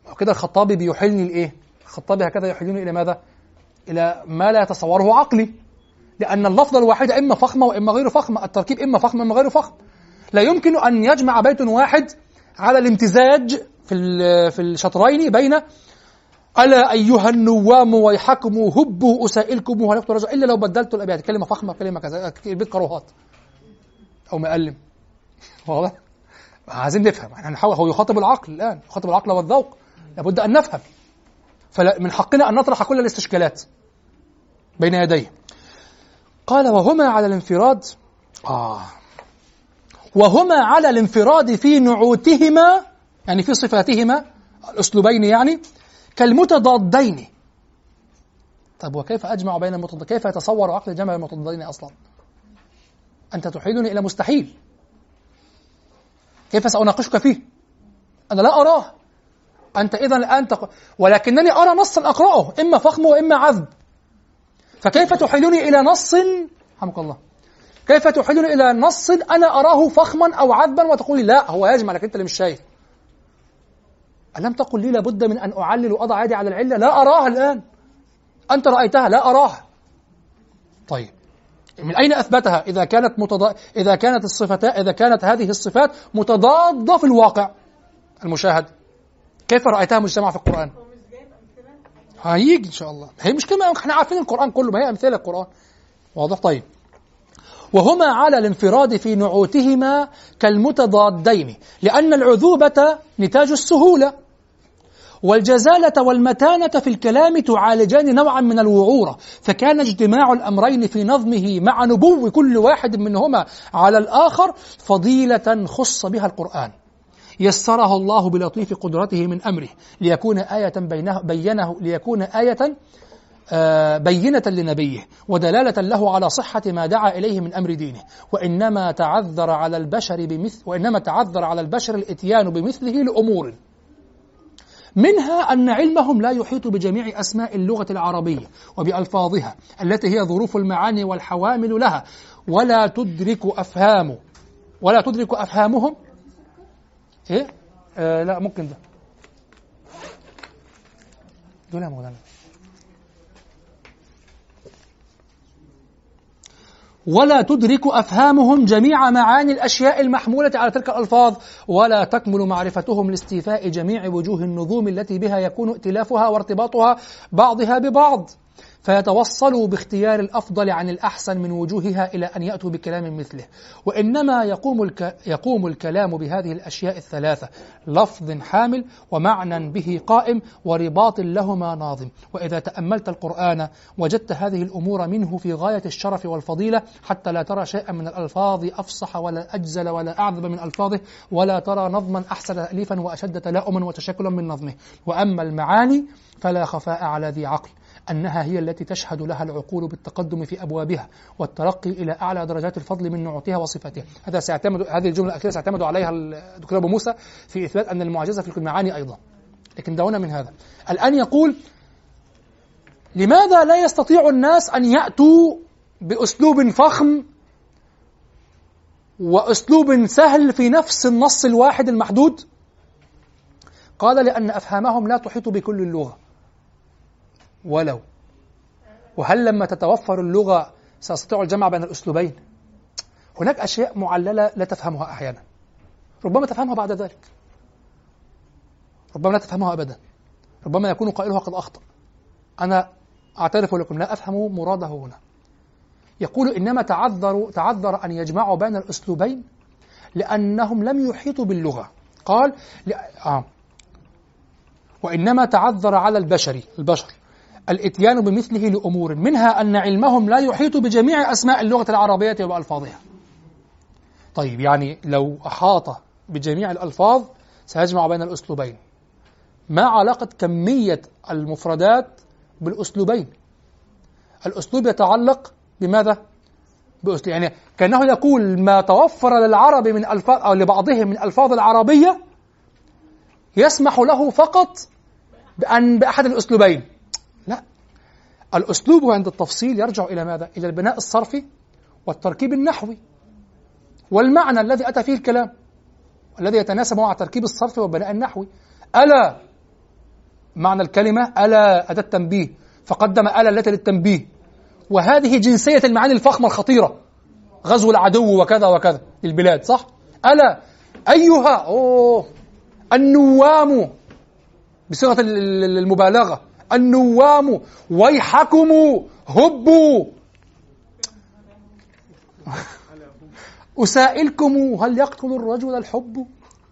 وكده الخطابي بيحيلني لإيه؟ الخطابي هكذا يحيلني إلى ماذا؟ إلى ما لا يتصوره عقلي، لأن اللفظة الواحدة إما فخمة وإما غير فخمة، التركيب إما فخم وإما غير فخم. لا يمكن أن يجمع بيت واحد على الامتزاج في الشطرين بين ألا أيها النوام ويحكم هبوا أسائلكم وهلكت رجع، إلا لو بدلت الأبيات كلمة فخمة كلمة كذا، البيت كروهات أو مقلم. واضح؟ عايزين نفهم، احنا نحاول، هو يخاطب العقل الآن، يخاطب العقل والذوق، لابد أن نفهم. فمن حقنا أن نطرح كل الاستشكالات بين يديه. قال وهما على الانفراد وهما على الانفراد في نعوتهما، يعني في صفاتهما الأسلوبين، يعني كالمتضادين. طب وكيف أجمع بين المتضادين؟ كيف يتصور عقل جمع المتضادين أصلا؟ أنت تحيلني إلى مستحيل، كيف سأناقشك فيه؟ أنا لا أراه. أنت إذن الآن ولكنني أرى نصا أقرأه إما فخم وإما عذب، فكيف تحيلني إلى نص، رحمك الله، كيف تحيلني إلى نص أنا أراه فخما أو عذبا وتقولي لا هو يجمع، لكن أنت اللي مش شايف؟ ألم تقل لي لابد من أن أعلل وأضع يدي على العلة؟ لا أراها الآن، أنت رأيتها لا أراها. طيب من أين أثبتها إذا كانت هذه الصفات متضادة في الواقع المشاهد؟ كيف رأيتها مجتمع في القرآن؟ هيجي إن شاء الله، هي مش كلمة احنا عارفين القرآن كله، ما هي أمثلة القرآن. واضح؟ طيب وهما على الانفراد في نعوتهما كالمتضادين، لأن العذوبة نتاج السهولة، والجزالة والمتانة في الكلام تعالجان نوعا من الوعورة، فكان اجتماع الأمرين في نظمه مع نبو كل واحد منهما على الآخر فضيلة خص بها القرآن، يسرها الله بلطيف قدرته من أمره ليكون آية بينة لنبيه ودلالة له على صحة ما دعا إليه من أمر دينه. وإنما تعذر على البشر الإتيان بمثله لأمور، منها أن علمهم لا يحيط بجميع أسماء اللغة العربية وبألفاظها التي هي ظروف المعاني والحوامل لها، ولا تدرك أفهامهم إيه؟ لا ممكن ده دول يا مولانا. ولا تدرك أفهامهم جميع معاني الأشياء المحمولة على تلك الألفاظ، ولا تكمل معرفتهم لاستيفاء جميع وجوه النظوم التي بها يكون ائتلافها وارتباطها بعضها ببعض، فيتوصلوا باختيار الأفضل عن الأحسن من وجوهها إلى أن يأتوا بكلام مثله. وإنما يقوم الكلام بهذه الأشياء الثلاثة: لفظ حامل، ومعنى به قائم، ورباط لهما ناظم. وإذا تأملت القرآن وجدت هذه الأمور منه في غاية الشرف والفضيلة، حتى لا ترى شيئا من الألفاظ أفصح ولا أجزل ولا أعذب من ألفاظه، ولا ترى نظما أحسن تأليفا وأشد تلاؤما وتشكلا من نظمه. وأما المعاني فلا خفاء على ذي عقل أنها هي التي تشهد لها العقول بالتقدم في أبوابها والترقي إلى أعلى درجات الفضل من نعوتها وصفاتها. هذه الجملة الأخيرة سيعتمد عليها الدكتور أبو موسى في إثبات أن المعجزة في المعاني أيضا. لكن دعونا من هذا. الآن يقول: لماذا لا يستطيع الناس أن يأتوا بأسلوب فخم وأسلوب سهل في نفس النص الواحد المحدود؟ قال: لأن أفهامهم لا تحيط بكل اللغة. وهل لما تتوفر اللغة سيستطيع الجمع بين الأسلوبين؟ هناك أشياء معللة لا تفهمها أحيانا، ربما تفهمها بعد ذلك، ربما لا تفهمها أبدا، ربما يكون قائلها قد أخطأ. أنا أعترف لكم لا أفهم مراده هنا. يقول: إنما تعذر أن يجمعوا بين الأسلوبين لأنهم لم يحيطوا باللغة. قال: وإنما تعذر على البشر الإتيان بمثله لأمور، منها أن علمهم لا يحيط بجميع أسماء اللغة العربية وبألفاظها. طيب، يعني لو أحاط بجميع الألفاظ سيجمع بين الأسلوبين. ما علاقة كمية المفردات بالأسلوبين؟ الأسلوب يتعلق بماذا؟ يعني كأنه يقول: ما توفر للعرب من ألفاظ أو لبعضهم من ألفاظ العربية يسمح له فقط بأحد الأسلوبين. لا، الأسلوب عند التفصيل يرجع إلى ماذا؟ إلى البناء الصرفي والتركيب النحوي والمعنى الذي أتى فيه الكلام، الذي يتناسب مع تركيب الصرف والبناء النحوي. ألا معنى الكلمة ألا أداة تنبيه، فقدم ألا التي للتنبيه، وهذه جنسية المعاني الفخمة الخطيرة، غزو العدو وكذا وكذا للبلاد، صح؟ ألا أيها النوام بصيغة المبالغة، النوام ويحكم هبوا أسائلكم هل يقتل الرجل الحب؟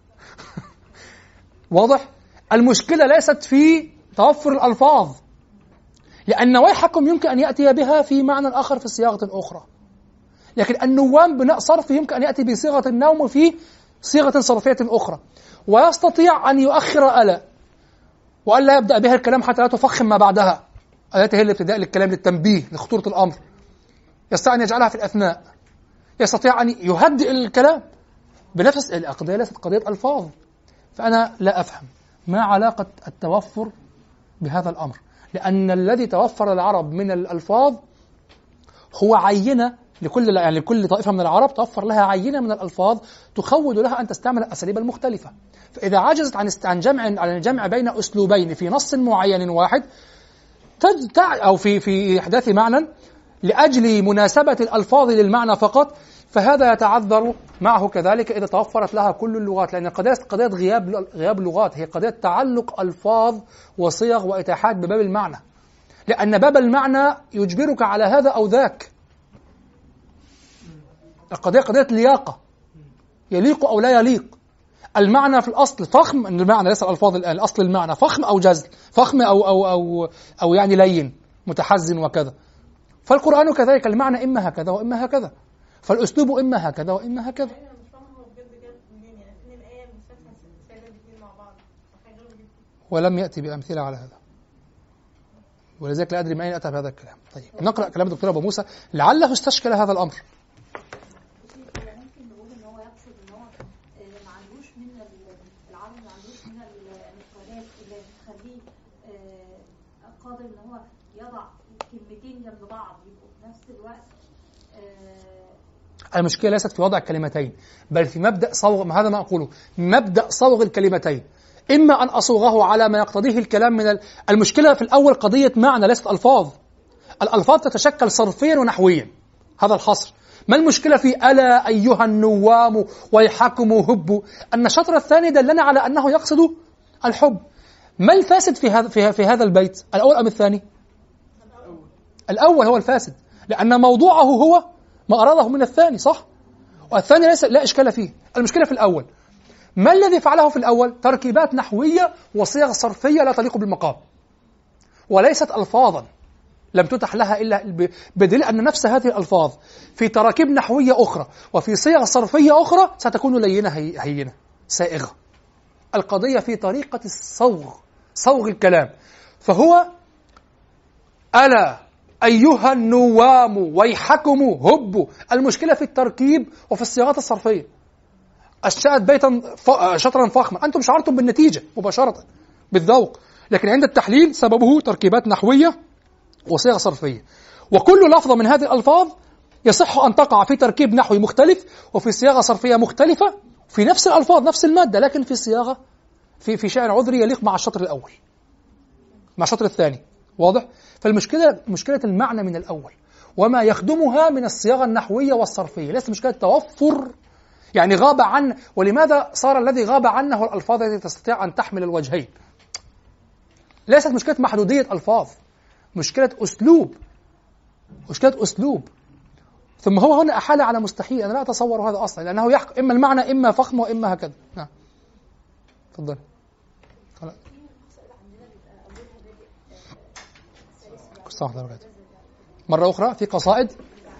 واضح؟ المشكلة ليست في توفر الألفاظ، لأن ويحكم يمكن أن يأتي بها في معنى آخر في صياغة أخرى، لكن النوام بناء صرفي يمكن أن يأتي بصيغة النوم في صيغة صرفية أخرى، ويستطيع أن يؤخر ألا وألا يبدأ بها الكلام حتى لا تفخم ما بعدها، ألا هي الابتداء للكلام للتنبيه لخطورة الأمر، يستطيع أن يجعلها في الأثناء، يستطيع أن يهدئ الكلام بنفس القضية. ليست قضية ألفاظ، فأنا لا أفهم ما علاقة التوفر بهذا الأمر، لأن الذي توفر العرب من الألفاظ هو عينة لكل طائفة من العرب، توفر لها عينة من الألفاظ تخول لها أن تستعمل الأساليب المختلفة، فإذا عجزت عن الجمع بين أسلوبين في نص معين واحد أو في إحداث معنى لأجل مناسبة الألفاظ للمعنى فقط، فهذا يتعذر معه كذلك إذا توفرت لها كل اللغات، لأن قضية غياب لغات، هي قضية تعلق ألفاظ وصيغ وإتاحات بباب المعنى، لأن باب المعنى يجبرك على هذا أو ذاك. القضية قضية لياقة، يليق أو لا يليق. المعنى في الأصل فخم، أن المعنى ليس الألفاظ الآن، الأصل المعنى فخم أو جزل، فخم أو يعني لين متحزن وكذا. فالقرآن كذلك المعنى إما هكذا وإما هكذا، فالأسلوب إما هكذا وإما هكذا. ولم يأتي بأمثلة على هذا، ولذلك لا أدري من أين أتى بهذا الكلام. طيب نقرأ كلام الدكتور أبو موسى لعله استشكل هذا الأمر. ممكن نقول إن هو يقصد إن هو ما عندوش من العرب، ما عندوش من المفردات اللي تخليه قادر إن هو يضع كلمتين جنب بعض يبقوا في نفس الوقت. المشكلة ليست في وضع الكلمتين، بل في مبدأ صوغ، هذا ما أقوله، مبدأ صوغ الكلمتين، إما أن أصوغه على ما يقتضيه الكلام من المشكلة في الأول قضية معنى ليست ألفاظ. الألفاظ تتشكل صرفيا ونحويا، هذا الحصر. ما المشكلة في ألا أيها النوام ويحكم هب؟ النشاط الثاني دلنا على أنه يقصد الحب. ما الفاسد في هذا البيت، الأول أم الثاني؟ الأول هو الفاسد، لأن موضوعه هو ما أراده من الثاني، صح؟ والثاني لا إشكال فيه. المشكلة في الأول. ما الذي فعله في الأول؟ تركيبات نحوية وصيغ صرفية لا تليق بالمقام، وليست ألفاظا لم تتح لها إلا بدليل أن نفس هذه الألفاظ في تراكيب نحوية أخرى وفي صيغ صرفية أخرى ستكون لينة هينة سائغة. القضية في طريقة صوغ الكلام. فهو ألا أيها النوام ويحكم هب. المشكلة في التركيب وفي الصياغات الصرفية. أشأت بيتا شطرا فخما، أنتم شعرتم بالنتيجة مباشرة بالذوق، لكن عند التحليل سببه تركيبات نحوية وصيغ صرفية. وكل لفظة من هذه الألفاظ يصح أن تقع في تركيب نحوي مختلف وفي صياغة صرفية مختلفة في نفس الألفاظ نفس المادة، لكن في صياغة في شأن عذري يليق مع الشطر الأول مع الشطر الثاني. واضح؟ فالمشكلة مشكلة المعنى من الأول وما يخدمها من الصياغة النحوية والصرفية، ليس مشكلة توفر يعني غاب عنه. ولماذا صار الذي غاب عنه الألفاظ التي تستطيع أن تحمل الوجهين؟ ليست مشكلة محدودية ألفاظ، مشكلة أسلوب. ثم هو هنا أحال على مستحيل، أنا لا أتصور هذا أصلا، لأنه يحكم إما المعنى إما فخم وإما هكذا. نعم تفضل. مرة أخرى في قصائد،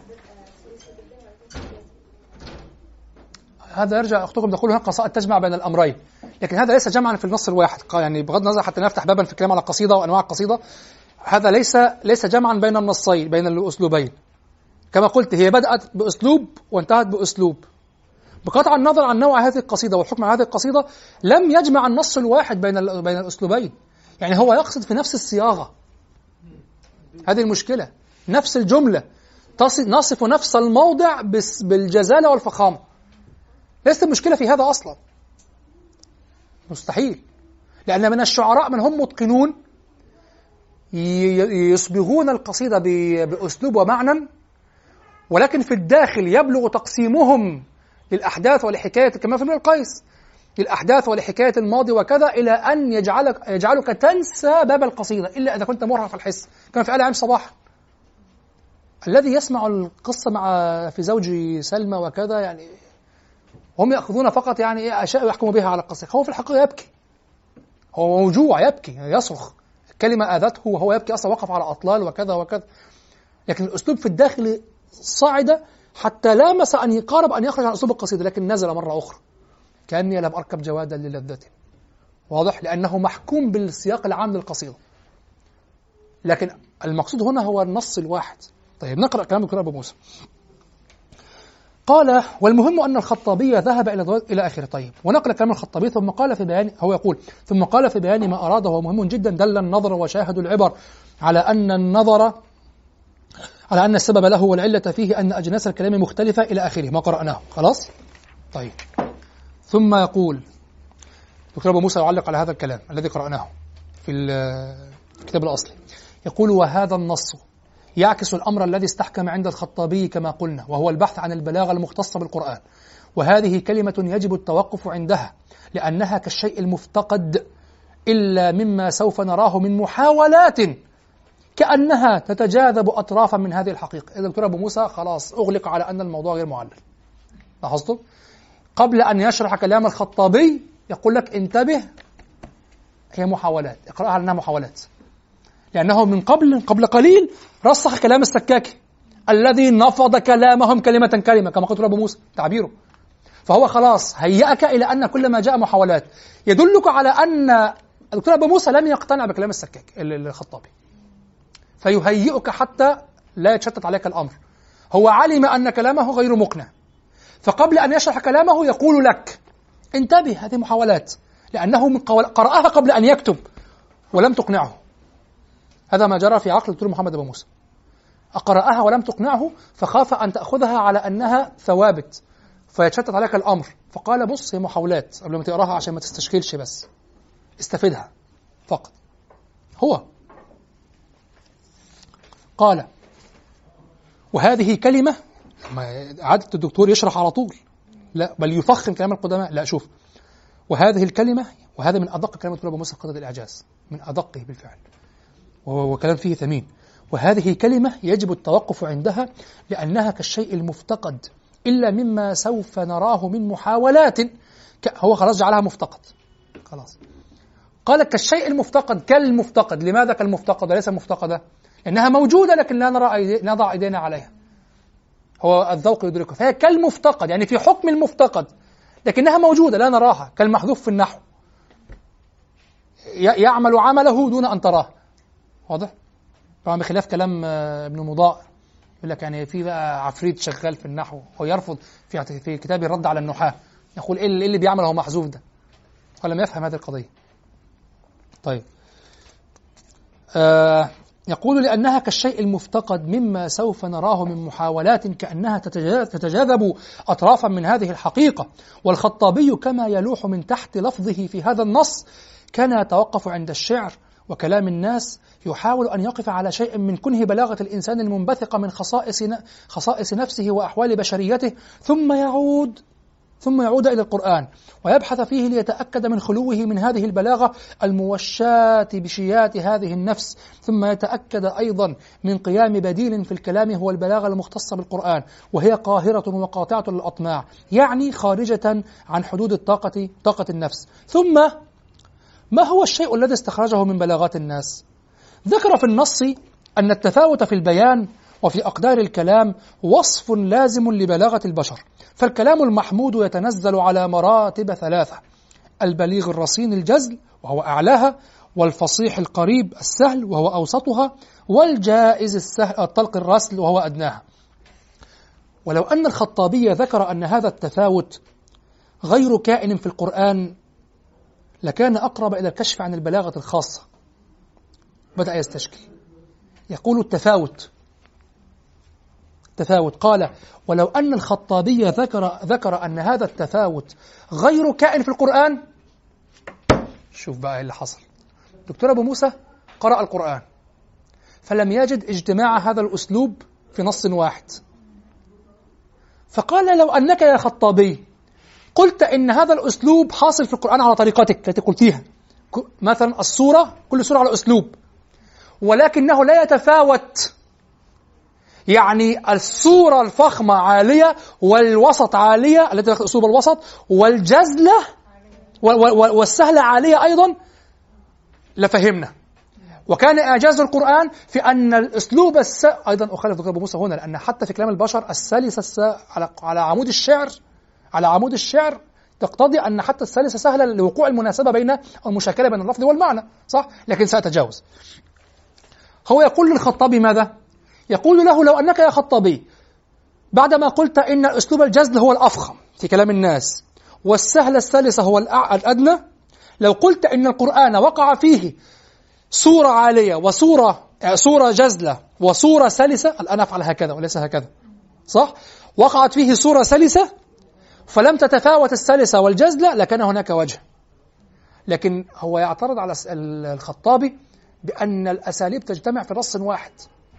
هذا يرجع أختكم تقول هناك قصائد تجمع بين الأمرين، لكن هذا ليس جمعا في النص الواحد. يعني بغض النظر حتى نفتح بابا في الكلام على القصيدة وأنواع القصيدة، هذا ليس جمعا بين النصين بين الأسلوبين. كما قلت هي بدأت بأسلوب وانتهت بأسلوب. بقطع النظر عن نوع هذه القصيدة والحكم على هذه القصيدة لم يجمع النص الواحد بين الأسلوبين، يعني هو يقصد في نفس الصياغة. هذه المشكلة، نفس الجملة نصف نفس الموضع بالجزالة والفخامة. ليست المشكلة في هذا أصلا، مستحيل، لأن من الشعراء من هم متقنون يصبغون القصيدة بأسلوب ومعنى، ولكن في الداخل يبلغ تقسيمهم للأحداث ولحكاية، كما في امرئ القيس، للأحداث ولحكاية الماضي وكذا، إلى أن يجعلك تنسى باب القصيدة إلا إذا كنت مرهف الحس، كما في آل عام صباح. الذي يسمع القصة في زوج سلمى وكذا يعني هم يأخذون فقط يعني أشياء يحكموا بها على القصة، هو في الحقيقة يبكي، هو موجوع يبكي يصرخ، الكلمة آذته وهو يبكي، أصلا وقف على أطلال وكذا وكذا. لكن الأسلوب في الداخل صعد حتى لامس أن يقارب أن يخرج عن أسلوب القصيدة، لكن نزل مرة أخرى كأني لم أركب جوادا للذته. واضح؟ لأنه محكوم بالسياق العام للقصيدة، لكن المقصود هنا هو النص الواحد. طيب نقرأ كلام الدكتور أبو موسى. قال: والمهم أن الخطابي ذهب إلى آخره. طيب، ونقل كلام الخطابي ثم قال في بيان، هو يقول: ثم قال في بيان ما أراده وهو مهم جدا: دل النظر وشاهد العبر على أن السبب له والعلة فيه أن أجناس الكلام مختلفة إلى آخره، ما قرأناه خلاص. طيب، ثم يقول دكتور أبو موسى يعلق على هذا الكلام الذي قرأناه في الكتاب الأصلي، يقول: وهذا النص يعكس الأمر الذي استحكم عند الخطابي كما قلنا، وهو البحث عن البلاغة المختصة بالقرآن، وهذه كلمة يجب التوقف عندها لأنها كالشيء المفتقد إلا مما سوف نراه من محاولات كأنها تتجاذب أطرافا من هذه الحقيقة. إذا دكتور أبو موسى خلاص أغلق على أن الموضوع غير معلل. لاحظتم؟ قبل أن يشرح كلام الخطابي يقول لك انتبه، هي محاولات، اقرأها على أنها محاولات، لأنه من قبل قليل رسخ كلام السكاكي الذي نفض كلامهم كلمة كلمة كما قلت أبو موسى تعبيره. فهو خلاص هيأك إلى أن كل ما جاء محاولات، يدلك على أن الدكتور أبو موسى لم يقتنع بكلام السكاكي الخطابي، فيهيئك حتى لا يتشتت عليك الأمر. هو علم أن كلامه غير مقنع، فقبل أن يشرح كلامه يقول لك انتبه، هذه محاولات، لأنه قرأها قبل أن يكتب ولم تقنعه. هذا ما جرى في عقل الدكتور محمد أبو موسى، أقرأها ولم تقنعه فخاف أن تأخذها على أنها ثوابت فيتشتت عليك الأمر، فقال بص هي محاولات قبل ما تقراها عشان ما تستشكلش، بس استفدها فقط. هو قال: وهذه كلمة، عادة الدكتور يشرح على طول، لا بل يفخم كلام القدماء، لا شوف، وهذه الكلمة، وهذا من أدق كلام الدكتور أبو موسى قضية الإعجاز، من أدقه بالفعل، وكلام فيه ثمين. وهذه كلمة يجب التوقف عندها لأنها كالشيء المفتقد إلا مما سوف نراه من محاولات هو خلاص جعلها مفتقد خلاص. قال كالشيء المفتقد، كالمفتقد. لماذا كالمفتقد وليس مفتقدة؟ لأنها موجودة لكن لا نضع أيدينا عليها، هو الذوق يدركه، فهي كالمفتقد يعني في حكم المفتقد لكنها موجودة لا نراها، كالمحذوف في النحو يعمل عمله دون أن تراه. واضح؟ طبعا بخلاف كلام ابن مضاء يقول لك يعني في بقى عفريت شغال في النحو، هو يرفض في كتابه الرد على النحاة، يقول ايه اللي بيعمل هو محذوف ده، ولم يفهم هذه القضية. طيب يقول لأنها كالشيء المفتقد مما سوف نراه من محاولات كأنها تتجاذب أطرافا من هذه الحقيقة. والخطابي كما يلوح من تحت لفظه في هذا النص كان يتوقف عند الشعر وكلام الناس، يحاول أن يقف على شيء من كنه بلاغة الإنسان المنبثقة من خصائص نفسه وأحوال بشريته، ثم يعود إلى القرآن ويبحث فيه ليتأكد من خلوه من هذه البلاغة الموشاة بشيات هذه النفس، ثم يتأكد أيضا من قيام بديل في الكلام هو البلاغة المختصة بالقرآن، وهي قاهرة وقاطعة للأطماع، يعني خارجة عن حدود طاقة النفس. ثم ما هو الشيء الذي استخرجه من بلاغات الناس؟ ذكر في النص أن التفاوت في البيان وفي أقدار الكلام وصف لازم لبلاغة البشر، فالكلام المحمود يتنزل على مراتب ثلاثة: البليغ الرصين الجزل وهو أعلاها، والفصيح القريب السهل وهو أوسطها، والجائز السهل الطلق الرسل وهو أدناها. ولو أن الخطابي ذكر أن هذا التفاوت غير كائن في القرآن لكان أقرب إلى الكشف عن البلاغة الخاصة. بدأ يستشكل، يقول التفاوت قال: ولو أن الخطابي ذكر أن هذا التفاوت غير كائن في القرآن، شوف بقى اللي حصل. دكتور أبو موسى قرأ القرآن فلم يجد اجتماع هذا الأسلوب في نص واحد، فقال لو أنك يا خطابي قلت إن هذا الأسلوب حاصل في القرآن على طريقتك التي قلتيها، مثلا السورة كل سورة على أسلوب، ولكنه لا يتفاوت، يعني السورة الفخمة عالية والوسط عالية التي تأخذ أسلوب الوسط، والجزلة والسهلة عالية أيضا، لفهمنا. وكان إعجاز القرآن في أن الأسلوب أيضا أخالف دكتور أبو موسى هنا، لأن حتى في كلام البشر السلسة على عمود الشعر تقتضي أن حتى السلسة سهلة لوقوع المناسبة بين المشاكلة بين اللفظ والمعنى، صح؟ لكن سأتجاوز. هو يقول للخطابي ماذا؟ يقول له لو أنك يا خطابي بعدما قلت إن الأسلوب الجزل هو الأفخم في كلام الناس والسهل السلسة هو الأدنى، لو قلت إن القرآن وقع فيه سورة عالية سورة جزلة وسورة سلسة، الآن أفعل هكذا وليس هكذا، صح؟ وقعت فيه سورة سلسة فلم تتفاوت السلسة والجزلة لكان هناك وجه. لكن هو يعترض على الخطابي بأن الأساليب تجتمع في نص واحد.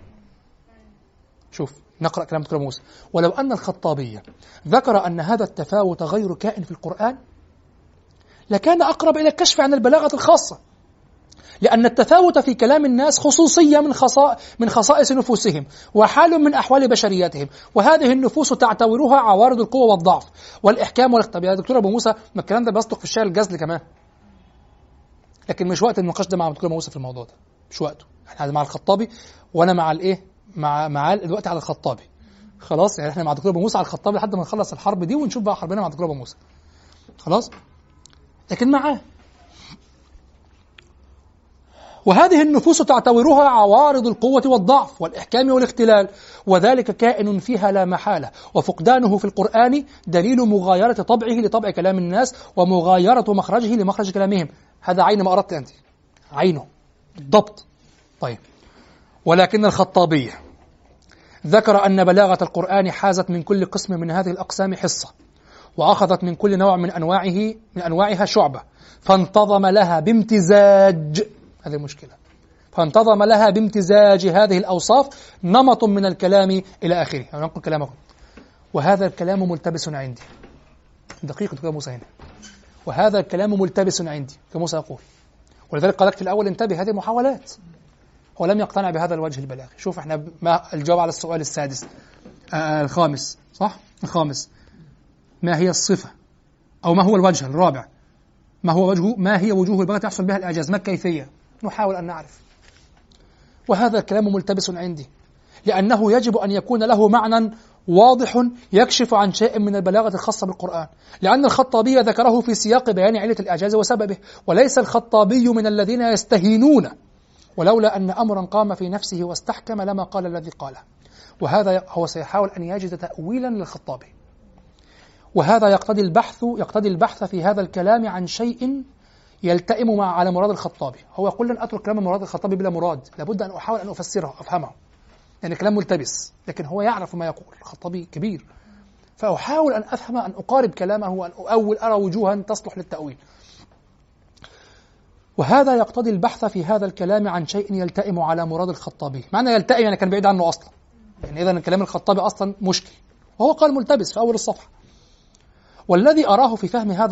شوف نقرأ كلام دكتور موسى: ولو أن الخطابي ذكر أن هذا التفاوت غير كائن في القرآن لكان أقرب إلى الكشف عن البلاغة الخاصة، لأن التفاوت في كلام الناس خصوصية من خصائص نفوسهم وحال من أحوال بشرياتهم، وهذه النفوس تعتبرها عوارض القوة والضعف والإحكام والاختبار. يا دكتور أبو موسى ما الكلام ده بيصدق في الشعر الجزل كمان، لكن مش وقت النقاش ده مع دكتور أبو موسى في الموضوع ده، مش وقته. احنا مع الخطابي وأنا مع الإيه مع دلوقتي على الخطابي، خلاص يعني احنا مع دكتور أبو موسى على الخطابي لحد ما نخلص الحرب دي ونشوف بقى حربنا مع دكتور أبو موسى، خلاص. لكن معاه وهذه النفوس تعتبرها عوارض القوة والضعف والإحكام والاختلال، وذلك كائن فيها لا محالة، وفقدانه في القرآن دليل مغايرة طبعه لطبع كلام الناس ومغايرة مخرجه لمخرج كلامهم. هذا عين ما أردت أنت، عينه بالضبط. طيب، ولكن الخطابي ذكر أن بلاغة القرآن حازت من كل قسم من هذه الأقسام حصة، وأخذت من كل نوع من أنواعها شعبة، فانتظم لها بامتزاج، هذه المشكلة، فانتظم لها بامتزاج هذه الأوصاف نمط من الكلام إلى آخره. أنا أقول كلامكم، وهذا الكلام ملتبس عندي، دقيقة كموسى هنا، وهذا الكلام ملتبس عندي كموسى يقول، ولذلك قال لك في الأول انتبه، هذه محاولات، هو لم يقتنع بهذا الوجه البلاغي. شوف احنا ما الجواب على السؤال السادس الخامس، صح؟ الخامس: ما هي الصفة أو ما هو الوجه الرابع؟ ما هي وجوه البلاغة يحصل بها الإعجاز؟ ما الكيفية؟ نحاول أن نعرف. وهذا الكلام ملتبس عندي، لأنه يجب أن يكون له معنى واضح يكشف عن شيء من البلاغة الخاصة بالقرآن، لأن الخطابي ذكره في سياق بيان علة الإعجاز وسببه، وليس الخطابي من الذين يستهينون، ولولا أن أمرا قام في نفسه واستحكم لما قال الذي قاله. وهذا هو سيحاول أن يجد تأويلا للخطابي، وهذا يقتضي البحث في هذا الكلام عن شيء يلتئم على مراد الخطابي. هو يقول لن أترك كلام مراد الخطابي بلا مراد، لابد أن أحاول أن أفسره أفهمه، يعني كلام ملتبس، لكن هو يعرف ما يقول، الخطابي كبير، فأحاول أن أفهم، أن أقارب كلامه وأن أؤول، أرى وجوها تصلح للتأويل. وهذا يقتضي البحث في هذا الكلام عن شيء يلتئم على مراد الخطابي. معنى يلتئم يعني كان بعيد عنه أصلا، يعني إذن كلام الخطابي أصلا مشكل، وهو قال ملتبس في أول الصفحة. والذي أراه في فهم هذا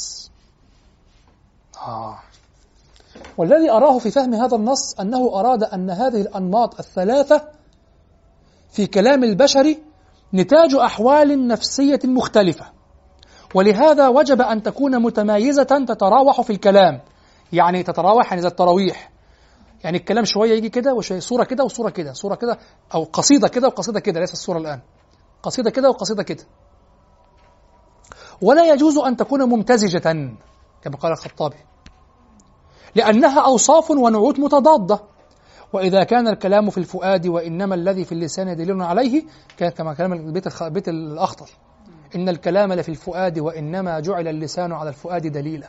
النص أنه أراد أن هذه الأنماط الثلاثة في كلام البشر نتاج أحوال نفسية مختلفة، ولهذا وجب أن تكون متمايزة تتراوح في الكلام. يعني تتراوح يعني زي التراويح، يعني الكلام شوية يجي كده وشوية، صورة كده وصورة كده، صورة كده، أو قصيدة كده وقصيدة كده، ليس الصورة الآن، قصيدة كده وقصيدة كده. ولا يجوز أن تكون ممتزجة كما قال الخطابي، لأنها أوصاف ونعوت متضادة. وإذا كان الكلام في الفؤاد وإنما الذي في اللسان دليل عليه، كما كلام البيت الأخطر: إن الكلام لفي الفؤاد وإنما جعل اللسان على الفؤاد دليلا.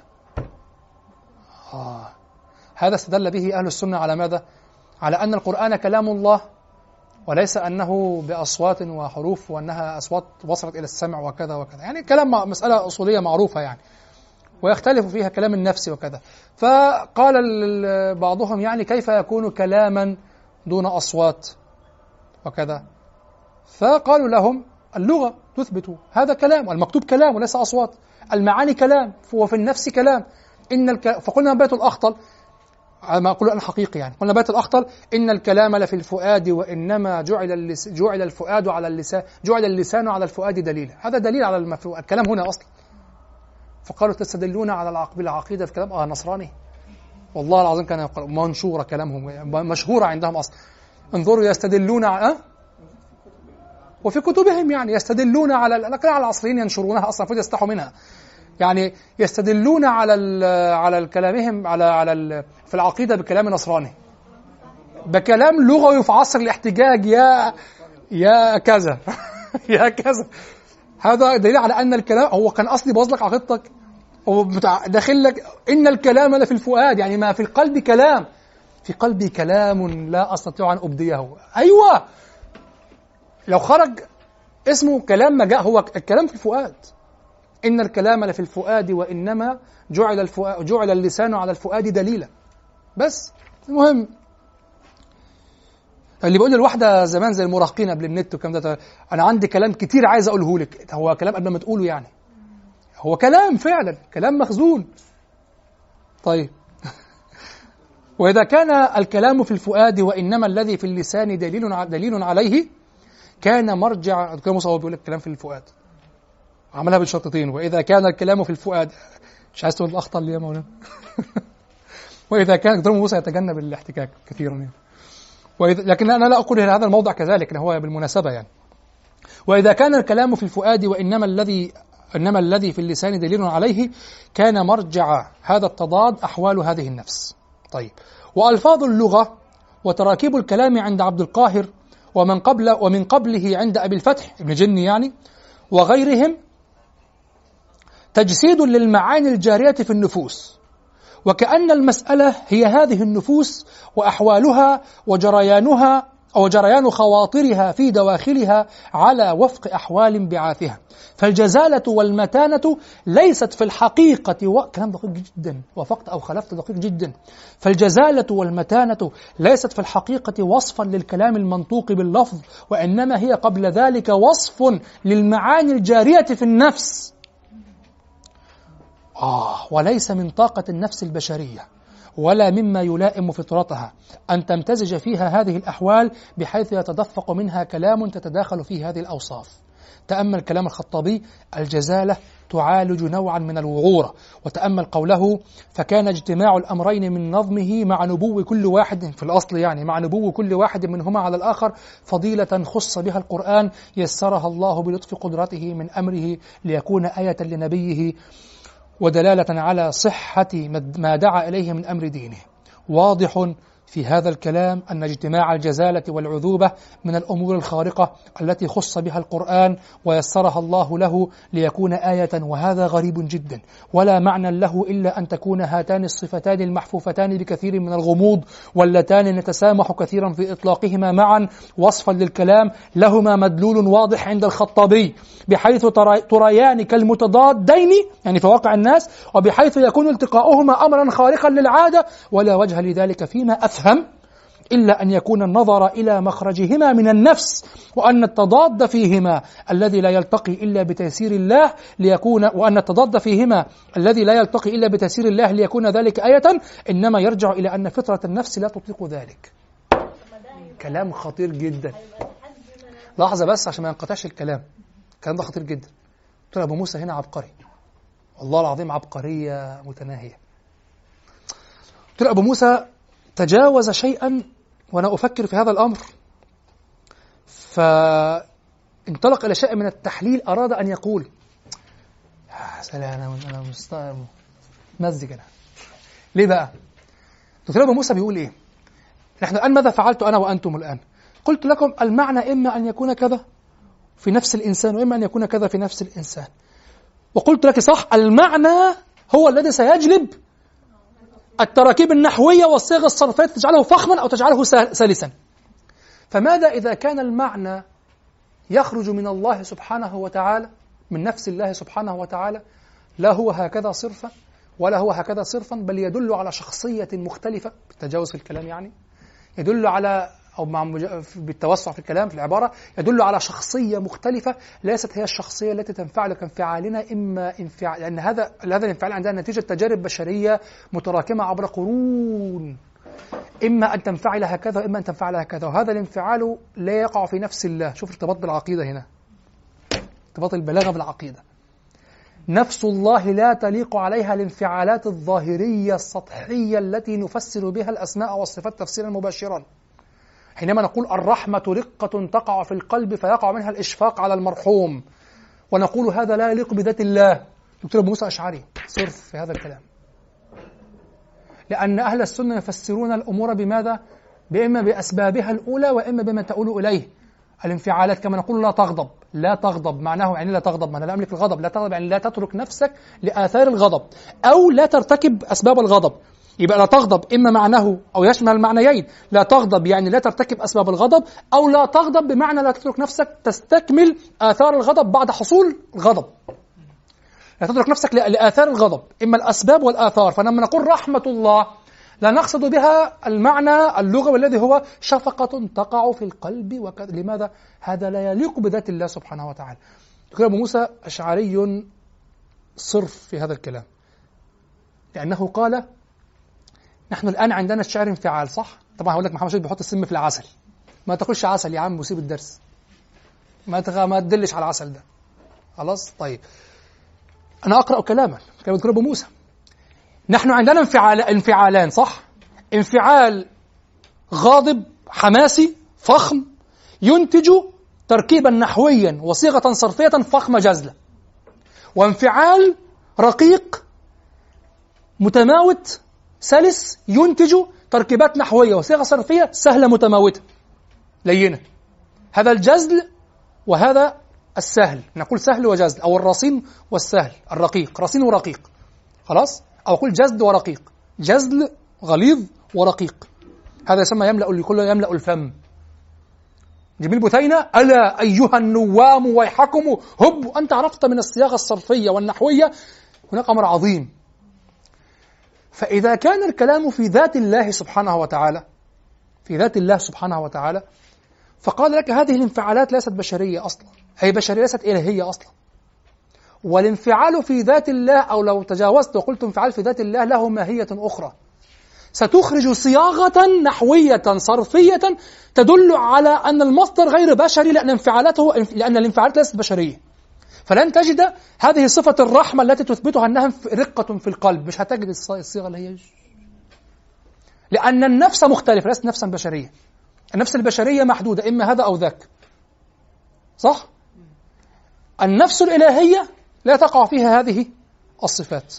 هذا استدل به أهل السنة على ماذا؟ على أن القرآن كلام الله، وليس أنه بأصوات وحروف وأنها أصوات وصلت إلى السمع وكذا وكذا، يعني كلام مسألة أصولية معروفة يعني. ويختلف فيها كلام النفس وكذا. فقال بعضهم يعني كيف يكون كلاما دون أصوات وكذا؟ فقالوا لهم اللغة تثبت هذا كلام، والمكتوب كلام وليس أصوات، المعاني كلام وفي النفس كلام. فقلنا بيت الأخطل ما أقول أنا حقيقي يعني، قلنا بيت الأخطل إن الكلام لفي الفؤاد وإنما جعل الفؤاد على اللسان، جعل اللسان على الفؤاد دليلا. هذا دليل على الكلام هنا أصلا. فقالوا تستدلون على بالعقيدة في كلام نصراني؟ والله العظيم كان يقول منشورة كلامهم مشهورة عندهم أصلا. انظروا يستدلون وفي كتبهم يعني يستدلون على العصريين ينشرونها أصلا فوق يستحوا منها، يعني يستدلون على كلامهم على في العقيدة بكلام نصراني، بكلام لغوي في عصر الاحتجاج يا كذا يا كذا. هذا دليل على أن الكلام هو كان أصلي بوظ لك عقيدتك، هو داخل لك إن الكلام لفي الفؤاد، يعني ما في القلب كلام، في قلبي كلام لا أستطيع أن أبديه. أيوة، لو خرج اسمه كلام ما جاء، هو الكلام في الفؤاد. إن الكلام لفي الفؤاد وإنما جعل اللسان على الفؤاد دليلا. بس المهم اللي بيقول للواحدة زمان زي المراهقين قبل النت والكلام ده، أنا عندي كلام كتير عايز أقوله لك، هو كلام قبل ما تقوله يعني، هو كلام فعلا، كلام مخزون. طيب وإذا كان الكلام في الفؤاد وإنما الذي في اللسان دليل عليه، كان مرجع. دكتور موسى هو بيقول لك الكلام في الفؤاد، عملها بالشرطتين. وإذا كان الكلام في الفؤاد، مش عايز تقول الأخطر ليه يا مولانا وإذا كان دكتور موسى يتجنب الاحتكاك كثيرا يعني. لكن أنا لا أقول هذا الموضع كذلك، هو بالمناسبة يعني. وإذا كان الكلام في الفؤاد وإنما الذي في اللسان دليل عليه، كان مرجع هذا التضاد أحوال هذه النفس. طيب، وألفاظ اللغة وتراكيب الكلام عند عبد القاهر ومن قبله عند أبي الفتح ابن جني يعني وغيرهم تجسيد للمعاني الجارية في النفوس، وكأن المسألة هي هذه النفوس وأحوالها وجريانها أو جريان خواطرها في دواخلها على وفق أحوال انبعاثها. فالجزالة والمتانة ليست في الحقيقة كلام دقيق جدا، وافقت أو خلفت دقيق جدا. فالجزالة والمتانة ليست في الحقيقة وصفا للكلام المنطوق باللفظ، وإنما هي قبل ذلك وصف للمعاني الجارية في النفس. وليس من طاقة النفس البشرية ولا مما يلائم فطرتها أن تمتزج فيها هذه الأحوال بحيث يتدفق منها كلام تتداخل فيه هذه الأوصاف. تأمل كلام الخطابي: الجزالة تعالج نوعا من الوغورة. وتأمل قوله: فكان اجتماع الأمرين من نظمه مع نبو كل واحد في الأصل يعني مع نبو كل واحد منهما على الآخر فضيلة خص بها القرآن يسرها الله بلطف قدرته من أمره ليكون آية لنبيه ودلالة على صحة ما دعا إليه من أمر دينه. واضح في هذا الكلام أن اجتماع الجزالة والعذوبة من الأمور الخارقة التي خص بها القرآن ويسرها الله له ليكون آية، وهذا غريب جدا ولا معنى له إلا أن تكون هاتان الصفتان المحفوفتان بكثير من الغموض واللتان نتسامح كثيرا في إطلاقهما معا وصفا للكلام لهما مدلول واضح عند الخطابي بحيث تريان كالمتضادين يعني في واقع الناس، وبحيث يكون التقاؤهما أمرا خارقا للعادة ولا وجه لذلك فيما أفهم إلا أن يكون النظر إلى مخرجهما من النفس، وأن التضاد فيهما الذي لا يلتقي إلا بتيسير الله ليكون ذلك آية، إنما يرجع إلى أن فطرة النفس لا تطيق ذلك. كلام خطير جدا. لحظة بس عشان ما ينقطعش الكلام ده خطير جدا. قلت له أبو موسى هنا عبقري، والله العظيم عبقرية متناهية. قلت له أبو موسى تجاوز شيئا وأنا أفكر في هذا الأمر، فانطلق إلى شيء من التحليل، أراد أن يقول أنا مزج أنا ليه بقى؟ قلت له أبو موسى بيقول إيه؟ نحن الآن ماذا فعلت أنا وأنتم الآن؟ قلت لكم المعنى إما أن يكون كذا في نفس الإنسان وإما أن يكون كذا في نفس الإنسان، وقلت لك صح، المعنى هو الذي سيجلب التراكيب النحوية والصيغ الصرفية تجعله فخما أو تجعله سلسا. فماذا إذا كان المعنى يخرج من الله سبحانه وتعالى، من نفس الله سبحانه وتعالى، لا هو هكذا صرفا ولا هو هكذا صرفا، بل يدل على شخصية مختلفة، بالتجاوز في الكلام يعني، يدل على أو بالتوسع في الكلام في العبارة، يدل على شخصية مختلفة ليست هي الشخصية التي تنفعل كانفعالنا، إما انفعال، لأن هذا الانفعال عندنا نتيجة تجارب بشرية متراكمة عبر قرون، إما أن تنفعل هكذا وإما أن تنفعل هكذا، وهذا الانفعال لا يقع في نفس الله. شوف ارتباط بالعقيدة هنا، ارتباط البلاغة بالعقيدة. نفس الله لا تليق عليها الانفعالات الظاهرية السطحية التي نفسر بها الأسماء والصفات تفسيرا مباشرا. حينما نقول الرحمة رقة تقع في القلب فيقع منها الإشفاق على المرحوم، ونقول هذا لا يليق بذات الله، دكتور أبو موسى أشعري صرف في هذا الكلام، لأن أهل السنة يفسرون الأمور بماذا؟ بإما بأسبابها الأولى وإما بما تؤول إليه. الانفعالات كما نقول لا تغضب، لا تغضب معناه يعني لا تغضب، معناه لا أملك الغضب، لا تغضب يعني لا تترك نفسك لآثار الغضب أو لا ترتكب أسباب الغضب. يبقى لا تغضب إما معناه أو يشمل المعنيين، لا تغضب يعني لا ترتكب أسباب الغضب، أو لا تغضب بمعنى لا تترك نفسك تستكمل آثار الغضب بعد حصول الغضب، لا تترك نفسك لآثار الغضب، إما الأسباب والآثار. فلما نقول رحمة الله لا نقصد بها المعنى اللغوي الذي هو شفقة تقع في القلب وكذا. لماذا؟ هذا لا يليق بذات الله سبحانه وتعالى. دكتور أبو موسى أشعري صرف في هذا الكلام، لأنه قال نحن الآن عندنا الشعر انفعال، صح؟ طبعا هقول لك محمد شوقي بيحط السم في العسل، ما تاكلش عسل يا عم وسيب الدرس، ما تدلش على العسل ده، خلاص؟ طيب أنا أقرأ كلام دكتور أبو موسى. نحن عندنا انفعالان، صح؟ انفعال غاضب حماسي فخم ينتج تركيبا نحويا وصيغة صرفية فخمة جزلة، وانفعال رقيق متماوت سلس ينتج تركيبات نحوية وصيغة صرفية سهلة متماوتة لينة. هذا الجزل وهذا السهل، نقول سهل وجزل، أو الرصين والسهل، الرقيق، رصين ورقيق، خلاص؟ أو أقول جزل ورقيق، جزل غليظ ورقيق، هذا يسمى يملأ الفم. جميل بثينة: ألا أيها النوام ويحكم هب. أنت عرفت من الصياغة الصرفية والنحوية هناك أمر عظيم. فإذا كان الكلام في ذات الله سبحانه وتعالى، في ذات الله سبحانه وتعالى، فقال لك هذه الانفعالات ليست بشرية أصلا، هي بشرية ليست إلهية أصلا. والانفعال في ذات الله، أو لو تجاوزت وقلت انفعال في ذات الله، له ماهية أخرى ستخرج صياغة نحوية صرفية تدل على أن المصدر غير بشري، لأن الانفعالات ليست بشرية. فلن تجد هذه صفة الرحمة التي تثبتها أنها رقة في القلب، مش هتجد الصيغة اللي هي، لأن النفس مختلفة، ليست نفسا بشرية. النفس البشرية محدودة، إما هذا أو ذاك، صح؟ النفس الإلهية لا تقع فيها هذه الصفات.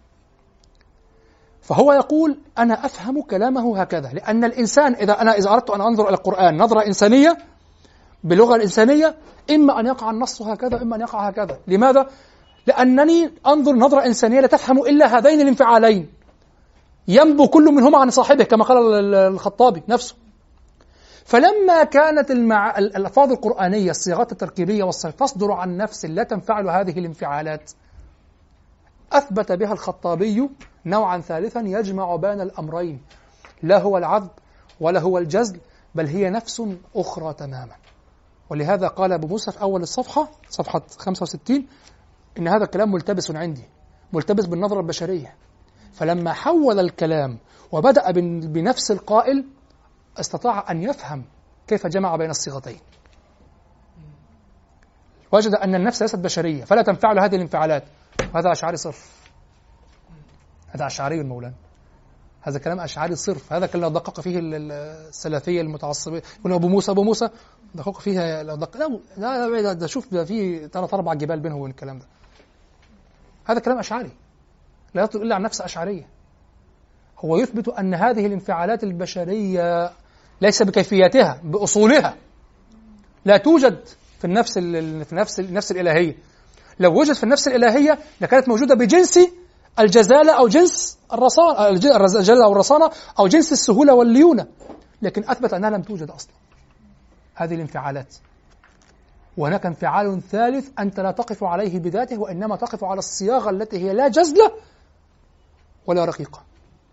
فهو يقول أنا أفهم كلامه هكذا، لأن الإنسان إذا أردت أن أنظر إلى القرآن نظرة إنسانية باللغة الإنسانية، إما أن يقع النص هكذا إما أن يقع هكذا. لماذا؟ لأنني أنظر نظرة إنسانية لا تفهم إلا هذين الانفعالين، ينبو كل منهما عن صاحبه كما قال الخطابي نفسه. فلما كانت الألفاظ القرآنية الصيغات التركيبية والصرف تصدر عن نفس لا تنفعل هذه الانفعالات، أثبت بها الخطابي نوعا ثالثا يجمع بين الأمرين، لا هو العذب ولا هو الجزل، بل هي نفس أخرى تماما. ولهذا قال أبو موسى في أول الصفحة، صفحة 65، إن هذا الكلام ملتبس عندي، ملتبس بالنظرة البشرية. فلما حول الكلام وبدأ بنفس القائل استطاع أن يفهم كيف جمع بين الصيغتين، وجد أن النفس ليست بشرية فلا تنفعل هذه الانفعالات. هذا أشعري صرف، هذا أشعري المولان، هذا كلام أشعري صرف. هذا كلام دقق فيه السلفية المتعصبين، يقول أبو موسى دقق فيها، لا ده شوف ده فيه 3-4 جبال بينه وبين الكلام ده. هذا كلام أشعري لا يطلق إلا عن نفس أشعرية. هو يثبت أن هذه الانفعالات البشرية ليس بكيفياتها، بأصولها لا توجد في النفس الإلهية. لو وجد في النفس الإلهية لكانت موجودة بجنس الجزالة أو جنس الجزالة أو الرصانة أو جنس السهولة والليونة، لكن أثبت أنها لم توجد أصلا هذه الانفعالات. وهناك انفعال ثالث أنت لا تقف عليه بذاته، وإنما تقف على الصياغة التي هي لا جزلة ولا رقيقة.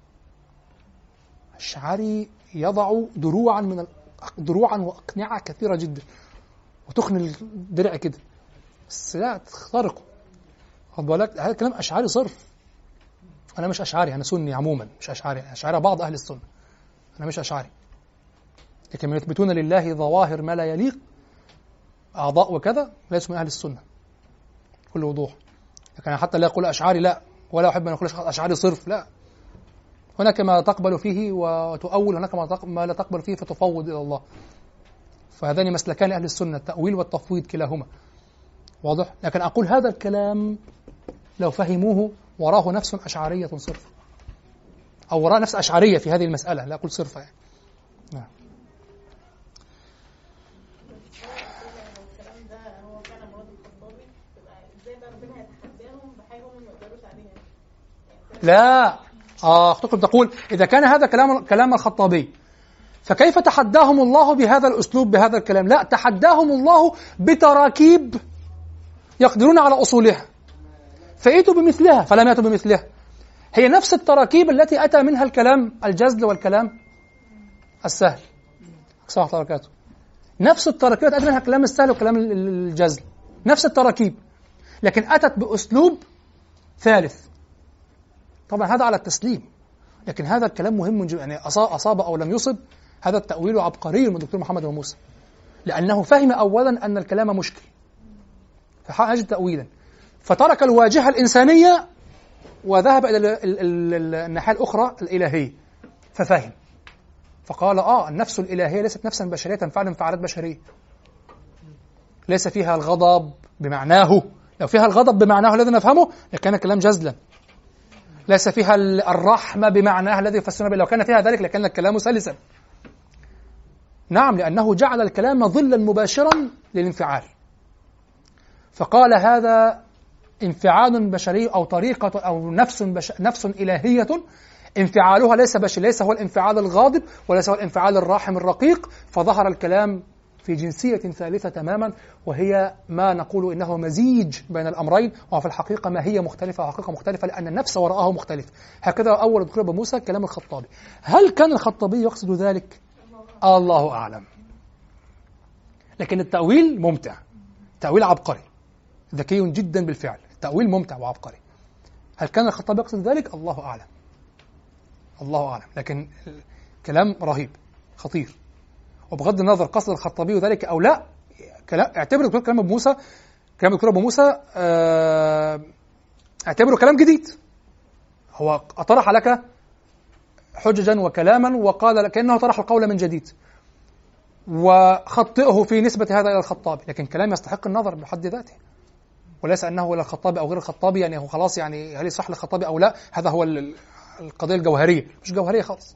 الأشعري يضع دروعا وأقنعة كثيرة جدا، وتخني الدرع كده، بس لا تخترقه. خد بالك، هذا كلام أشعري صرف. أنا مش أشعري، أنا سني عموما، مش أشعري. أشعري بعض أهل السنة، أنا مش أشعري. لكن يثبتون لله ظواهر ما لا يليق، أعضاء وكذا، ليسوا من أهل السنة كل وضوح. لكن حتى لا يقول أشعري لا، ولا أحب أن أقول أشعري صرف، لا. هناك ما تقبل فيه وتؤول، هناك ما لا تقبل فيه فتفوض إلى الله. فهذان مسلكان أهل السنة، التأويل والتفويض كلاهما، واضح؟ لكن أقول هذا الكلام لو فهموه وراه نفس أشعرية صرف، أو وراء نفس أشعرية في هذه المسألة، لا أقول صرفة يعني. نعم. لا، أختكم تقول إذا كان هذا كلام الخطابي فكيف تحداهم الله بهذا الأسلوب بهذا الكلام؟ لا، تحداهم الله بتراكيب يقدرون على أصولها، فأتوا بمثلها فلم يأتوا بمثلها. هي نفس التراكيب التي أتى منها الكلام الجزل والكلام السهل. صح تركاته. نفس التراكيب أتى منها الكلام السهل والكلام الجزل، نفس التراكيب، لكن أتت بأسلوب ثالث. طبعا هذا على التسليم، لكن هذا الكلام مهم جدا، يعني أصاب أو لم يصب، هذا التأويل عبقري من الدكتور محمد أبو موسى، لأنه فهم أولا أن الكلام مشكل فحاجة تأويلا، فترك الواجهة الإنسانية وذهب إلى الناحية الأخرى الإلهية، ففهم فقال النفس الإلهية ليست نفسا بشرية تنفعل انفعالات بشرية، ليس فيها الغضب بمعناه، لو فيها الغضب بمعناه الذي نفهمه لكان الكلام جزلا، ليس فيها الرحمة بمعناه الذي يفسرون به، لو كان فيها ذلك لكان الكلام سلسا. نعم، لأنه جعل الكلام ظلا مباشرا للانفعال، فقال هذا انفعال بشري أو طريقة أو نفس إلهية انفعالها ليس بشري، ليس هو الانفعال الغاضب وليس هو الانفعال الراحم الرقيق، فظهر الكلام في جنسية ثالثة تماما، وهي ما نقول إنه مزيج بين الأمرين، وفي الحقيقة ما هي مختلفة وحقيقة مختلفة، لأن النفس وراءه مختلف. هكذا أول دكتور أبو موسى كلام الخطابي. هل كان الخطابي يقصد ذلك؟ الله أعلم. لكن التأويل ممتع، تأويل عبقري، ذكي جدا بالفعل، التأويل ممتع وعبقري. هل كان الخطابي يقصد ذلك؟ الله أعلم، الله أعلم. لكن كلام رهيب خطير، وبغض النظر قصد الخطابي ذلك أو لا، اعتبر دكتور كلام أبو موسى، كلام دكتور أبو موسى اعتبره كلام جديد، هو أطرح لك حججا وكلاما وقال كأنه طرح القول من جديد، وخطئه في نسبة هذا إلى الخطابي، لكن كلام يستحق النظر بحد ذاته، وليس أنه إلى الخطابي أو غير الخطابي، يعني هو خلاص يعني هل يصح للخطابي أو لا، هذا هو القضية الجوهرية، مش جوهرية خالص،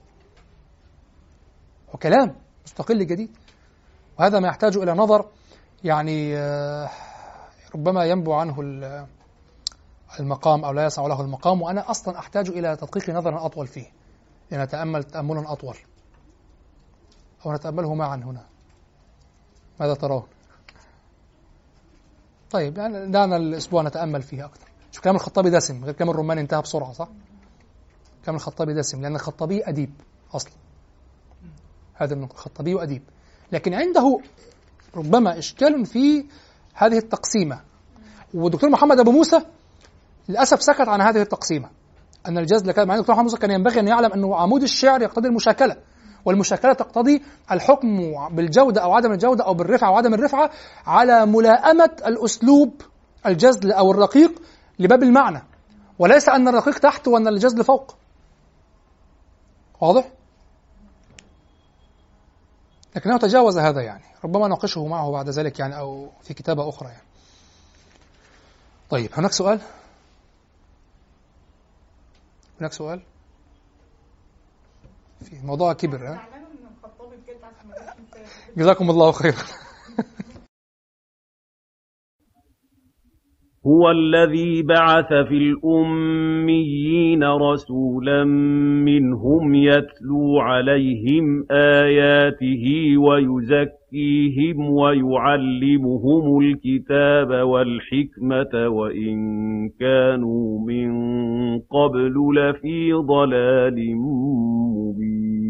وكلام مستقل جديد، وهذا ما يحتاج إلى نظر، يعني ربما ينبع عنه المقام أو لا يسع له المقام، وأنا أصلا أحتاج إلى تدقيق نظر أطول فيه، لنتأمل تأملا أطول، أو نتأمله معا هنا. ماذا ترون؟ طيب يعني دعنا الأسبوع نتأمل فيه أكثر. شوف كلام الخطابي دسم، غير كلام الرماني انتهى بسرعة، صح؟ كلام الخطابي دسم، لأن الخطابي أديب أصلا، هذا من الخطابي أديب، لكن عنده ربما إشكال في هذه التقسيمة، والدكتور محمد أبو موسى للأسف سكت عن هذه التقسيمة، أن الجزل كان، مع الدكتور محمد موسى كان ينبغي أن يعلم أنه عمود الشعر يقتضي المشاكلة، والمشاكلة تقتضي الحكم بالجودة أو عدم الجودة أو بالرفعة أو عدم الرفعة على ملائمة الأسلوب الجزل أو الرقيق لباب المعنى، وليس أن الرقيق تحت وأن الجزل فوق. واضح؟ لكنه تجاوز هذا، يعني ربما ناقشه معه بعد ذلك يعني، أو في كتابة أخرى يعني. طيب هناك سؤال؟ هناك سؤال؟ في موضوع كبر. جزاكم الله خير. هُوَ الَّذِي بَعَثَ فِي الْأُمِّيِّينَ رَسُولًا مِّنْهُمْ يَتْلُو عَلَيْهِمْ آيَاتِهِ وَيُزَكِّيهِمْ وَيُعَلِّمُهُمُ الْكِتَابَ وَالْحِكْمَةَ وَإِن كَانُوا مِن قَبْلُ لَفِي ضَلَالٍ مُّبِينٍ